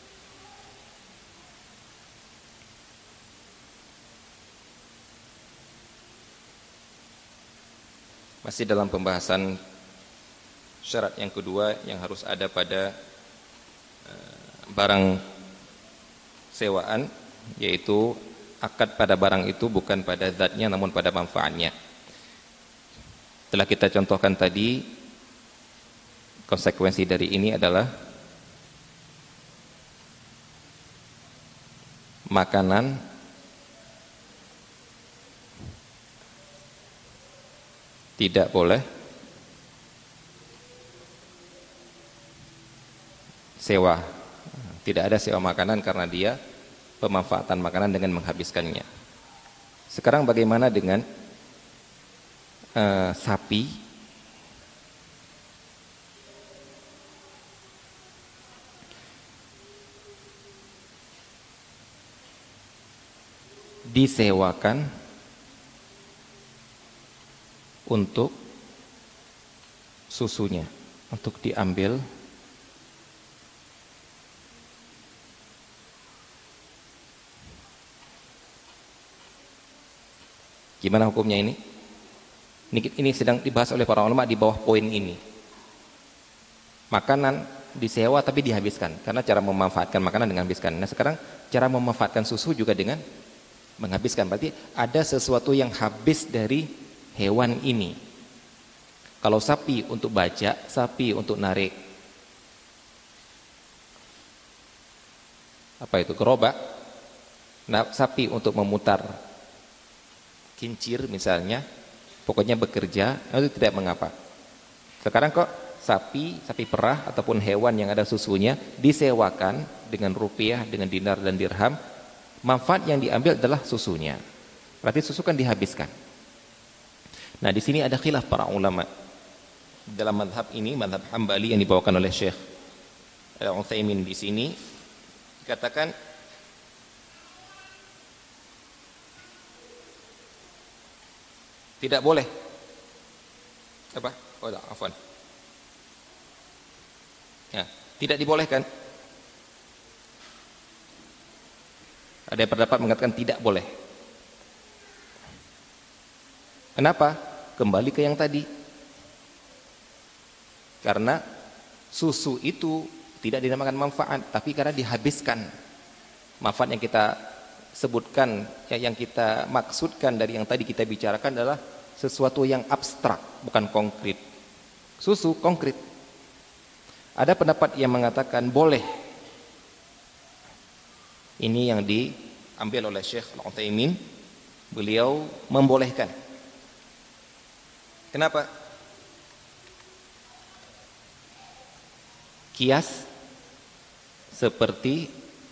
Masih dalam pembahasan syarat yang kedua yang harus ada pada barang sewaan, yaitu akad pada barang itu bukan pada zatnya namun pada manfaatnya. Telah kita contohkan tadi, konsekuensi dari ini adalah makanan tidak boleh sewa. Tidak ada sewa makanan karena dia pemanfaatan makanan dengan menghabiskannya. Sekarang bagaimana dengan sapi disewakan untuk susunya, untuk diambil gimana hukumnya ini? Ini sedang dibahas oleh para ulama di bawah poin ini. Makanan disewa tapi dihabiskan, karena cara memanfaatkan makanan dengan habiskan. Nah sekarang cara memanfaatkan susu juga dengan menghabiskan. Berarti ada sesuatu yang habis dari hewan ini. Kalau sapi untuk bajak, sapi untuk narik gerobak, nah, sapi untuk memutar kincir misalnya, pokoknya bekerja, itu tidak mengapa. Sekarang kok sapi perah ataupun hewan yang ada susunya disewakan dengan rupiah, dengan dinar dan dirham, manfaat yang diambil adalah susunya. Berarti susu kan dihabiskan. Nah, di sini ada khilaf para ulama. dalam mazhab ini, mazhab Hambali yang dibawakan oleh Syekh Al-Utsaimin di sini dikatakan tidak boleh apa? Oh, afwan. Ya, tidak dibolehkan. Ada yang pendapat mengatakan tidak boleh. Kenapa? Kembali ke yang tadi. Karena susu itu tidak dinamakan manfaat, tapi karena dihabiskan. Manfaat yang kita sebutkan, yang kita maksudkan dari yang tadi kita bicarakan adalah sesuatu yang abstrak, bukan konkret. Susu konkret. Ada pendapat yang mengatakan boleh. Ini yang diambil oleh Syekh Al-Utsaimin. Beliau membolehkan. Kenapa? Kias seperti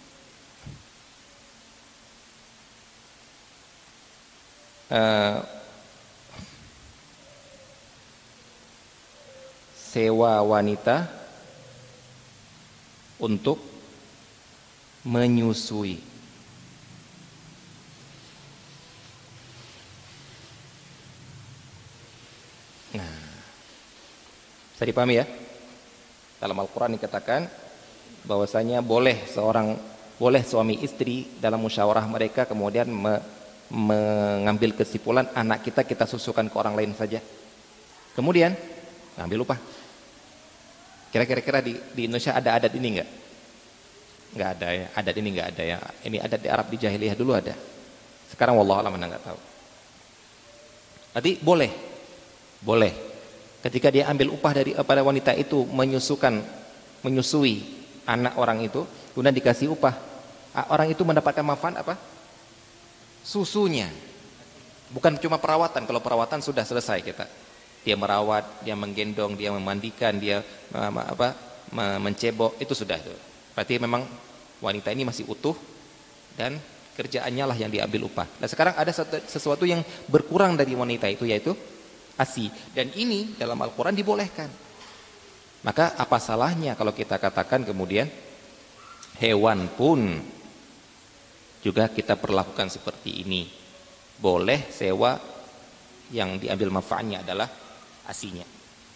sewa wanita untuk menyusui. Nah, bisa dipahami ya? Dalam Al-Quran dikatakan bahwasanya boleh suami istri dalam musyawarah mereka kemudian mengambil kesimpulan anak kita susukan ke orang lain saja. Kemudian ngambil upah. Kira-kira di Indonesia ada adat ini enggak? Enggak ada ya. Adat ini enggak ada ya. Ini adat di Arab di jahiliyah dulu ada. Sekarang wallahu a'lam enggak tahu. Berarti boleh. Boleh. Ketika dia ambil upah pada wanita itu menyusui anak orang itu, kemudian dikasih upah. Orang itu mendapatkan manfaat apa? Susunya. Bukan cuma perawatan. Kalau perawatan sudah selesai kita. Dia merawat, dia menggendong, dia memandikan, dia mencebok, itu sudah itu. Berarti memang wanita ini masih utuh dan kerjaannya lah yang diambil upah. Nah, sekarang ada sesuatu yang berkurang dari wanita itu, yaitu ASI, dan ini dalam Al-Quran dibolehkan. Maka apa salahnya kalau kita katakan kemudian hewan pun juga kita perlakukan seperti ini. Boleh sewa yang diambil manfaatnya adalah ASInya.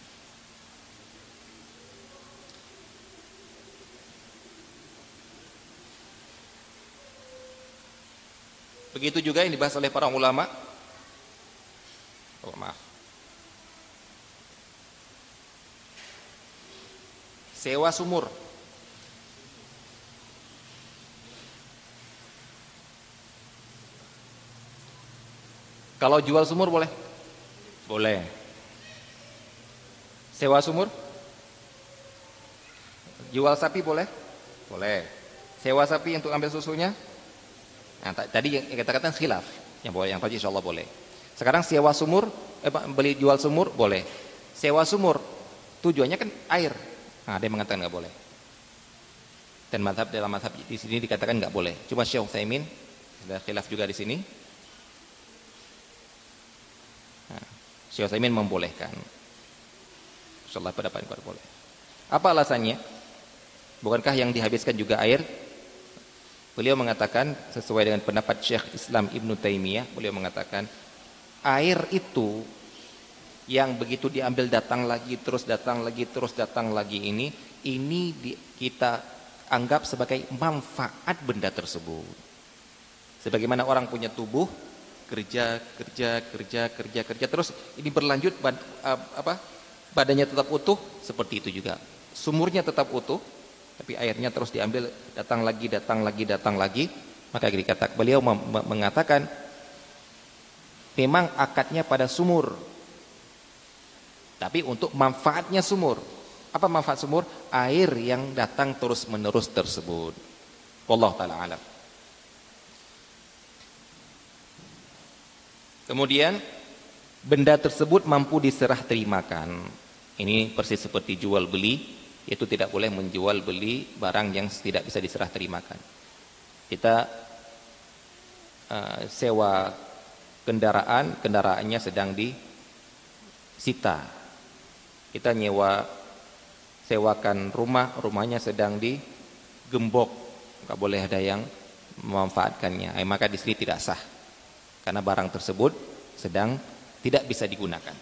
Begitu juga yang dibahas oleh para ulama. Oh, maaf. Sewa sumur. Kalau jual sumur boleh? Boleh. Sewa sumur? Jual sapi boleh? Boleh. Sewa sapi untuk ambil susunya? Nah, tadi yang kita katakan khilaf. Yang boleh, yang tadi insyaallah boleh. Sekarang sewa sumur, beli jual sumur boleh. Sewa sumur tujuannya kan air. Nah, ada yang mengatakan nggak boleh. Dan dalam mazhab di sini dikatakan nggak boleh. Cuma Syekh Utsaimin ada khilaf juga di sini. Nah, Syekh Utsaimin membolehkan. Insyaallah pada pendapat boleh. Apa alasannya? Bukankah yang dihabiskan juga air? Beliau mengatakan sesuai dengan pendapat Syekh Islam Ibnu Taimiyah, beliau mengatakan air itu yang begitu diambil datang lagi terus datang lagi ini kita anggap sebagai manfaat benda tersebut. Sebagaimana orang punya tubuh kerja terus ini berlanjut badannya tetap utuh, seperti itu juga. Sumurnya tetap utuh tapi airnya terus diambil datang lagi. Maka dikatakan beliau mengatakan memang akadnya pada sumur. Tapi untuk manfaatnya sumur. Apa manfaat sumur? Air yang datang terus-menerus tersebut. Wallahu taala alam. Kemudian benda tersebut mampu diserah terimakan. Ini persis seperti jual beli, yaitu tidak boleh menjual beli barang yang tidak bisa diserah terimakan. Kita sewa kendaraannya sedang disita. Kita sewakan rumah, rumahnya sedang digembok, nggak boleh ada yang memanfaatkannya. Maka di sini tidak sah, karena barang tersebut sedang tidak bisa digunakan.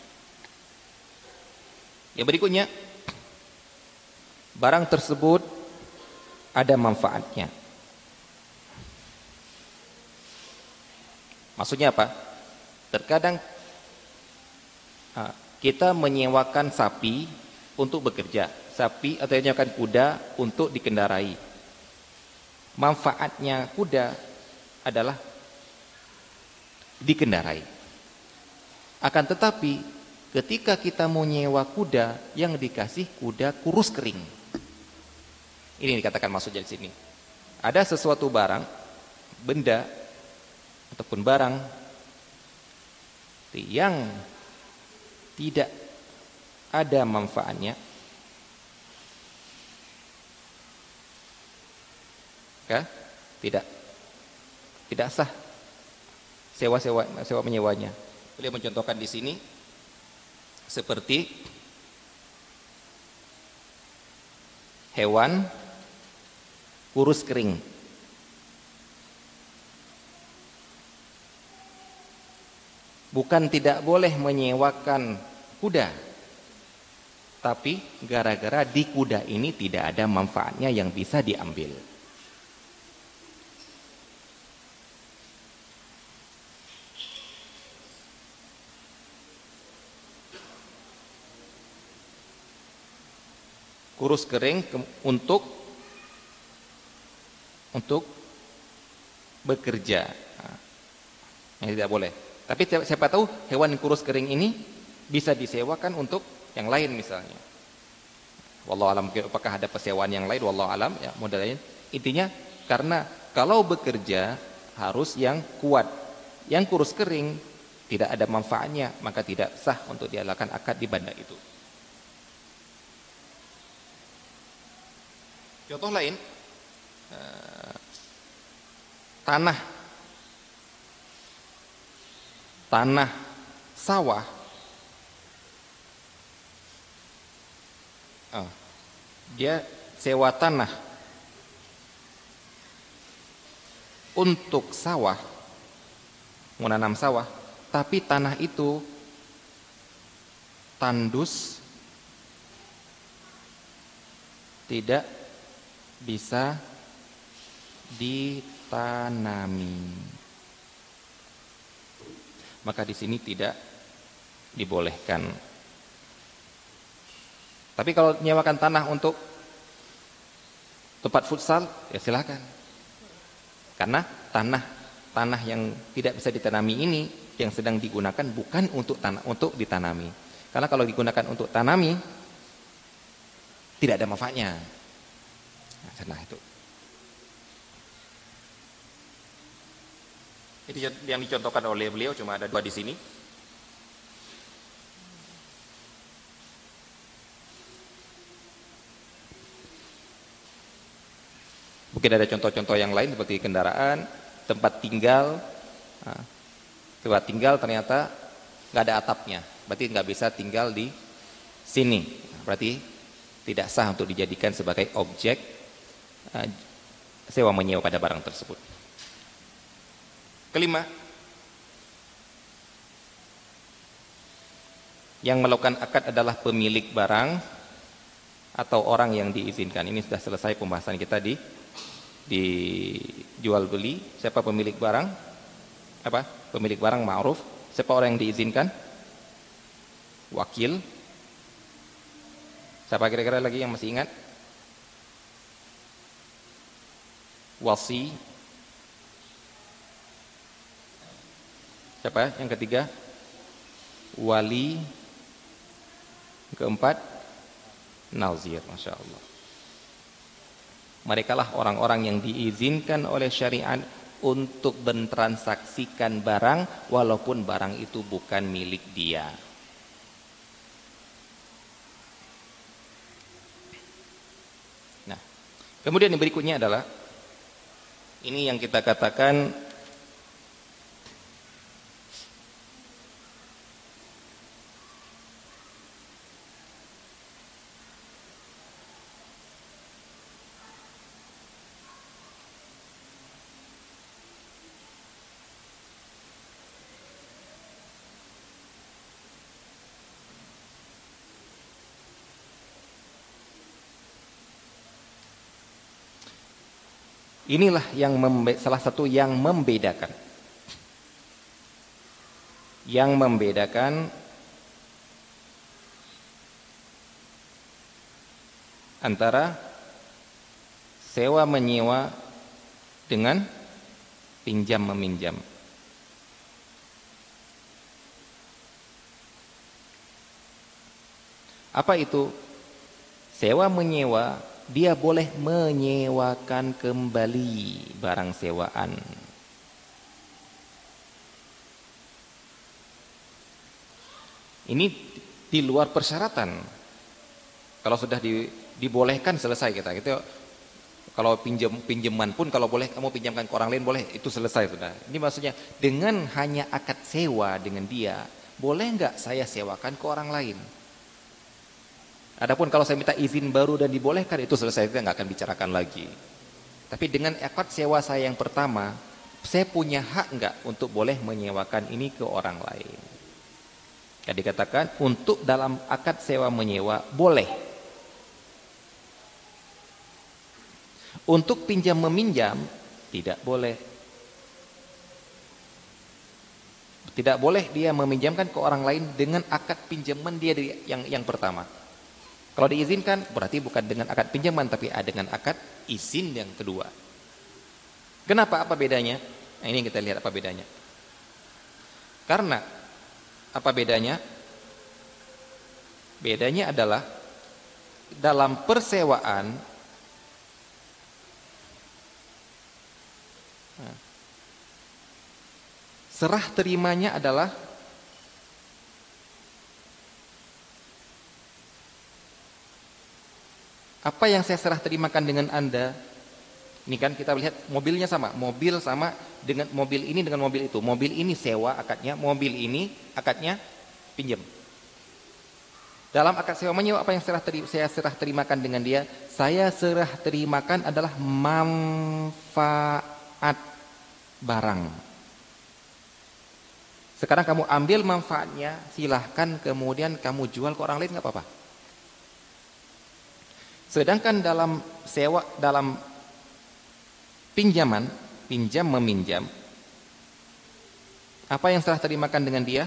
Yang berikutnya, barang tersebut ada manfaatnya. Maksudnya apa? Terkadang kita menyewakan sapi untuk bekerja, sapi atau menyewakan kuda untuk dikendarai. Manfaatnya kuda adalah dikendarai. Akan tetapi ketika kita mau nyewa kuda, yang dikasih kuda kurus kering. Ini yang dikatakan maksudnya di sini. Ada sesuatu barang, benda ataupun barang yang tidak ada manfaatnya, ya, tidak sah sewa menyewanya. Beliau mencontohkan di sini seperti hewan kurus kering. Bukan tidak boleh menyewakan kuda, tapi gara-gara di kuda ini tidak ada manfaatnya yang bisa diambil. Kurus kering untuk bekerja, yang tidak boleh. Tapi siapa tahu hewan kurus kering ini bisa disewakan untuk yang lain misalnya. Wallahu alam, apakah ada persewaan yang lain, wallahu alam, ya modalnya. Intinya karena kalau bekerja harus yang kuat. Yang kurus kering tidak ada manfaatnya, maka tidak sah untuk diadakan akad di banda itu. Contoh lain, tanah sawah, dia sewa tanah untuk sawah, menanam sawah, tapi tanah itu tandus, tidak bisa ditanami. Maka di sini tidak dibolehkan. Tapi kalau menyewakan tanah untuk tempat futsal, ya silakan. Karena tanah yang tidak bisa ditanami ini yang sedang digunakan bukan untuk ditanami. Karena kalau digunakan untuk tanami tidak ada manfaatnya. Nah, itu. Ini yang dicontohkan oleh beliau, cuma ada 2 di sini. Mungkin ada contoh-contoh yang lain seperti kendaraan, tempat tinggal. Tempat tinggal ternyata nggak ada atapnya, berarti nggak bisa tinggal di sini. Berarti tidak sah untuk dijadikan sebagai objek sewa menyewa pada barang tersebut. Kelima, yang melakukan akad adalah pemilik barang atau orang yang diizinkan. Ini sudah selesai pembahasan kita di jual beli. Siapa pemilik barang? Apa? Pemilik barang ma'ruf. Siapa orang yang diizinkan? Wakil. Siapa kira-kira lagi yang masih ingat? Wasi. Siapa yang ketiga? Wali. Keempat, nazir. Masya Allah. Mereka lah orang-orang yang diizinkan oleh syariat untuk bertransaksikan barang walaupun barang itu bukan milik dia. Nah, kemudian yang berikutnya adalah ini yang kita katakan Inilah yang salah satu yang membedakan. Yang membedakan antara sewa menyewa dengan pinjam meminjam. Apa itu? Sewa menyewa, dia boleh menyewakan kembali barang sewaan. Ini di luar persyaratan. Kalau sudah dibolehkan selesai kita. Gitu. Kalau pinjaman pun kalau boleh kamu pinjamkan ke orang lain boleh, itu selesai sudah. Ini maksudnya dengan hanya akad sewa dengan dia, boleh nggak saya sewakan ke orang lain? Adapun kalau saya minta izin baru dan dibolehkan, itu selesai, kita nggak akan bicarakan lagi. Tapi dengan akad sewa saya yang pertama, saya punya hak nggak untuk boleh menyewakan ini ke orang lain? Jadi dikatakan untuk dalam akad sewa menyewa boleh. Untuk pinjam meminjam tidak boleh. Tidak boleh dia meminjamkan ke orang lain dengan akad pinjaman dia yang pertama. Kalau diizinkan berarti bukan dengan akad pinjaman tapi dengan akad izin yang kedua. Kenapa? Apa bedanya? Nah, ini kita lihat apa bedanya. Karena apa bedanya? Bedanya adalah dalam persewaan serah terimanya adalah apa yang saya serah terimakan dengan Anda. Ini kan kita lihat mobilnya sama, mobil sama dengan mobil ini dengan mobil itu. Mobil ini sewa akadnya, mobil ini akadnya pinjam. Dalam akad sewa menyewa apa yang saya serah terimakan dengan dia? Saya serah terimakan adalah manfaat barang. Sekarang kamu ambil manfaatnya, silahkan kemudian kamu jual ke orang lain nggak apa-apa. Sedangkan dalam sewa, dalam pinjaman, pinjam meminjam, apa yang serah terimakan dengan dia?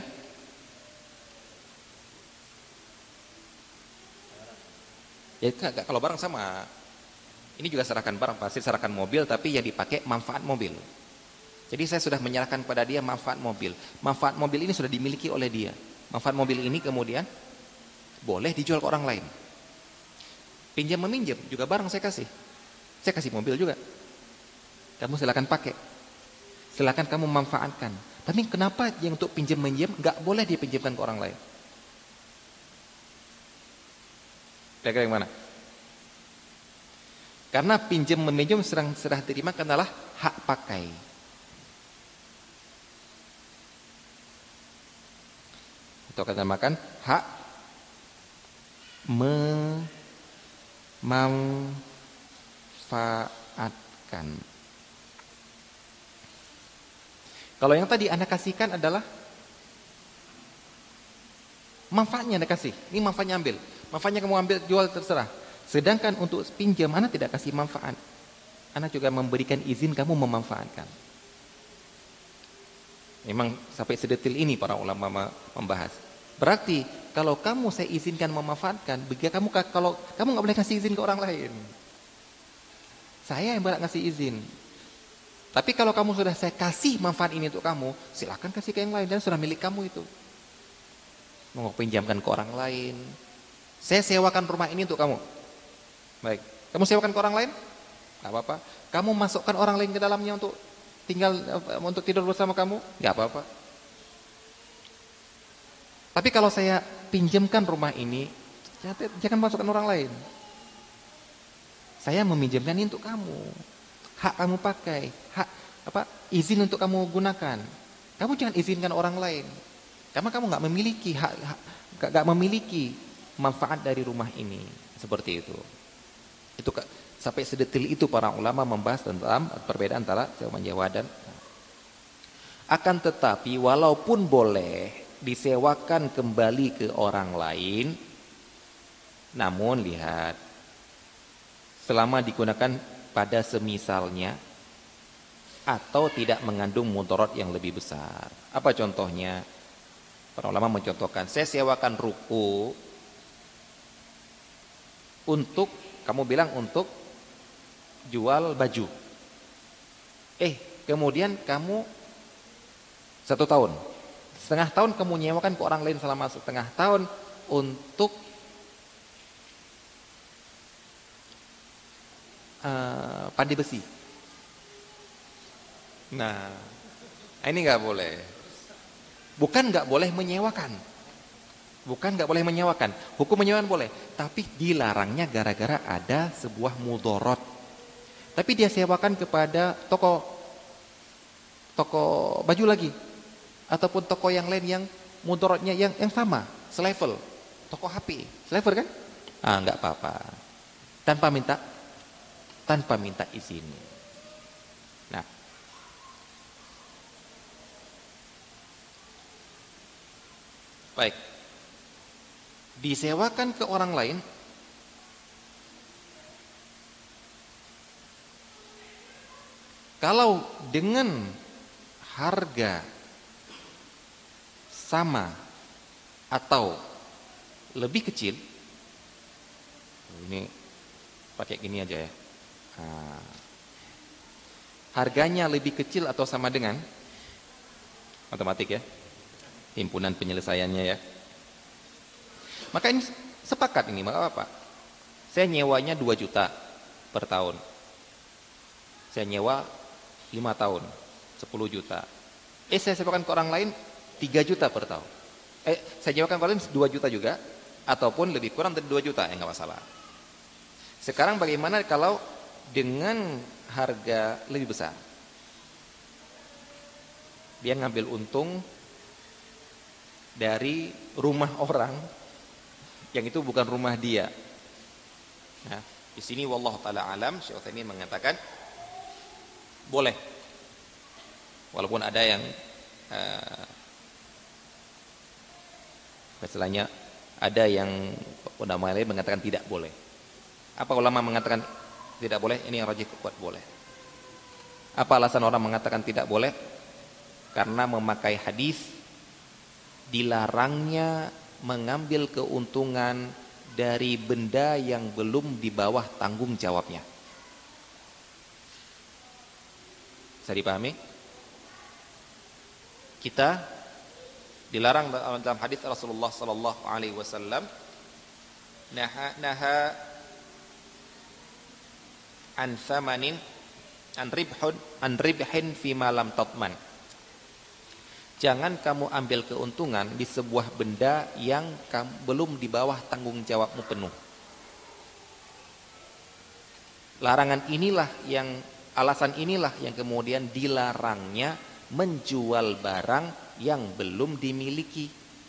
Ya kalau barang sama, ini juga serahkan barang, pasti serahkan mobil, tapi yang dipakai manfaat mobil. Jadi saya sudah menyerahkan pada dia manfaat mobil. Manfaat mobil ini sudah dimiliki oleh dia. Manfaat mobil ini kemudian boleh dijual ke orang lain. Pinjam meminjam juga barang saya kasih. Saya kasih mobil juga. Kamu silakan pakai. Silakan kamu manfaatkan. Tapi kenapa yang untuk pinjam meminjam nggak boleh dipinjamkan ke orang lain? Kira-kira yang mana? Karena pinjam meminjam serah terima adalah hak pakai. Atau kata makan hak memanfaatkan. Kalau yang tadi Anda kasihkan adalah manfaatnya Anda kasih. Ini manfaatnya ambil. Manfaatnya kamu ambil, jual terserah. Sedangkan untuk pinjam Anda tidak kasih manfaat. Anda juga memberikan izin kamu memanfaatkan. Memang sampai sedetil ini para ulama membahas. Berarti kalau kamu saya izinkan memanfaatkan, kalau kamu nggak boleh kasih izin ke orang lain. Saya yang berhak ngasih izin. Tapi kalau kamu sudah saya kasih manfaat ini untuk kamu, silakan kasih ke yang lain dan sudah milik kamu itu. Mau pinjamkan ke orang lain. Saya sewakan rumah ini untuk kamu. Baik, kamu sewakan ke orang lain? Nggak apa-apa. Kamu masukkan orang lain ke dalamnya untuk tinggal untuk tidur bersama kamu, nggak apa-apa. Tapi kalau saya pinjamkan rumah ini, jangan masukkan orang lain. Saya meminjamkan ini untuk kamu, hak kamu pakai, izin untuk kamu gunakan. Kamu jangan izinkan orang lain, karena kamu nggak memiliki nggak memiliki manfaat dari rumah ini, seperti itu. Itu sampai sedetil itu para ulama membahas tentang perbedaan antara sewa menyewa dan akan tetapi walaupun boleh disewakan kembali ke orang lain, namun lihat selama digunakan pada semisalnya atau tidak mengandung mudarat yang lebih besar. Apa contohnya? Para ulama mencontohkan, saya sewakan ruko untuk, kamu bilang untuk jual baju. Kemudian kamu 1 tahun, setengah tahun kamu nyewakan ke orang lain selama setengah tahun untuk pandai besi. Nah, ini nggak boleh. Bukan nggak boleh menyewakan. Bukan nggak boleh menyewakan. Hukum menyewakan boleh, tapi dilarangnya gara-gara ada sebuah mudarat. Tapi dia sewakan kepada toko baju lagi, ataupun toko yang lain yang mudaratnya yang sama, selevel. Toko HP, selevel kan? Nggak apa-apa. Tanpa minta izin. Nah, baik. Disewakan ke orang lain kalau dengan harga sama atau lebih kecil, ini pakai gini aja ya. Harganya lebih kecil atau sama dengan, matematik ya, himpunan penyelesaiannya ya. Maka ini sepakat ini, maka apa? Saya nyewanya 2 juta per tahun. Saya nyewa 5 tahun, 10 juta. Saya sewakan ke orang lain 3 juta per tahun. Saya nyewakan ke orang lain 2 juta juga, ataupun lebih kurang dari 2 juta, nggak masalah. Sekarang bagaimana kalau dengan harga lebih besar? Dia ngambil untung dari rumah orang yang itu bukan rumah dia. Nah, di sini wallahu taala alam, Syekh Utsaimin mengatakan boleh. Walaupun ada yang istilahnya ada yang ulama lain mengatakan tidak boleh. Apa ulama mengatakan tidak boleh? Ini yang rajih kuat boleh. Apa alasan orang mengatakan tidak boleh? Karena memakai hadis dilarangnya mengambil keuntungan dari benda yang belum di bawah tanggung jawabnya. Bisa dipahami? Kita dilarang dalam hadis Rasulullah sallallahu alaihi wasallam, naha an thamanin an ribhin fi ma lam tatman. Jangan kamu ambil keuntungan di sebuah benda yang belum di bawah tanggung jawabmu penuh. Alasan inilah yang kemudian dilarangnya menjual barang yang belum dimiliki,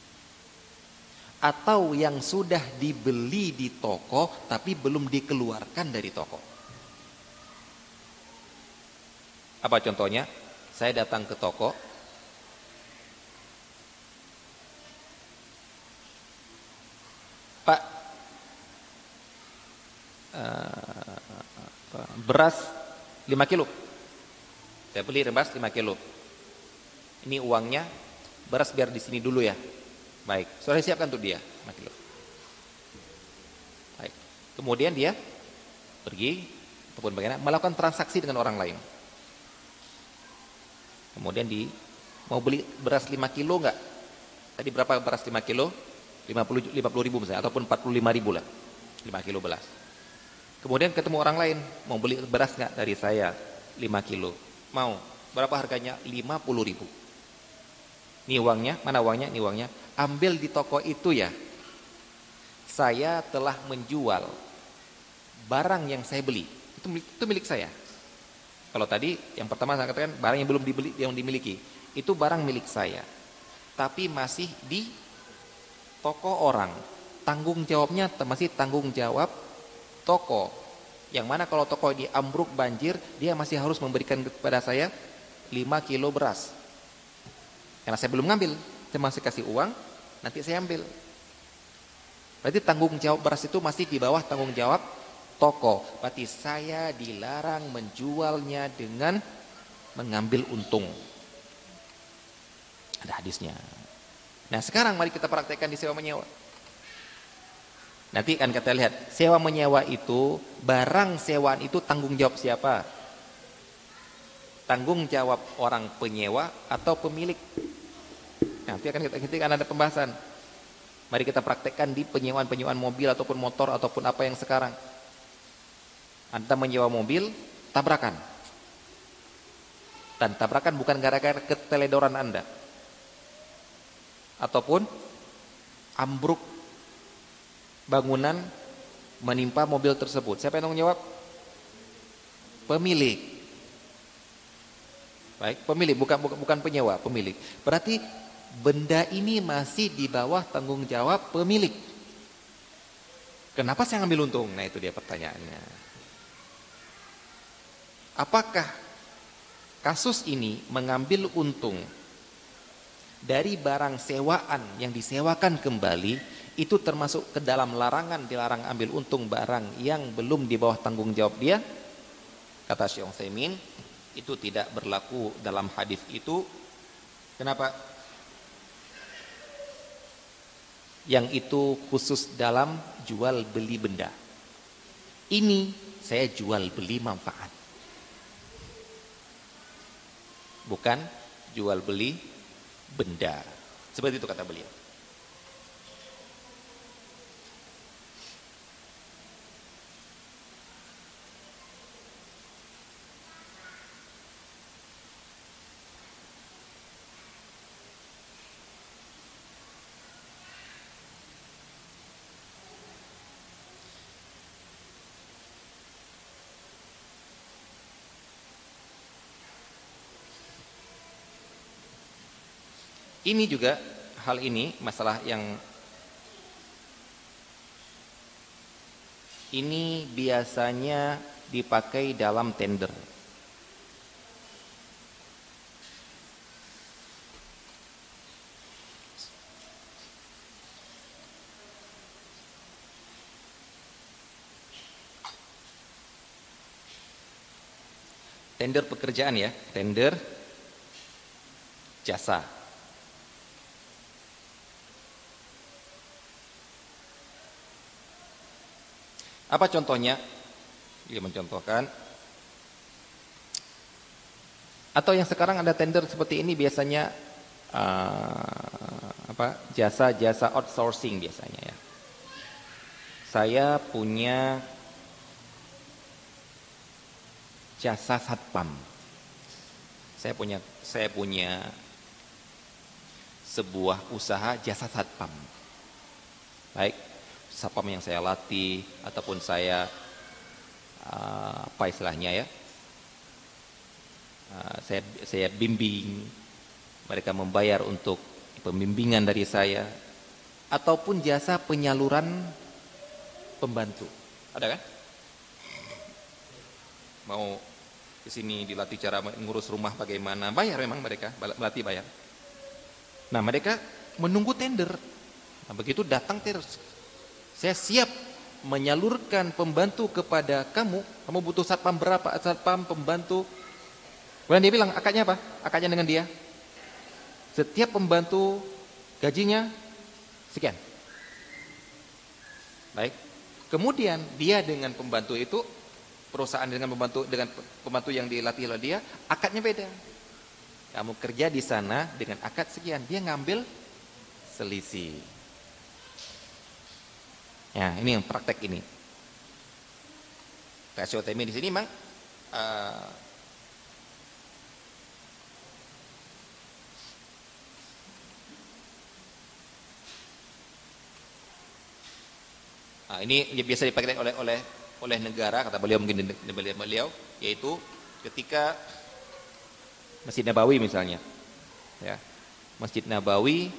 atau yang sudah dibeli di toko tapi belum dikeluarkan dari toko. Apa contohnya? Saya datang ke toko, Pak, beras 5 kilo. Saya beli beras 5 kilo. Ini uangnya, beras biar di sini dulu ya. Baik, sudah siapkan untuk dia 5 kilo. Baik. Kemudian dia pergi ataupun bagaimana melakukan transaksi dengan orang lain. Kemudian mau beli beras 5 kilo enggak? Tadi berapa beras 5 kilo? 50 ribu misalnya, ataupun 45 ribu lah, 5 kilo beras. Kemudian ketemu orang lain, mau beli beras nggak dari saya 5 kilo? Mau. Berapa harganya? 50 ribu. Ini uangnya, mana uangnya? Ini uangnya. Ambil di toko itu ya. Saya telah menjual barang yang saya beli. Itu milik saya. Kalau tadi yang pertama saya katakan barang yang belum dibeli, yang dimiliki, itu barang milik saya. Tapi masih di toko orang, tanggung jawabnya masih tanggung jawab toko. Yang mana kalau toko di ambruk banjir, dia masih harus memberikan kepada saya 5 kilo beras. Karena saya belum ngambil, saya masih kasih uang, nanti saya ambil. Berarti tanggung jawab beras itu masih di bawah tanggung jawab toko. Berarti saya dilarang menjualnya dengan mengambil untung. Ada hadisnya. Nah sekarang mari kita praktekkan di sewa menyewa. Nanti kan kita lihat, sewa menyewa itu, barang sewaan itu tanggung jawab siapa? Tanggung jawab orang penyewa atau pemilik? Nanti akan kita kan ada pembahasan. Mari kita praktekkan di penyewaan mobil ataupun motor ataupun apa yang sekarang. Anda menyewa mobil, tabrakan. Dan tabrakan bukan gara-gara keteledoran Anda. Ataupun ambruk bangunan menimpa mobil tersebut. Siapa yang tanggung jawab? Pemilik. Baik, pemilik bukan penyewa, pemilik. Berarti benda ini masih di bawah tanggung jawab pemilik. Kenapa saya ngambil untung? Nah itu dia pertanyaannya. Apakah kasus ini mengambil untung dari barang sewaan yang disewakan kembali itu termasuk ke dalam larangan, dilarang ambil untung barang yang belum di bawah tanggung jawab dia? Kata Syekh Utsaimin, itu tidak berlaku dalam hadis itu. Kenapa? Yang itu khusus dalam jual beli benda. Ini saya jual beli manfaat, bukan jual beli benda. Seperti itu kata beliau. Ini juga hal ini masalah yang ini biasanya dipakai dalam tender. Tender pekerjaan ya, tender jasa. Apa contohnya? Dia mencontohkan. Atau yang sekarang ada tender seperti ini biasanya jasa-jasa outsourcing biasanya ya. Saya punya jasa satpam. Saya punya sebuah usaha jasa satpam. Baik, satpam yang saya latih ataupun saya apa istilahnya ya, saya bimbing, mereka membayar untuk pembimbingan dari saya, ataupun jasa penyaluran pembantu. Ada kan? Mau ke sini dilatih cara mengurus rumah bagaimana, bayar memang mereka, melatih bayar. Nah mereka menunggu tender. Nah begitu datang tender, saya siap menyalurkan pembantu kepada kamu. Kamu butuh satpam berapa? Satpam, pembantu. Kemudian dia bilang, akadnya apa? Akadnya dengan dia. Setiap pembantu gajinya sekian. Baik. Kemudian dia dengan pembantu itu, perusahaan dengan pembantu yang dilatih oleh dia, akadnya beda. Kamu kerja di sana dengan akad sekian, dia ngambil selisih. Ya, ini yang praktek ini. Syekh Utsaimin di sini memang ini biasa dipakai oleh negara, kata beliau, mungkin beliau, yaitu ketika Masjid Nabawi misalnya, ya, Masjid Nabawi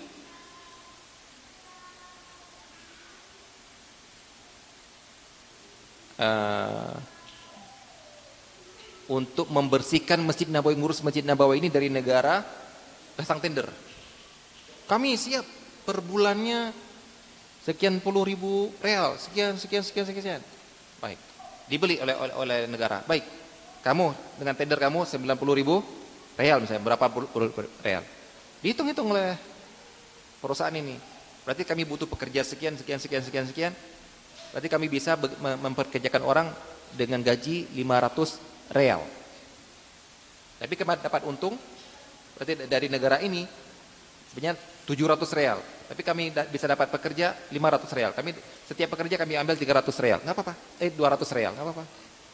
untuk membersihkan Masjid Nabawi, ngurus Masjid Nabawi ini dari negara, pasang tender. Kami siap per bulannya sekian puluh ribu real, sekian. Baik, dibeli oleh negara. Baik, kamu dengan tender kamu 90.000 real misalnya, berapa puluh real. Dihitung-hitung oleh perusahaan ini. Berarti kami butuh pekerja sekian, sekian, sekian, sekian, sekian. Berarti kami bisa memperkerjakan orang dengan gaji 500 real. Tapi kemarin dapat untung, berarti dari negara ini sebenarnya 700 real. Tapi kami bisa dapat pekerja 500 real. Kami setiap pekerja kami ambil 300 real. Enggak apa-apa. 200 real, enggak apa-apa.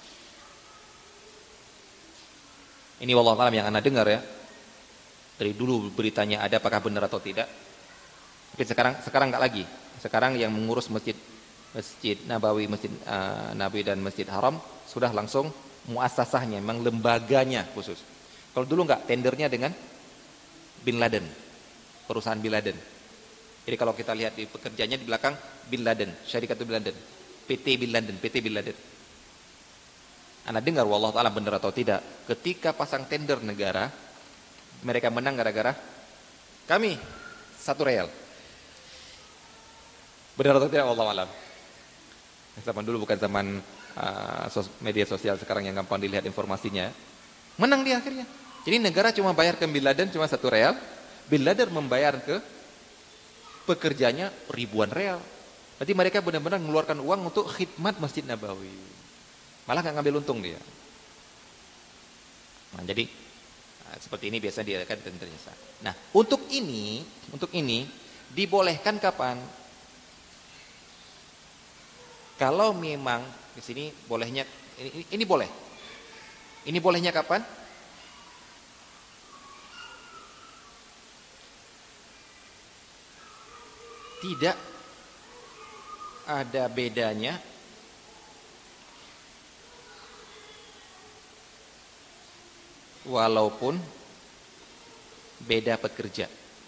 Ini wallahu a'lam yang Anda dengar ya. Dari dulu beritanya ada, apakah benar atau tidak. Tapi sekarang enggak lagi. Sekarang yang mengurus Masjid Nabawi, Masjid Nabawi dan Masjid Haram sudah langsung muasasahnya, memang lembaganya khusus. Kalau dulu enggak, tendernya dengan Bin Laden, perusahaan Bin Laden. Jadi kalau kita lihat di pekerjanya di belakang Bin Laden, syarikat Bin Laden, PT Bin Laden, PT Bin Laden. Anda dengar wallahu ta'ala benar atau tidak, ketika pasang tender negara, mereka menang gara-gara kami 1 real. Benar atau tidak wallahu a'lam. Zaman dulu bukan zaman media sosial sekarang yang gampang dilihat informasinya. Menang dia akhirnya. Jadi negara cuma bayar ke Bin Laden cuma 1 real, Bin Laden membayar ke pekerjanya ribuan real. Berarti mereka benar-benar mengeluarkan uang untuk khidmat Masjid Nabawi. Malah nggak ngambil untung dia. Nah, jadi seperti ini biasa diadakan tendernya. Nah, untuk ini dibolehkan kapan? Kalau memang di sini bolehnya ini boleh. Ini bolehnya kapan? Tidak ada bedanya walaupun beda pekerja.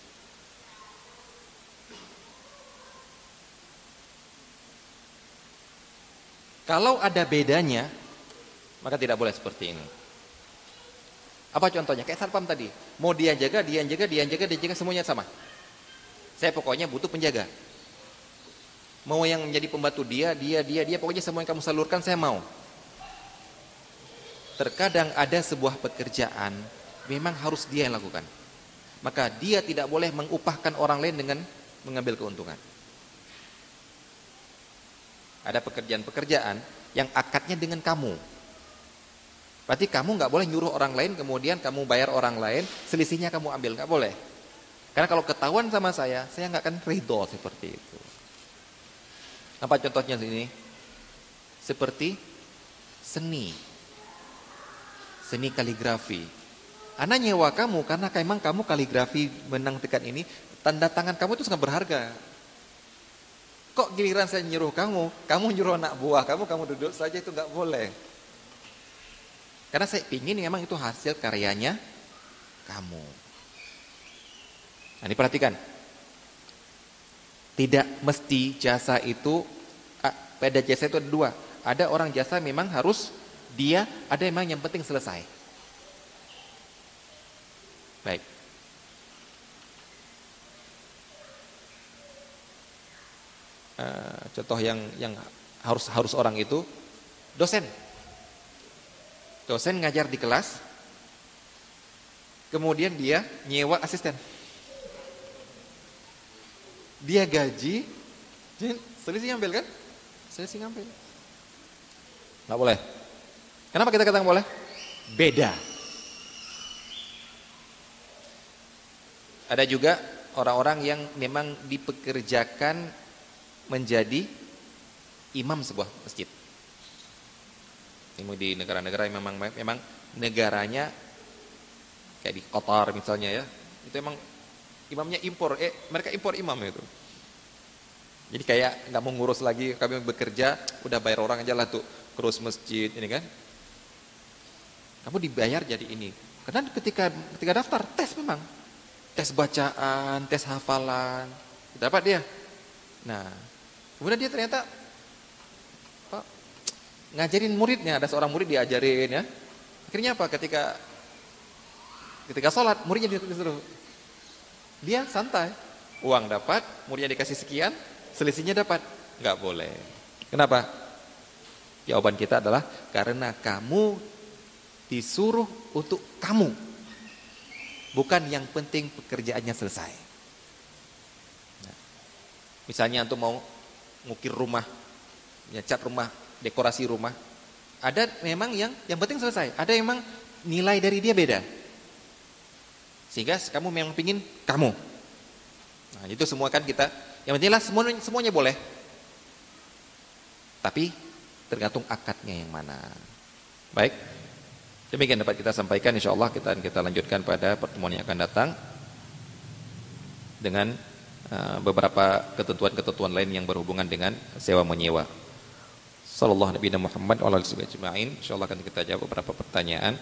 Kalau ada bedanya, maka tidak boleh seperti ini. Apa contohnya? Kayak satpam tadi. Mau dia jaga, semuanya sama. Saya pokoknya butuh penjaga. Mau yang menjadi pembantu dia, pokoknya semua yang kamu salurkan saya mau. Terkadang ada sebuah pekerjaan memang harus dia yang lakukan. Maka dia tidak boleh mengupahkan orang lain dengan mengambil keuntungan. Ada pekerjaan-pekerjaan yang akadnya dengan kamu. Berarti kamu nggak boleh nyuruh orang lain, kemudian kamu bayar orang lain, selisihnya kamu ambil, nggak boleh. Karena kalau ketahuan sama saya nggak akan ridho seperti itu. Apa contohnya sini? Seperti seni kaligrafi. Ana nyewa kamu karena memang kamu kaligrafi menang tekan ini, tanda tangan kamu itu sangat berharga. Kok giliran saya nyuruh kamu nyuruh anak buah kamu duduk saja, itu nggak boleh. Karena saya ingin memang itu hasil karyanya kamu. Nah, diperhatikan. Tidak mesti jasa itu, pada jasa itu ada 2. Ada orang jasa memang harus dia, ada memang yang penting selesai. Baik. Contoh yang harus orang itu dosen ngajar di kelas, kemudian dia nyewa asisten, dia gaji, selisih ngambil kan? Selisih ngambil, nggak boleh. Kenapa kita katakan boleh? Beda. Ada juga orang-orang yang memang dipekerjakan menjadi imam sebuah masjid. Ini di negara-negara yang memang negaranya kayak di Qatar misalnya ya, itu emang imamnya impor, mereka impor imam itu. Jadi kayak nggak mau ngurus lagi, kami bekerja udah bayar orang aja lah tuh kurus masjid ini kan. Kamu dibayar jadi ini. Karena ketika daftar tes, memang tes bacaan, tes hafalan, dapat dia. Nah, kemudian dia ternyata ngajarin muridnya, ada seorang murid diajarin ya. Akhirnya apa? Ketika sholat, muridnya disuruh. Dia santai. Uang dapat, muridnya dikasih sekian, selisihnya dapat. Enggak boleh. Kenapa? Jawaban kita adalah karena kamu disuruh untuk kamu. bukan yang penting pekerjaannya selesai. Nah, misalnya antum mau ngukir rumah, ngecat rumah, dekorasi rumah, ada memang yang penting selesai, ada memang nilai dari dia beda. Sehingga kamu memang pingin kamu. Nah, itu semua kan kita, yang penting lah semuanya boleh. Tapi tergantung akadnya yang mana. Baik. Demikian dapat kita sampaikan, insyaallah kita lanjutkan pada pertemuan yang akan datang dengan beberapa ketentuan-ketentuan lain yang berhubungan dengan sewa menyewa. Sallallahu Nabi Muhammad wa alihi wasallam. Insyaallah akan kita jawab beberapa pertanyaan.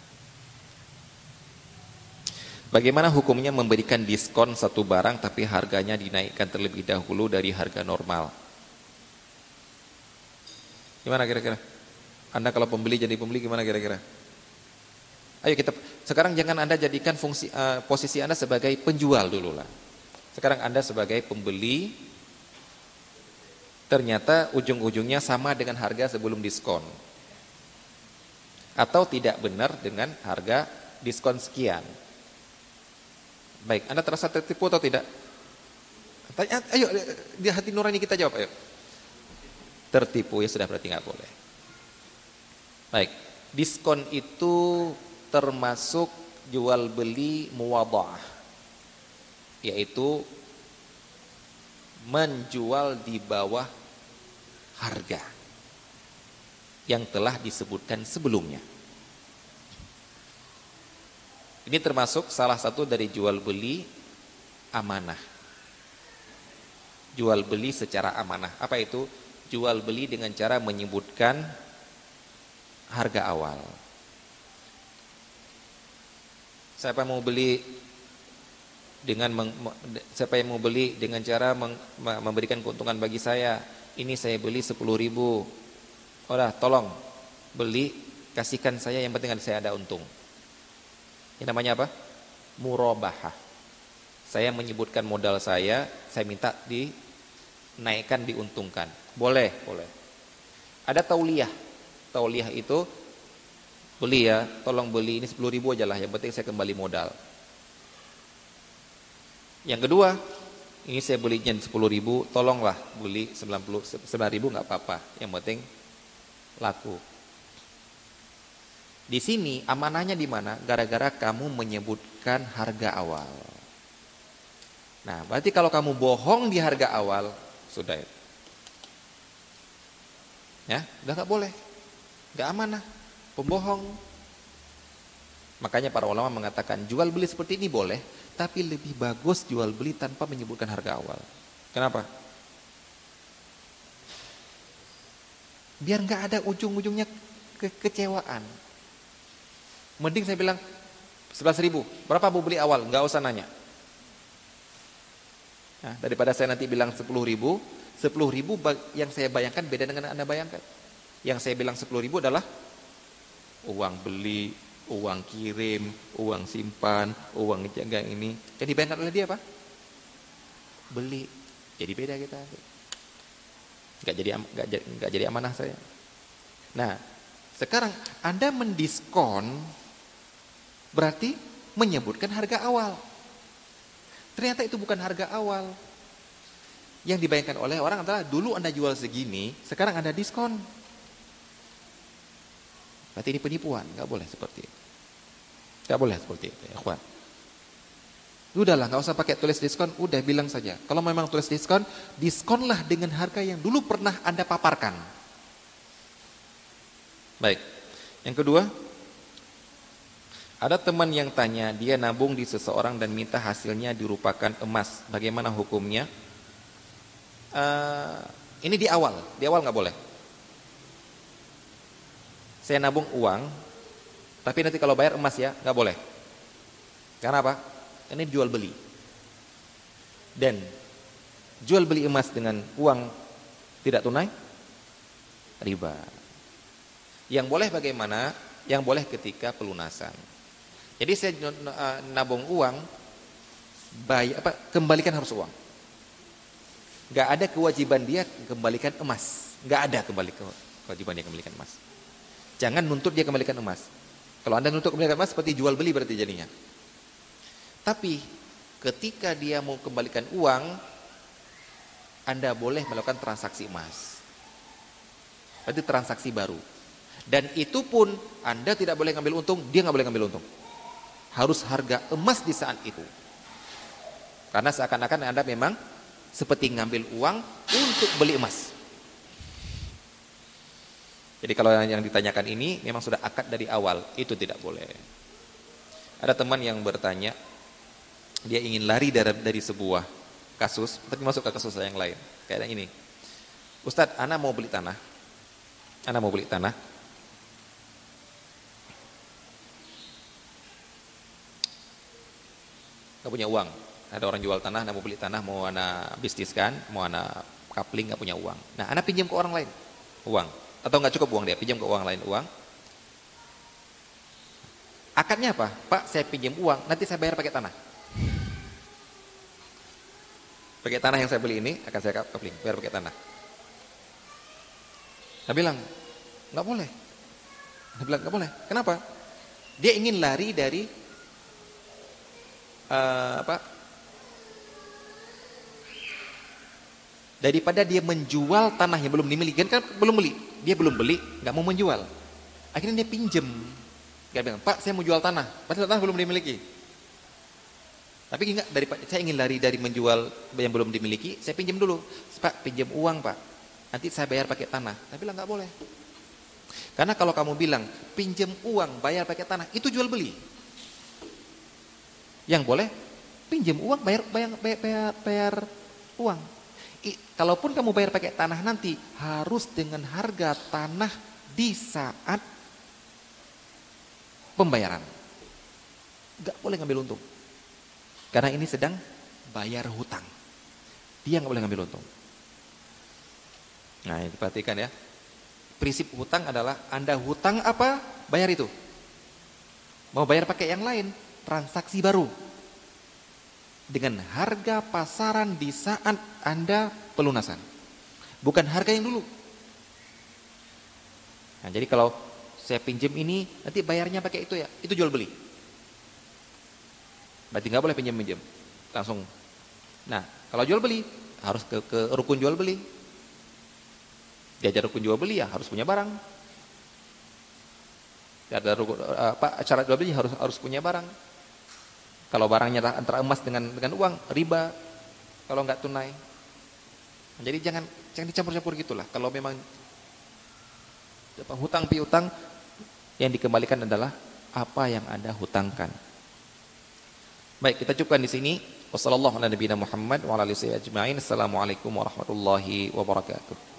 Bagaimana hukumnya memberikan diskon satu barang tapi harganya dinaikkan terlebih dahulu dari harga normal? Gimana kira-kira? Anda kalau pembeli jadi pembeli gimana kira-kira? Ayo kita sekarang jangan Anda jadikan posisi Anda sebagai penjual dulu lah. Sekarang Anda sebagai pembeli, ternyata ujung-ujungnya sama dengan harga sebelum diskon, atau tidak benar dengan harga diskon sekian. Baik, Anda terasa tertipu atau tidak? Tanya, ayo di hati nurani kita jawab, ayo. Tertipu ya sudah, berarti nggak boleh. Baik, diskon itu termasuk jual beli muwadha'ah, yaitu menjual di bawah harga yang telah disebutkan sebelumnya. Ini termasuk salah satu dari jual beli amanah. Jual beli secara amanah. Apa itu? Jual beli dengan cara menyebutkan harga awal. Siapa yang mau beli dengan cara memberikan keuntungan bagi saya, ini saya beli 10.000. Udah, tolong beli, kasihkan saya, yang penting saya ada untung. Ini namanya apa? Murabahah. Saya menyebutkan modal saya minta dinaikkan, diuntungkan. Boleh. Ada tauliyah. Tauliyah itu beli ya, tolong beli ini 10.000 aja lah, yang penting saya kembali modal. Yang kedua, ini saya belinya 10.000, tolonglah beli 9.000 nggak apa-apa, yang penting laku. Di sini amanahnya di mana? Gara-gara kamu menyebutkan harga awal. Nah, berarti kalau kamu bohong di harga awal, sudah itu. Ya, udah nggak boleh, nggak amanah, pembohong. Makanya para ulama mengatakan jual beli seperti ini boleh, tapi lebih bagus jual beli tanpa menyebutkan harga awal. Kenapa? Biar nggak ada ujung-ujungnya kekecewaan. Mending saya bilang 11.000, berapa mau beli awal? Nggak usah nanya. Nah, daripada saya nanti bilang 10.000 yang saya bayangkan beda dengan Anda bayangkan. Yang saya bilang 10.000 adalah uang beli, uang kirim, uang simpan, uang jaga ini. Yang dibayangkan oleh dia apa? Beli. Jadi beda kita. Nggak jadi amanah saya. Nah, sekarang Anda mendiskon berarti menyebutkan harga awal. Ternyata itu bukan harga awal. Yang dibayangkan oleh orang adalah dulu Anda jual segini, sekarang Anda diskon. Berarti ini penipuan, nggak boleh seperti itu. Nggak boleh seperti itu, ya kawan. Udahlah, nggak usah pakai tulis diskon, udah bilang saja. Kalau memang tulis diskon, diskonlah dengan harga yang dulu pernah Anda paparkan. Baik. Yang kedua, ada teman yang tanya, dia nabung di seseorang dan minta hasilnya dirupakan emas. Bagaimana hukumnya? Ini di awal nggak boleh. Saya nabung uang, tapi nanti kalau bayar emas ya, nggak boleh. Karena apa? Ini jual beli. Dan jual beli emas dengan uang tidak tunai, riba. Yang boleh bagaimana? Yang boleh ketika pelunasan. Jadi saya nabung uang, kembalikan harus uang. Gak ada kewajiban dia kembalikan emas. Gak ada kewajiban dia kembalikan emas. Jangan nuntut dia kembalikan emas. Kalau Anda nuntut kembalikan emas seperti jual beli berarti jadinya. Tapi ketika dia mau kembalikan uang, Anda boleh melakukan transaksi emas. Berarti transaksi baru. Dan itu pun Anda tidak boleh ngambil untung, dia nggak boleh ngambil untung. Harus harga emas di saat itu. Karena seakan-akan Anda memang seperti ngambil uang untuk beli emas. Jadi kalau yang ditanyakan ini memang sudah akad dari awal, itu tidak boleh. Ada teman yang bertanya, dia ingin lari dari sebuah kasus, tapi masuk ke kasus yang lain. Kayak ini, Ustadz, ana mau beli tanah, nggak punya uang. Ada orang jual tanah, ana mau beli tanah, mau ana bisniskan, mau ana kapling, nggak punya uang. Nah, ana pinjam ke orang lain uang, atau nggak cukup uang dia, pinjam ke orang lain uang. Akadnya apa? Pak, saya pinjam uang, nanti saya bayar pakai tanah. Pakai tanah yang saya beli ini akan saya kapling, bayar pakai tanah. Saya bilang, nggak boleh. Saya bilang nggak boleh. Kenapa? Dia ingin lari dari daripada dia menjual tanah yang belum dimiliki, kan belum beli, dia belum beli, nggak mau menjual. Akhirnya dia pinjem. Dia bilang, Pak, saya mau jual tanah, padahal tanah belum dimiliki. Tapi enggak, saya ingin lari dari menjual yang belum dimiliki, saya pinjam dulu. Pak, pinjam uang Pak, nanti saya bayar pakai tanah. Saya bilang nggak boleh. Karena kalau kamu bilang pinjam uang, bayar pakai tanah, itu jual beli. Yang boleh pinjam uang, bayar uang. Kalaupun kamu bayar pakai tanah nanti harus dengan harga tanah di saat pembayaran. Nggak boleh ngambil untung. Karena ini sedang bayar hutang. Dia nggak boleh ngambil untung. Nah, ini perhatikan ya. Prinsip hutang adalah Anda hutang apa, bayar itu. Mau bayar pakai yang lain, transaksi baru. Dengan harga pasaran di saat Anda pelunasan. Bukan harga yang dulu. Nah, jadi kalau saya pinjam ini, nanti bayarnya pakai itu ya, itu jual beli. Berarti nggak boleh pinjam langsung. Nah, kalau jual beli harus ke rukun jual beli. Diajar rukun jual beli ya harus punya barang. Ada rukun syarat jual beli harus punya barang. Kalau barangnya antara emas dengan uang, riba. Kalau nggak tunai. Jadi jangan dicampur-campur gitulah. Kalau memang hutang piutang, yang dikembalikan adalah apa yang Anda hutangkan. Baik, kita cukupkan di sini. Wassalamualaikum warahmatullahi wabarakatuh.